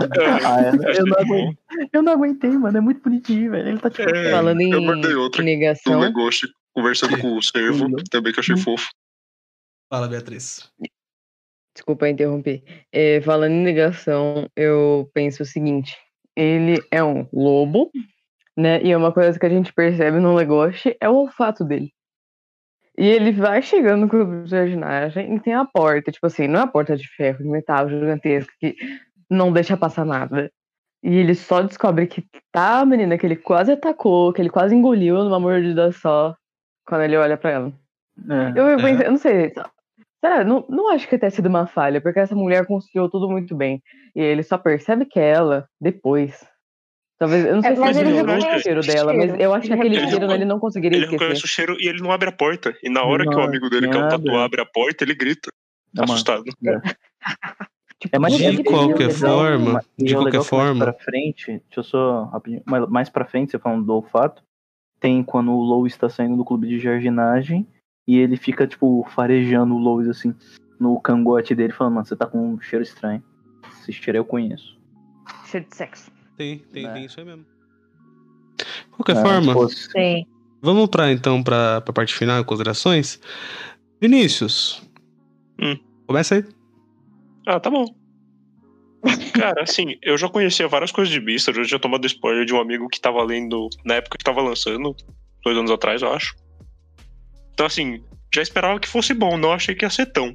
Eu não aguentei, mano. É muito bonitinho, velho. Ele tá tipo. falando eu mandei em outra do negação, Legoshi conversando com o servo, também que eu achei fofo. Fala, Beatriz. desculpa interromper. Falando em negação, eu penso o seguinte: ele é um lobo, né? E é uma coisa que a gente percebe no Legoshi é o olfato dele. E ele vai chegando no clube de jardinagem e tem a porta, tipo assim, não é a porta de ferro, de metal gigantesca que não deixa passar nada. E ele só descobre que tá a menina que ele quase atacou, que ele quase engoliu numa mordida só, quando ele olha pra ela. Eu pensei, eu não sei, será? Não acho que tenha sido uma falha, porque essa mulher construiu tudo muito bem. E ele só percebe que é ela depois. Talvez, eu não sei se mas ele ele jogou o reconhece cheiro o dela, mas cheiro. eu acho que aquele Ele cheiro ele não conseguiria Ele esquecer. reconhece o cheiro e ele não abre a porta. E na hora que o Nossa, amigo dele, que é um tatu, nada. abre a porta, ele grita. Não, mano. Assustado. É mais De qualquer forma, mais pra frente, deixa eu só rapidinho, mais pra frente, você falando do olfato, tem quando o Lois está saindo do clube de jardinagem e ele fica, tipo, farejando o Lois, assim, no cangote dele, falando, mano, você tá com um cheiro estranho. Esse cheiro eu conheço. Cheiro de sexo. Tem isso aí mesmo. De qualquer forma, Sim. vamos então pra parte final, considerações. Vinícius, começa aí. Tá bom. Cara, assim, eu já conhecia várias coisas de Beastars, eu já tinha tomado spoiler de um amigo que tava lendo na época que tava lançando, 2 anos atrás, eu acho. Então, assim, já esperava que fosse bom, não achei que ia ser tão.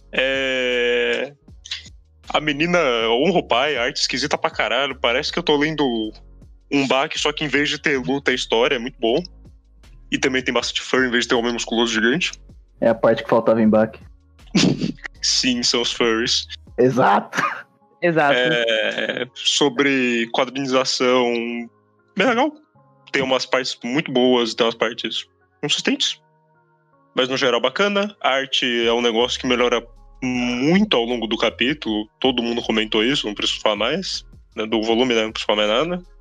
A menina honra o pai, a arte esquisita pra caralho, parece que eu tô lendo um baque, só que em vez de ter luta é história, é muito bom. E também tem bastante fur em vez de ter um homem musculoso gigante. É a parte que faltava em baque. Sim, são os furries. Exato. Sobre quadrinização, bem legal. Tem umas partes muito boas, tem umas partes consistentes. Mas no geral bacana. A arte é um negócio que melhora muito ao longo do capítulo. Todo mundo comentou isso, não preciso falar mais. Né? Do volume, né? Não preciso falar mais nada.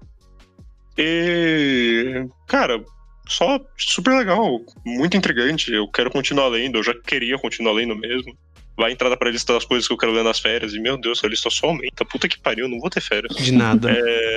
E, cara, só super legal. Muito intrigante. Eu quero continuar lendo. Eu já queria continuar lendo mesmo. Vai entrar pra lista das coisas que eu quero ler nas férias. E, meu Deus, a lista só aumenta. Puta que pariu, eu não vou ter férias. De nada.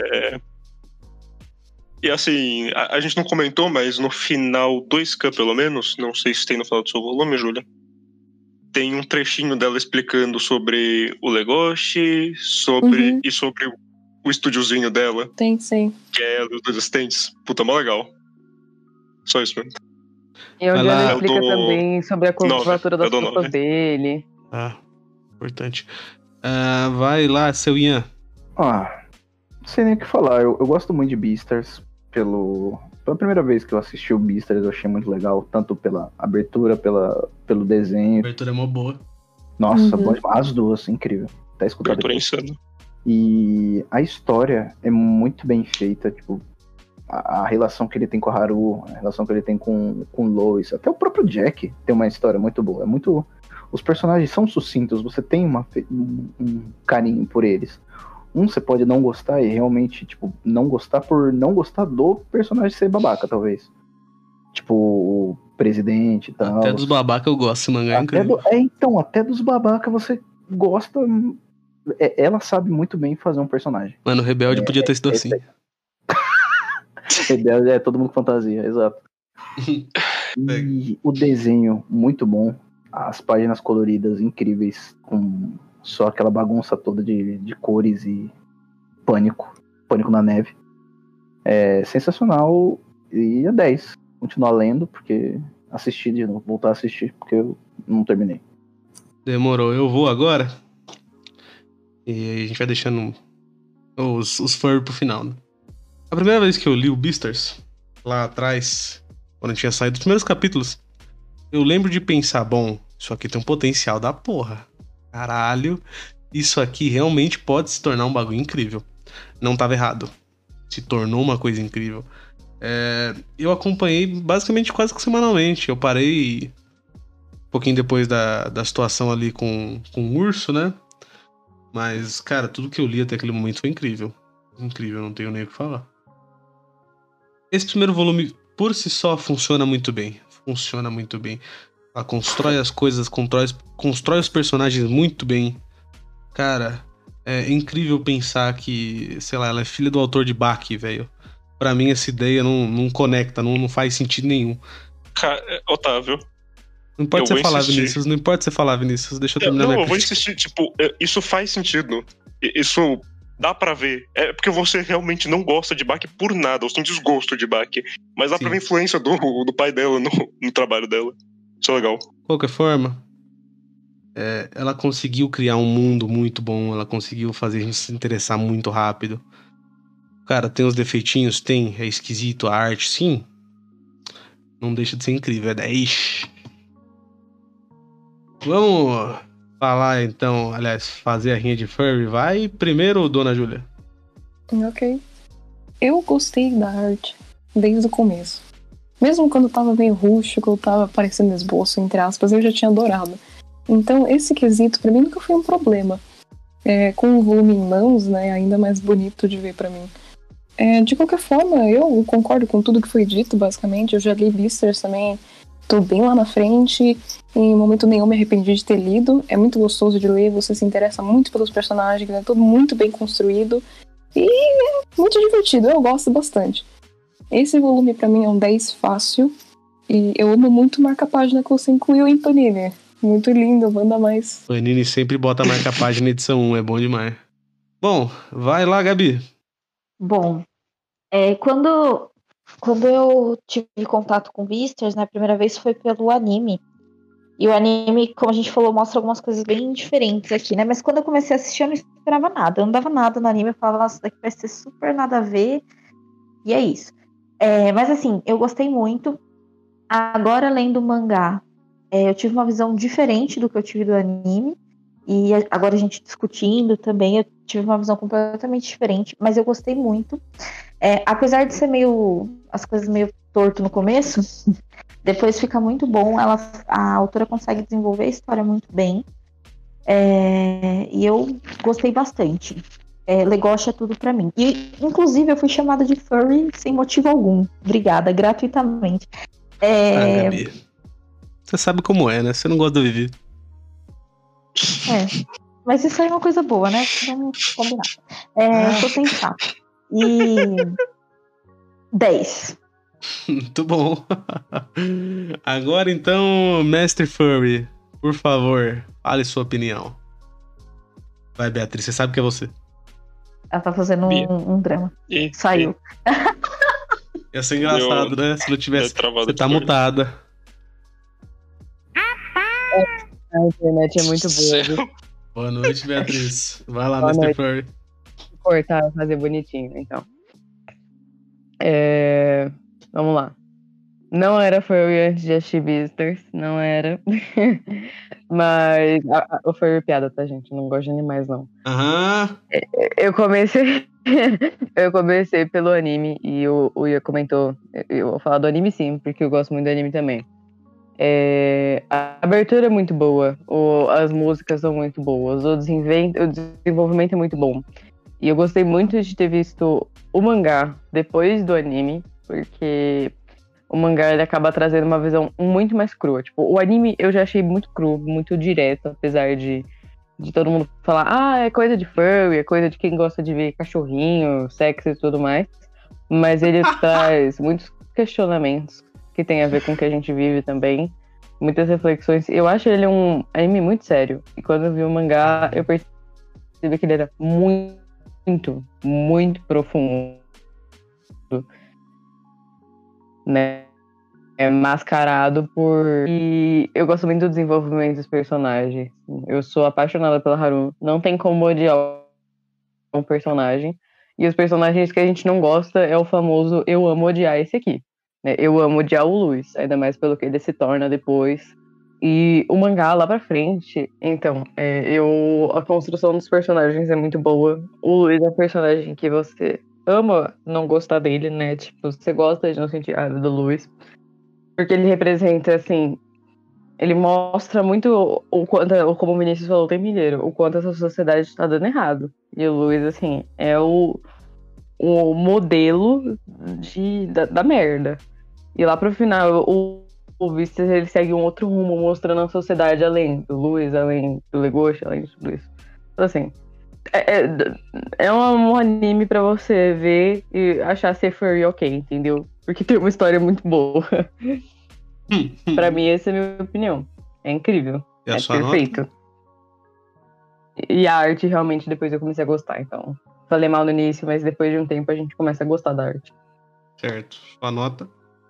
E assim, a gente não comentou, mas no final do Scan, pelo menos, não sei se tem no final do seu volume, Júlia, tem um trechinho dela explicando sobre o Legoshi, sobre o estúdiozinho dela, Tem, sim. que é dos dois assistentes. Puta, mó legal. Só isso mesmo. E onde Vai lá. ela explica Eu dou também sobre a curvatura das eu dou roupas 9. dele. Ah, importante. Vai lá, seu Ian. Não sei nem o que falar. Eu gosto muito de Beastars. Pela primeira vez que eu assisti o Beastars, eu achei muito legal. Tanto pela abertura, pelo A desenho. abertura é mó boa. Nossa, bom demais. As duas, incrível. Tá escutando. Abertura insano. E a história é muito bem feita. Tipo, a relação que ele tem com a Haru, a relação que ele tem com Lois. Até o próprio Jack tem uma história muito boa. Os personagens são sucintos. Você tem um carinho por eles. Você pode não gostar e realmente, tipo, não gostar por não gostar do personagem ser babaca, talvez. Tipo, o presidente e tal. Até dos babaca eu gosto, esse mangá é incrível. Então, até dos babaca você gosta. Ela sabe muito bem fazer um personagem. Mano, o Rebelde podia ter sido assim. Rebelde é todo mundo com fantasia, exato. E o desenho, muito bom. As páginas coloridas incríveis, com só aquela bagunça toda de cores e pânico na neve. É sensacional e é 10. Continuar lendo, porque assistir de novo, voltar a assistir, porque eu não terminei. Demorou, eu vou agora. E a gente vai deixando os furry pro final, né? A primeira vez que eu li o Beastars, lá atrás, quando tinha saído os primeiros capítulos, eu lembro de pensar, bom, isso aqui tem um potencial da porra. Caralho, isso aqui realmente pode se tornar um bagulho incrível. Não tava errado. Se tornou uma coisa incrível. Eu acompanhei basicamente quase que semanalmente. Eu parei um pouquinho depois da situação ali com o urso, né? Mas, cara, tudo que eu li até aquele momento foi incrível. Incrível, não tenho nem o que falar. Esse primeiro volume, por si só, funciona muito bem. Funciona muito bem. Ela constrói as coisas, constrói os personagens muito bem. Cara, é incrível pensar que, sei lá, ela é filha do autor de Baki, velho. Pra mim, essa ideia não conecta, não faz sentido nenhum. Otávio. Não importa você falar, Vinícius. Não importa você falar, Vinícius. Deixa eu terminar minha eu vou insistir. Tipo, isso faz sentido. Isso dá pra ver. É porque você realmente não gosta de Baki por nada. Você tem desgosto de Baki. Mas dá pra ver a influência do pai dela no trabalho dela. Isso é legal. De qualquer forma, ela conseguiu criar um mundo muito bom. Ela conseguiu fazer a gente se interessar muito rápido. Cara, tem os defeitinhos? Tem. É esquisito a arte, sim. Não deixa de ser incrível. É 10. Vamos falar então, aliás, fazer a rinha de furry. Vai primeiro, dona Júlia. Ok. Eu gostei da arte desde o começo. Mesmo quando tava meio rústico, tava parecendo esboço, entre aspas, eu já tinha adorado. Então, esse quesito pra mim nunca foi um problema. Com o volume em mãos, né, ainda mais bonito de ver pra mim. De qualquer forma, eu concordo com tudo que foi dito, basicamente. Eu já li Beastars também, tô bem lá na frente. Em momento nenhum me arrependi de ter lido. É muito gostoso de ler, você se interessa muito pelos personagens, é tudo muito bem construído. E é muito divertido, eu gosto bastante. Esse volume pra mim é um 10 fácil. E eu amo muito o marca-página que você incluiu em Panini. Muito lindo, manda mais. Panini sempre bota marca-página edição 1, é bom demais. Bom, vai lá, Gabi. Bom, quando eu tive contato com Beastars, né, a primeira vez foi pelo anime. E o anime, como a gente falou, mostra algumas coisas bem diferentes aqui, né? Mas quando eu comecei a assistir, eu não esperava nada. Eu não dava nada no anime, eu falava, nossa, isso daqui vai ser super nada a ver. E é isso. Mas assim, eu gostei muito. Agora, lendo o mangá, eu tive uma visão diferente do que eu tive do anime. E agora a gente discutindo também, eu tive uma visão completamente diferente. Mas eu gostei muito. Apesar de ser as coisas meio torto no começo, depois fica muito bom. A autora consegue desenvolver a história muito bem. E eu gostei bastante. Legoshi é tudo pra mim. E, inclusive, eu fui chamada de furry sem motivo algum. Obrigada, gratuitamente. Gabi. Você sabe como é, né? Você não gosta da Vivi. Mas isso aí é uma coisa boa, né? Vamos combinar. Tô pensar. E 10. Muito bom. Agora então, Mestre Furry. por favor, fale sua opinião. Vai, Beatriz, você sabe que é você. Ela tá fazendo um drama. Saiu. Ia ser engraçado, né? Se não tivesse. Você tá de mutada. A internet é muito boa, viu? Boa noite, Beatriz. Vai lá, Boa Mr. noite. Furry. Cortar e fazer bonitinho, então. Vamos lá. Não era Furry antes de assistir Beastars, não era. Mas o Furry é piada, tá, gente? Eu não gosto de animais, não. Aham. Eu comecei eu comecei pelo anime e o Ia comentou. Eu vou falar do anime sim, porque eu gosto muito do anime também. A abertura é muito boa, as músicas são muito boas, o desenvolvimento é muito bom. E eu gostei muito de ter visto o mangá depois do anime, porque o mangá ele acaba trazendo uma visão muito mais crua. Tipo, o anime eu já achei muito cru, muito direto, apesar de todo mundo falar, é coisa de furry, é coisa de quem gosta de ver cachorrinho, sexo e tudo mais. Mas ele traz muitos questionamentos que tem a ver com o que a gente vive também. Muitas reflexões. Eu acho ele um anime muito sério. E quando eu vi o mangá, eu percebi que ele era muito, muito profundo. Né? Mascarado por... E eu gosto muito do desenvolvimento dos personagens. Eu sou apaixonada pela Haru. Não tem como odiar um personagem. E os personagens que a gente não gosta é o famoso eu amo odiar esse aqui. Eu amo odiar o Luis, ainda mais pelo que ele se torna depois. E o mangá lá pra frente, então, a construção dos personagens é muito boa. O Luis é um personagem que você ama não gostar dele, né? Tipo, você gosta de não sentir raiva do Luis. Porque ele representa, assim, ele mostra muito o quanto, como o Vinícius falou o tempo inteiro, o quanto essa sociedade está dando errado. E o Luis, assim, é o modelo da merda. E lá pro final, o Vistas, ele segue um outro rumo, mostrando a sociedade além do Luis, além do Legoshi, além de tudo isso. Então, assim, é um anime pra você ver e achar ser furry ok, entendeu? Porque tem uma história muito boa. Pra mim, essa é a minha opinião. É incrível. E a é sua perfeito. nota? E a arte, realmente, depois eu comecei a gostar. Então, falei mal no início, mas depois de um tempo a gente começa a gostar da arte. Certo. Sua nota?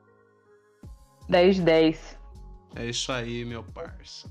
10 de 10. É isso aí, meu parça.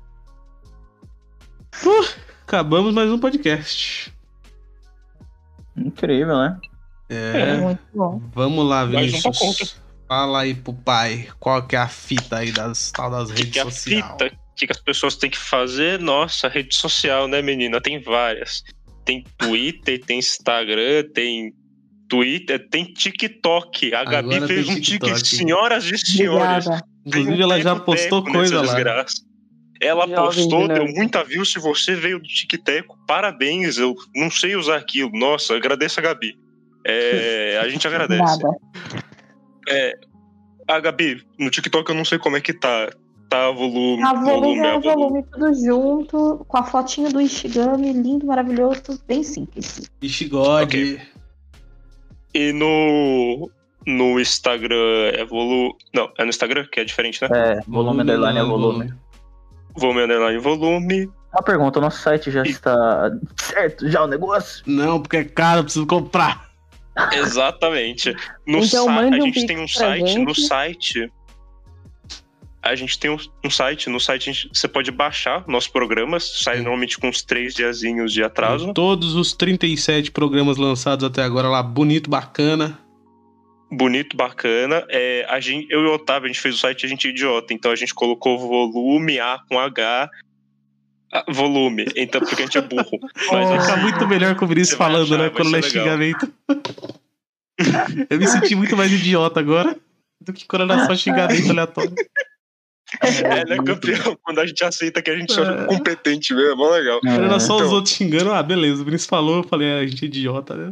Acabamos mais um podcast. Incrível, né? É muito bom. Vamos lá, Mais um pra Vinícius. Fala aí pro pai, qual que é a fita aí das redes Que a sociais? fita, o que as pessoas têm que fazer? Nossa, rede social, né, menina? Tem várias. Tem Twitter, tem Instagram, tem Twitter, tem TikTok. A Gabi Agora fez tem um TikTok. TikTok, senhoras e senhores. Obrigada. Inclusive, ela já postou coisa lá. Desgraça. Ela Jovem postou, deu dinâmico. muita view. Se você veio do TikTok, parabéns. Eu não sei usar aquilo. Nossa, agradeço a Gabi. A gente agradece. Nada. A Gabi, no TikTok eu não sei como é que tá. Tá volume. A volume tudo junto, com a fotinha do Ishigami, lindo, maravilhoso, bem simples. Ishigode. Ok. E no Instagram é volume. Não, é no Instagram que é diferente, né? Volume underline é volume. Volume underline volume. Uma pergunta, o nosso site já está certo já o negócio? Não, porque é caro, eu preciso comprar. Exatamente. Então, mande a um gente tem um pix pra site, gente. no site. A gente tem um site, no site você pode baixar nossos programas, sai normalmente com uns 3 diazinhos de atraso. Todos os 37 programas lançados até agora lá, bonito, bacana. Bonito, bacana. Eu e o Otávio, a gente fez o site, a gente é idiota, então a gente colocou volume A com H, volume, então porque a gente é burro. Mas Fica muito melhor com o Vinícius Você vai falando, achar, né? vai Quando não é ser legal. xingamento. Eu me senti muito mais idiota agora do que quando era só xingamento aleatório. né, campeão? Quando a gente aceita que a gente é competente mesmo, é mó legal. Quando era só os Então, outros xingando, beleza, o Vinícius falou, eu falei, a gente é idiota, né?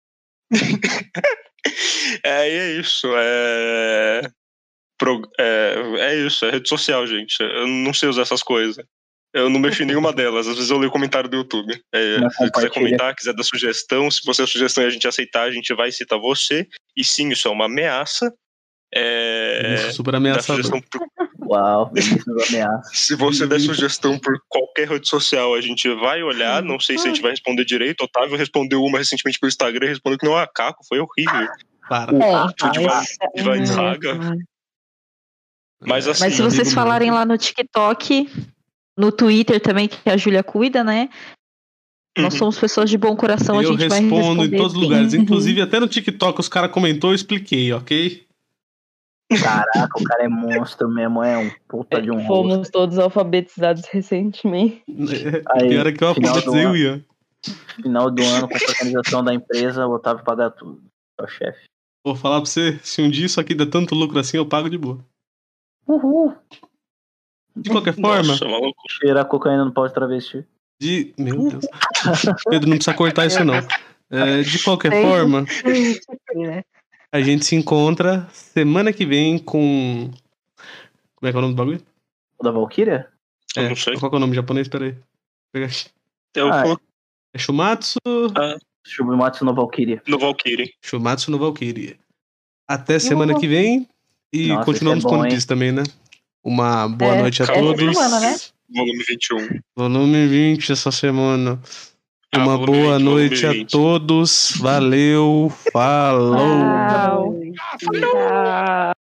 é isso. É isso, é rede social, gente. Eu não sei usar essas coisas. Eu não mexo em nenhuma delas. Às vezes eu leio comentário do YouTube. Se quiser comentar, quiser dar sugestão, se você é sugestão e a gente aceitar, a gente vai citar você. E sim, isso é uma ameaça. Isso, super Dar ameaçador. sugestão Uau, Vinícius ameaça. Se você der sugestão por qualquer rede social, a gente vai olhar. Não sei se a gente vai responder direito. Otávio respondeu uma recentemente pelo Instagram, respondeu que não é Caco, foi horrível. Para. De Van Zaga. Mas assim, Mas se vocês falarem lá no TikTok, no Twitter também, que a Júlia cuida, né? Nós somos pessoas de bom coração, a Eu gente vai respondo responder em todos os sim. lugares. Inclusive, até no TikTok os caras comentou, eu expliquei, ok? Caraca, o cara é monstro mesmo, é um puta de um rosto. Fomos todos alfabetizados recentemente. Aí, Pior é que eu final do alfabetizei o ano. Ian. Final do ano, com a organização da empresa, o Otávio paga tudo. É o chefe. Vou falar pra você, se um dia isso aqui dá tanto lucro assim, eu pago de boa. Uhul. De qualquer forma, nossa, maluco. Cheirar cocaína no pau de travesti. Meu Deus. Pedro, não precisa cortar isso não. De qualquer forma, a gente se encontra semana que vem com... Como é que é o nome do bagulho? O da Valkyria? Eu não sei. Qual que é o nome japonês? Pera aí. Pega aqui. É Shumatsu... Shumatsu no Valkyria. No Valkyrie. Shumatsu no Valkyrie. Até semana que vem. E Nossa, continuamos esse é bom, com hein? isso também, né? Uma boa noite a todos. semana, né? Volume 21. Volume 20 essa semana. Uma volume boa 20, noite volume a 20. todos. Valeu. Falou. Tchau. Tchau.